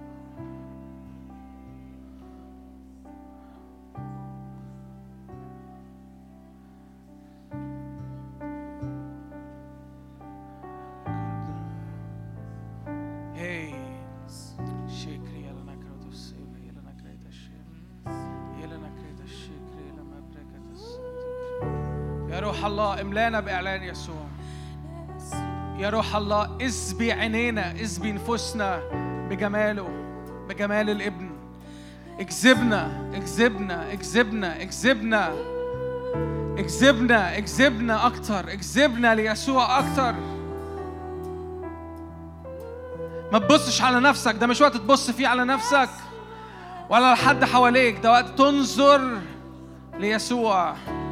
يا روح الله املانا بإعلان يسوع. يا روح الله اسبي عينينا، اسبي نفوسنا بجماله، بجمال الابن. اجذبنا اجذبنا اجذبنا اجذبنا اجذبنا اجذبنا اكتر، اجذبنا ليسوع اكتر. ما تبصش على نفسك، ده مش وقت تبص فيه على نفسك ولا لحد حواليك، ده وقت تنظر ليسوع.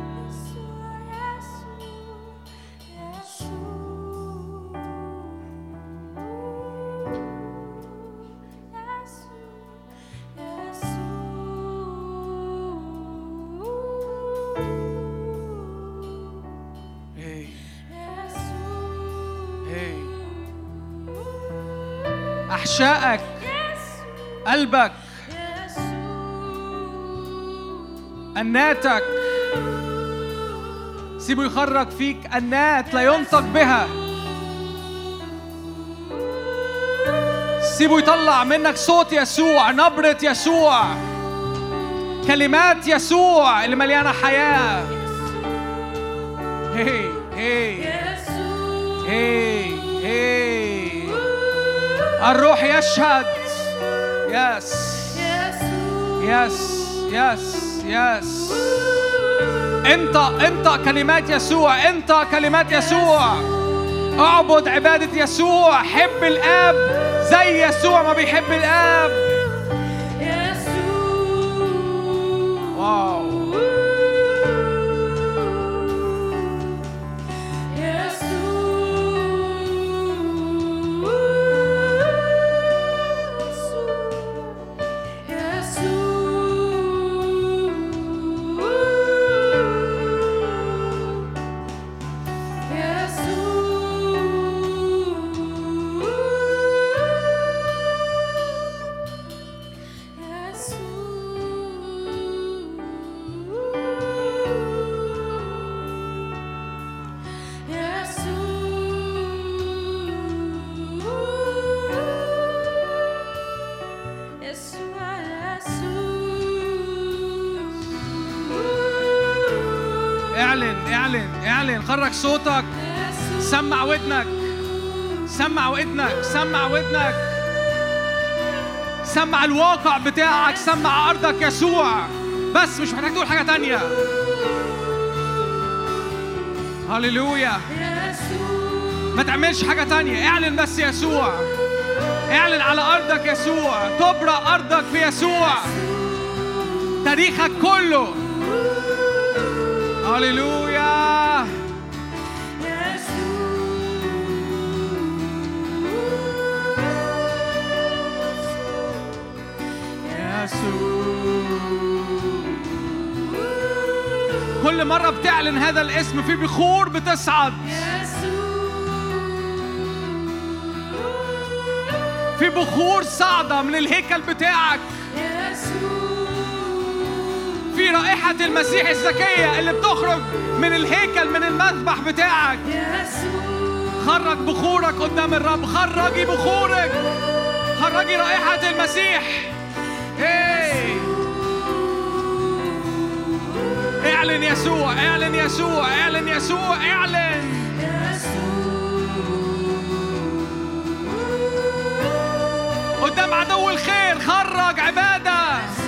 أحشائك، قلبك، أناتك، سيبه يخرج فيك أنات لا ينطق بها. سيبه يطلع منك صوت يسوع، نبرة يسوع، كلمات يسوع اللي مليانة حياة. هي هي هي هي. الروح يشهد. يس يس يس يس. انت كلمات يسوع، انت كلمات يسوع. اعبد عبادة يسوع، حب الآب زي يسوع ما بيحب الآب. واو. اعلن، خرج صوتك، سمع ودنك، سمع ودنك، سمع ودنك، سمع الواقع بتاعك، سمع أرضك يسوع. بس مش محتاج تقول حاجة تانية. هاليلويا. ما تعملش حاجة تانية، اعلن بس يسوع. اعلن على أرضك يسوع، تبرأ أرضك في يسوع، تاريخك كله. هاليلويا. كل مرة بتعلن هذا الاسم في بخور بتصعد، في بخور صاعدة من الهيكل بتاعك، في رائحة المسيح الزكية اللي بتخرج من الهيكل، من المذبح بتاعك. خرج بخورك قدام الرب، خرجي بخورك، خرجي رائحة المسيح. هي اعلن يسوع، اعلن يسوع، اعلن يسوع، اعلن. قدام عدو الخير خرج عبادة.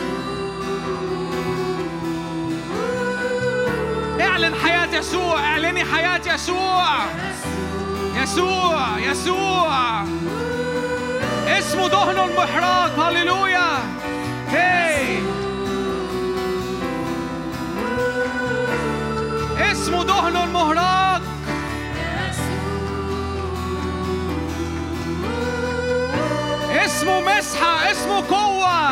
اعلن حياة يسوع، اعلني حياة يسوع. يسوع يسوع اسمه دهن المحراق. هللويا. هي اسمه دهن المحراق. اسمه مسحة، اسمه قوة.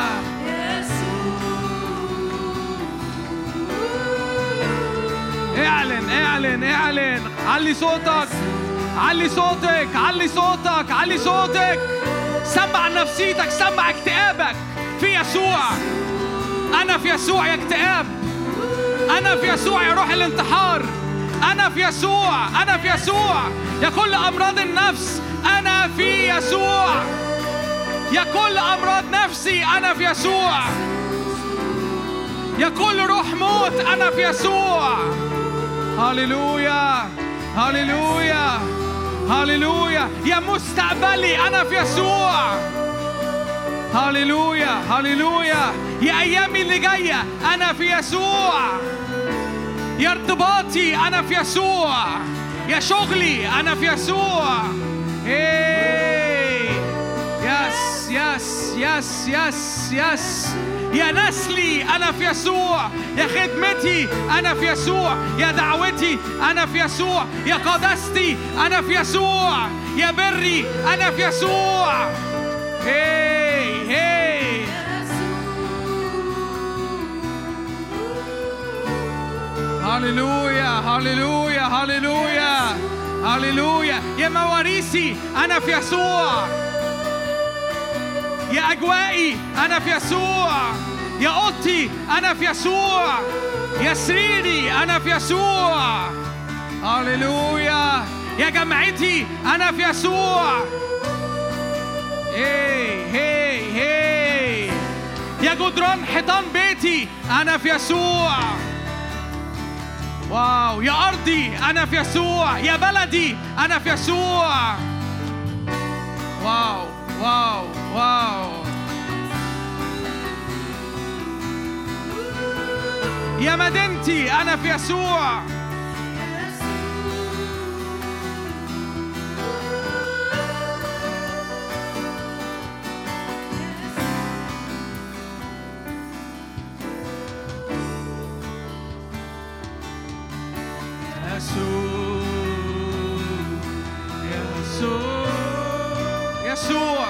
اعلن اعلن اعلن. علي صوتك، علي صوتك، علي صوتك، علي صوتك. سمع نفسيتك، سمع اكتئابك في يسوع. أنا في يسوع يا اكتئاب، أنا في يسوع يا روح الانتحار، أنا في يسوع، أنا في يسوع يا كل أمراض النفس، أنا في يسوع يا كل أمراض نفسي، أنا في يسوع يا كل روح موت، أنا في يسوع. هللويا هللويا هللويا. يا مستقبلي أنا في يسوع. هللويا هللويا. يا أيامي اللي جاية أنا في يسوع. يا ارتباطي أنا في يسوع. يا شغلي أنا في يسوع. يس يس يس يس يس. يا نسلي أنا في يسوع. يا خدمتي أنا في يسوع. يا دعوتي أنا في يسوع. يا قداستي أنا في يسوع. يا بري أنا في يسوع. هي هي. هللويا هللويا هللويا هللويا. يا مواريثي أنا في يسوع. يا أجوائي أنا في يسوع. يا أوضتي أنا في يسوع. يا سريري أنا في يسوع. هللويا. يا جمعتي أنا في يسوع. هي هي هي. يا جدران حيطان بيتي أنا في يسوع. واو. يا أرضي أنا في يسوع. يا بلدي أنا في يسوع. واو واو واو. يا مدينتي أنا في يسوع. يسوع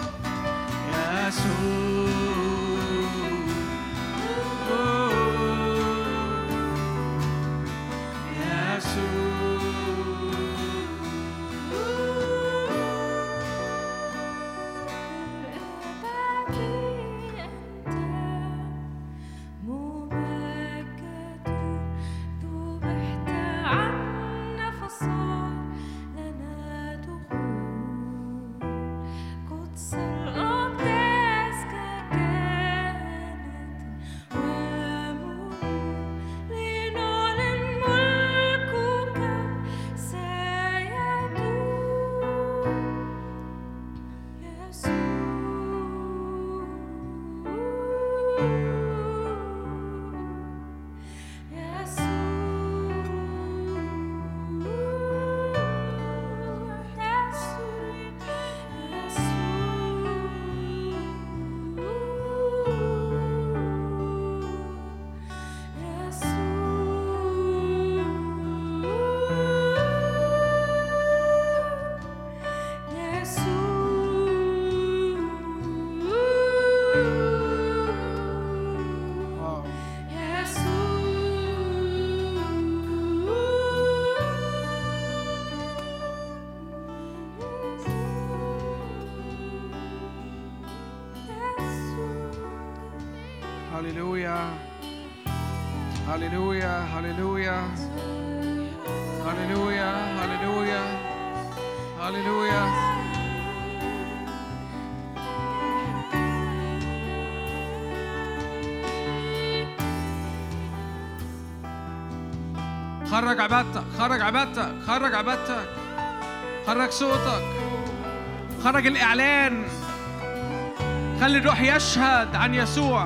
هللويا هللويا هللويا هللويا هللويا. خرج عبادتك، خرج عبادتك، خرج عبادتك، خرج صوتك، خرج الإعلان. خلي الروح يشهد عن يسوع.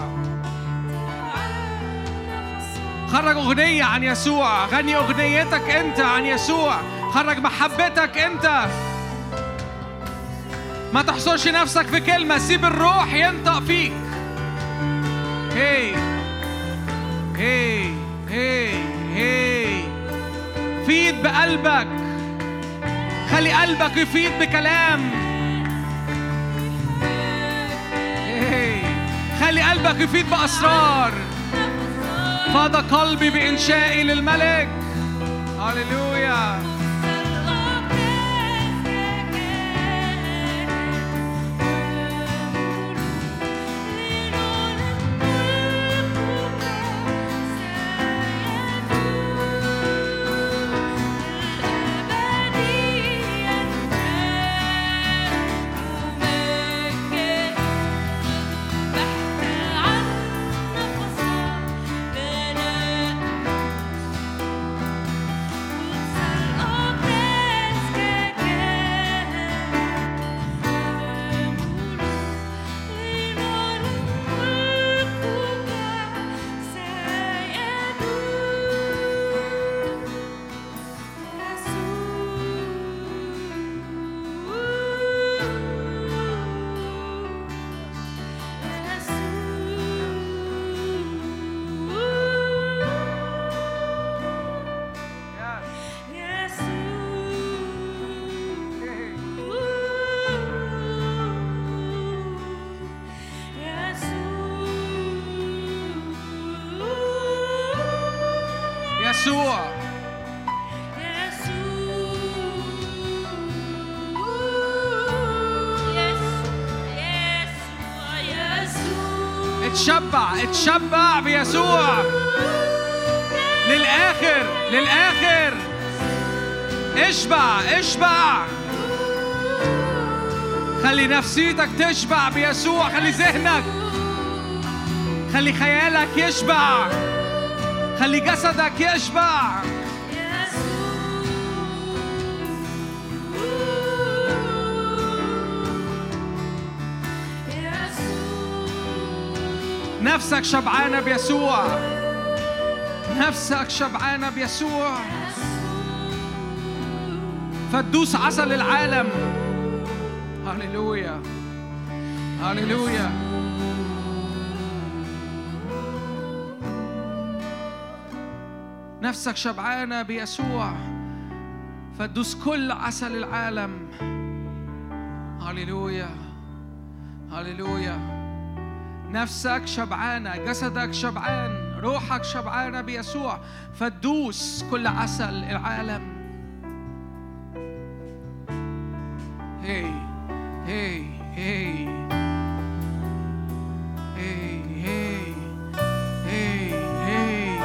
خرج أغنية عن يسوع، غني أغنيتك أنت عن يسوع. خرج محبتك أنت. ما تحصرش نفسك في كلمة، سيب الروح ينطق فيك. هي هي هي هي فيد بقلبك، خلي قلبك يفيد بكلام. هي خلي قلبك يفيد بأسرار. فاض قلبي بإنشائي للملك. هاليلويا. اتشبع بيسوع للآخر، للآخر. اشبع اشبع. خلي نفسيتك تشبع بيسوع، خلي ذهنك، خلي خيالك يشبع، خلي جسدك يشبع. نفسك شبعانة بيسوع، نفسك شبعانة بيسوع، فتدوس عسل العالم. هاليلويا هاليلويا. نفسك شبعانة بيسوع فتدوس كل عسل العالم. هاليلويا هاليلويا. نفسك شبعانة، جسدك شبعان، روحك شبعانة بيسوع فتدوس كل عسل العالم. هي هي هي هي هي هي هي.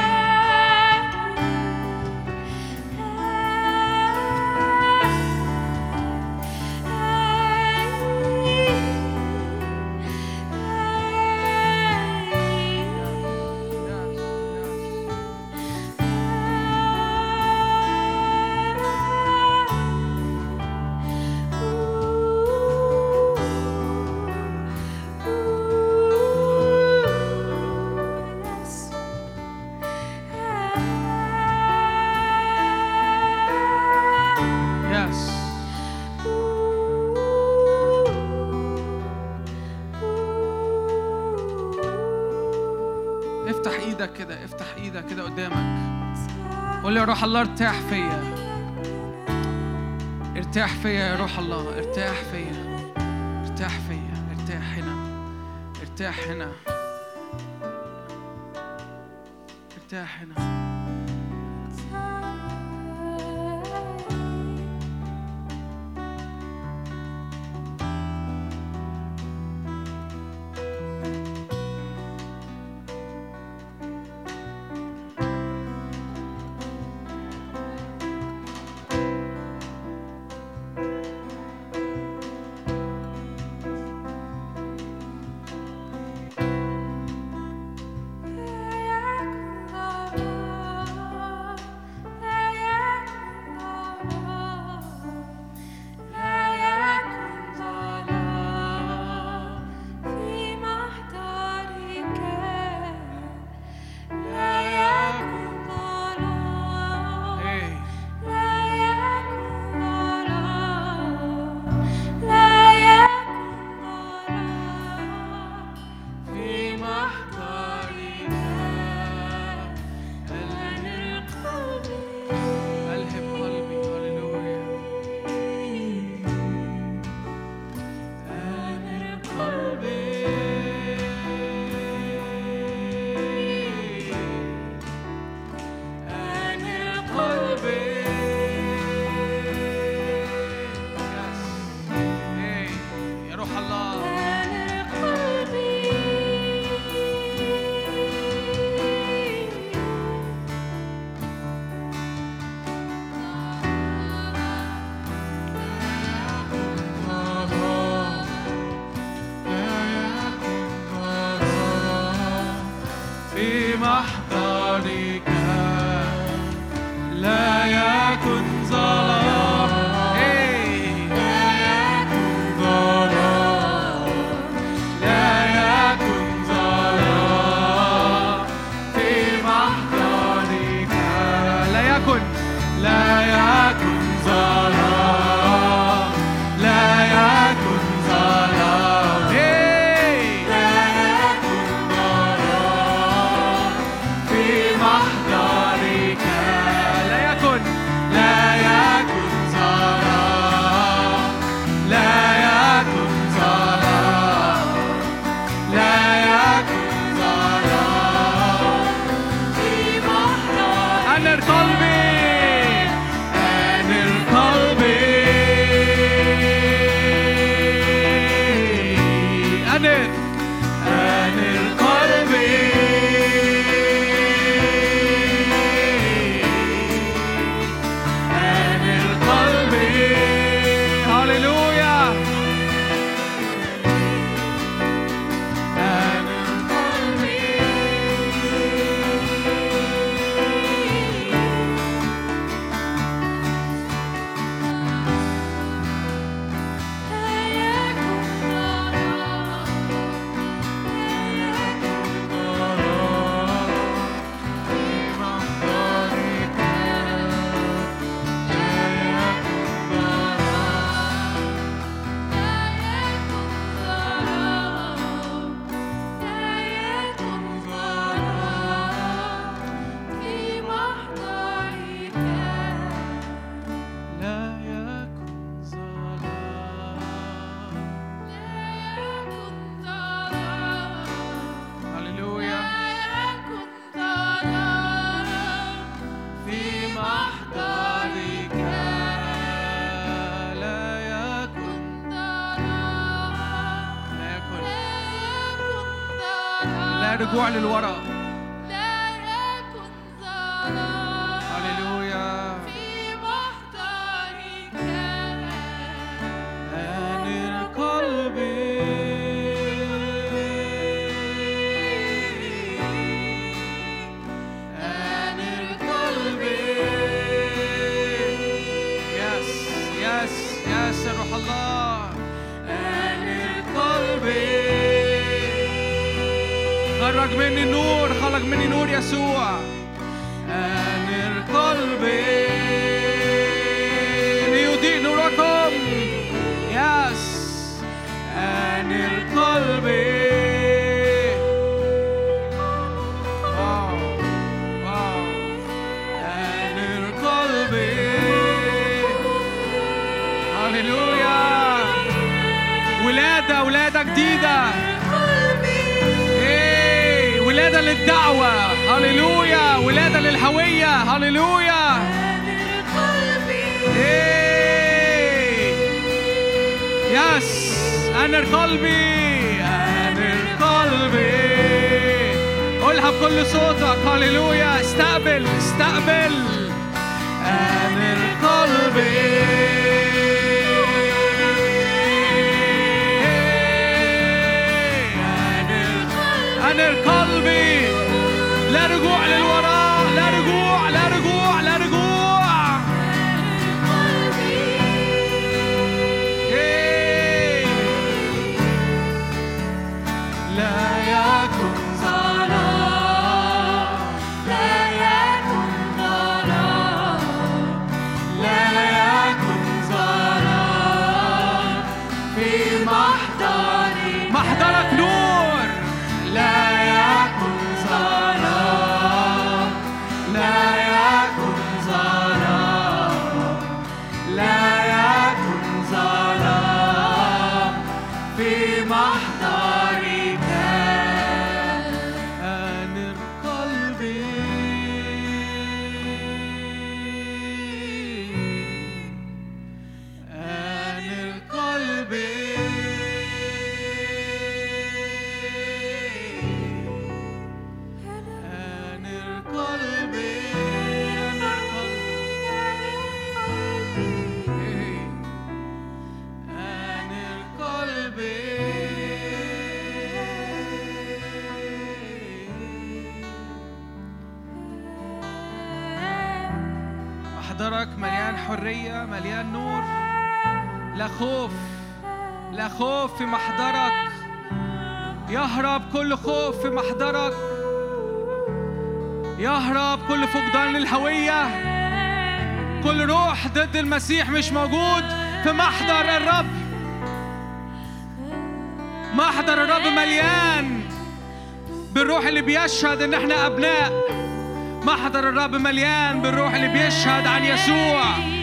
كده افتح ايدك كده قدامك، قول يا روح الله ارتاح فيا، ارتاح فيا يا روح الله، ارتاح فيا، ارتاح فيا، ارتاح هنا، ارتاح هنا، ارتاح هنا. محضرك لا يكن ظلام لا يكن ظلام لا يكن ظلام في محضرك لا يكن ظلام لا يكن ظلام في محضرك لا يكن ظلام لا يكن ظلام لا يكن ظلام في محضرك أنر قلبي رجوع للوراء لا يكن ظلام هللويا في محضرك أنر قلبي أنر قلبي يس روح الله أنر قلبي خرج مني النور خرج مني نور يسوع أنر قلبي ليضيء نوركم يس أنر قلبي واو أنر قلبي هللويا ولادة جديدة ولادة للدعوة هللويا ولادة للهوية هللويا يس أنر قلبي قولها بكل صوتك هللويا استقبل أنر قلبي أنر قلبي لا رجوع للوراء لا رجوع لا يكن ظلام لا يكن ظلام في محضرك نور لا يكن ظلام لا يكن ظلام لا يكن ظلام في محضرك أنر قلبي أنر قلبي محضرك مليان حرية، مليان نور. لا خوف، لا خوف في محضرك. يهرب كل خوف في محضرك. يهرب كل فقدان للهوية. كل روح ضد المسيح مش موجود في محضر الرب. محضر الرب مليان بالروح اللي بيشهد ان احنا ابناء. محضر الرب مليان بالروح اللي بيشهد عن يسوع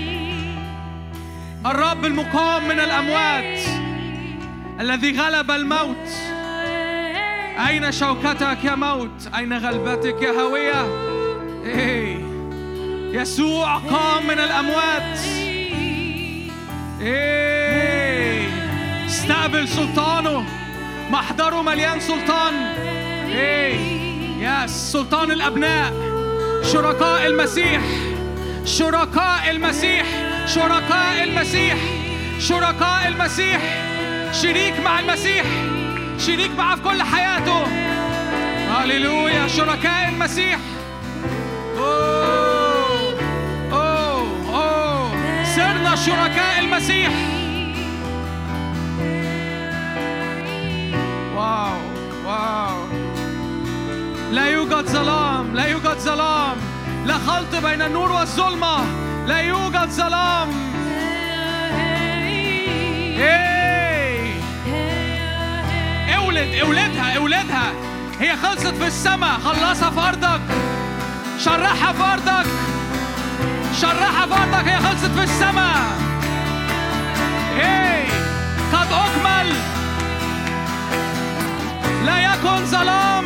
الرب المقام من الأموات الذي غلب الموت. أين شوكتك يا موت؟ أين غلبتك يا هوية؟ إيه. يسوع قام من الأموات. إيه. استقبل سلطانه. محضره مليان سلطان. إيه. يس. سلطان الأبناء، شركاء المسيح، شركاء المسيح، شركاء المسيح، شركاء المسيح. شريك مع المسيح، شريك معه في كل حياته. هاليلويا. شركاء المسيح. أوه أوه أوه. صرنا شركاء المسيح. واو واو. لا يوجد ظلام، لا يوجد ظلام. لا خلط بين النور والظلمة. لا يوجد ظلام. اولدها اولدها. هي خلصت في السماء، خلصها في أرضك. شرحها في أرضك، شرحها في أرضك. هي خلصت في السماء. قد أكمل. لا يكن ظلام.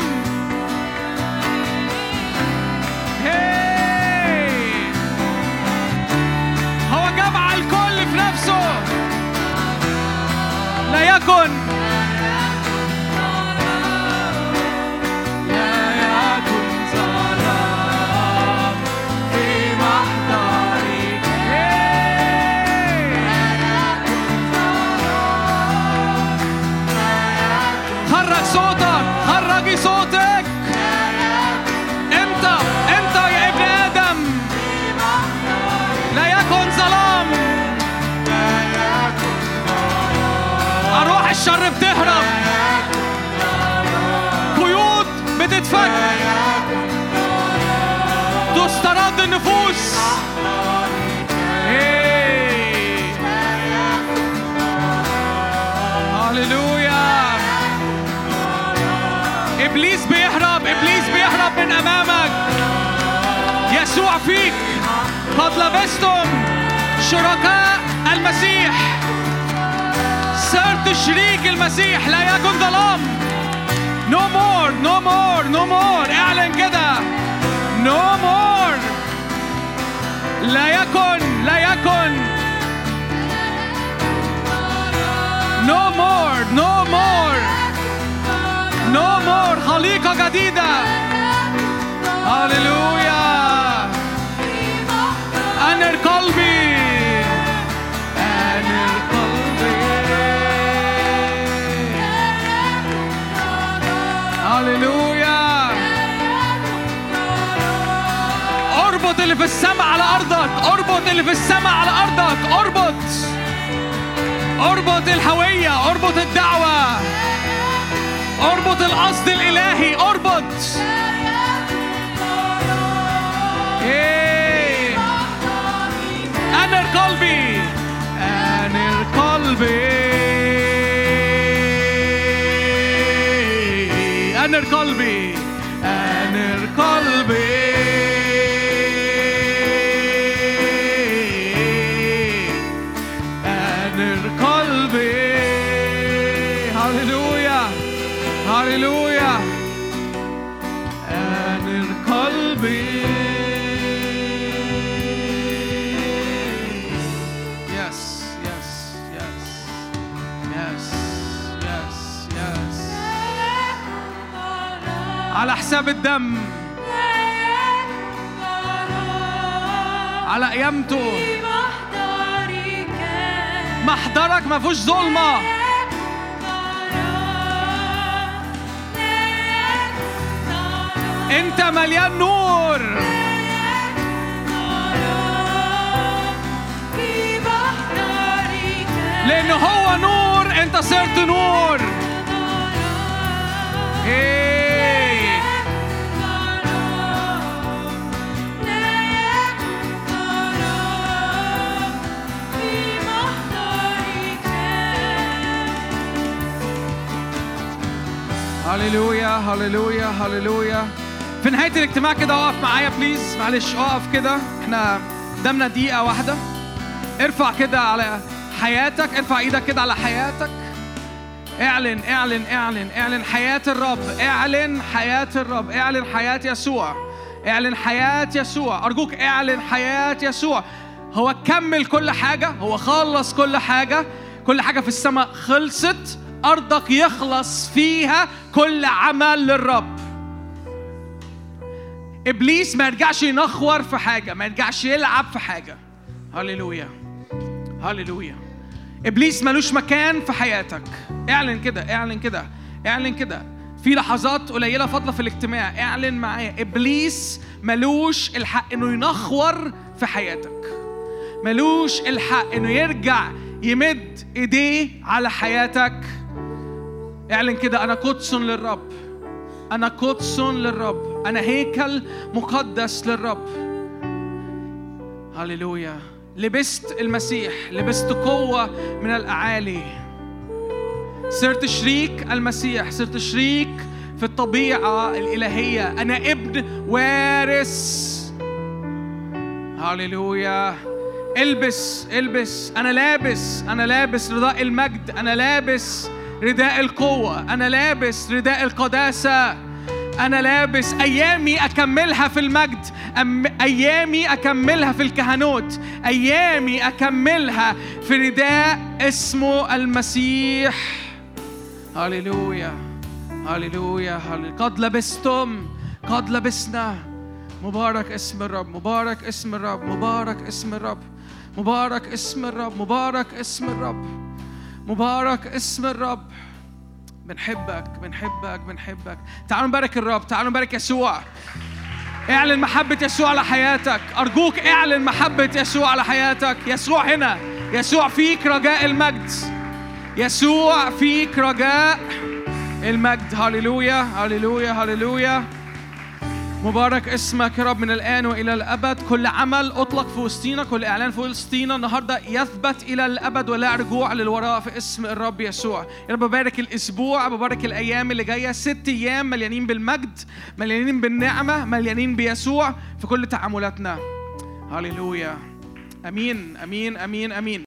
هو جمع الكل في نفسه. لا يكن ظلام في محضرك. خرج صوتك، خرجي صوتك. انت يا ابن آدم. لا يكن ظلام. أرواح الشر بتهرب، قيود بتتفك، تسترد النفوس. هاليلويا. إبليس بيهرب، إبليس بيهرب من أمامك. يسوع فيك. قد لبستم شركاء المسيح. صرت شريك المسيح. لا يكن ظلام. No more, no more, no more. اعلن كده. No more. لا يكن، لا يكن. No more, no more. No more. خليقة جديدة. هاليلويا. أنر قلبي، أنر قلبي. هاليلويا. اربط اللي في السماء على أرضك. اربط اللي في السماء على أرضك. اربط، اربط الهوية، اربط الدعوة، اربط القصد الإلهي. اربط. أنر قلبي، أنر قلبي، أنر قلبي، أنر قلبي. هاليلويا. أنر قلبي. يس يس يس يس يس يس. على حساب الدم، على قيامته. محضرك ما فيهوش ظلمة. انت مليان نور. لأنه هو نور أنت صرت نور. هللويا هللويا هللويا. في نهاية الاجتماع كده اقف معايا بليز، معلش اقف كده، احنا قدامنا دقيقة واحدة. ارفع كده على حياتك، ارفع ايدك كده على حياتك. اعلن اعلن اعلن اعلن حياة الرب، اعلن حياة الرب، اعلن حياة يسوع، اعلن حياة يسوع. ارجوك اعلن حياة يسوع. هو كمل كل حاجة، هو خلص كل حاجة، كل حاجة في السماء خلصت، أرضك يخلص فيها كل عمل للرب. إبليس ما يرجعش ينخور في حاجة، ما يرجعش يلعب في حاجة. هللويا هللويا. إبليس ملوش مكان في حياتك. اعلن كده اعلن كده اعلن كده. في لحظات قليلة فاضلة في الاجتماع، اعلن معايا. إبليس ملوش الحق إنه ينخور في حياتك، ملوش الحق إنه يرجع يمد إيديه على حياتك. اعلن كده، أنا قدس للرب، أنا قدس للرب، أنا هيكل مقدس للرب. هللويا. لبست المسيح، لبست قوة من الأعالي، صرت شريك المسيح، صرت شريك في الطبيعة الإلهية. أنا ابن وارث. هللويا. البس البس، أنا لابس رداء المجد، أنا لابس رداء القوة، أنا لابس رداء القداسة، أنا لابس أيامي أكملها في المجد، أيامي أكملها في الكهنوت، أيامي أكملها في رداء اسمه المسيح. هللويا هللويا هللويا. قد لبستم، قد لبسنا. مبارك اسم الرب، مبارك اسم الرب، مبارك اسم الرب، مبارك اسم الرب، مبارك اسم الرب، مبارك اسم الرب. بنحبك بنحبك بنحبك. تعالوا نبارك الرب، تعالوا نبارك يسوع. اعلن محبة يسوع على حياتك، أرجوك اعلن محبة يسوع على حياتك. يسوع هنا، يسوع فيك رجاء المجد، يسوع فيك رجاء المجد. هللويا هللويا هللويا. مبارك اسمك يا رب من الآن وإلى الأبد. كل عمل أطلق في وسطينا، كل إعلان في وسطينا النهاردة يثبت إلى الأبد ولا رجوع للوراء في اسم الرب يسوع. يا رب ببارك الأسبوع، ببارك الأيام اللي جاية، 6 أيام مليانين بالمجد، مليانين بالنعمة، مليانين بيسوع في كل تعاملاتنا. هللويا. أمين أمين أمين أمين.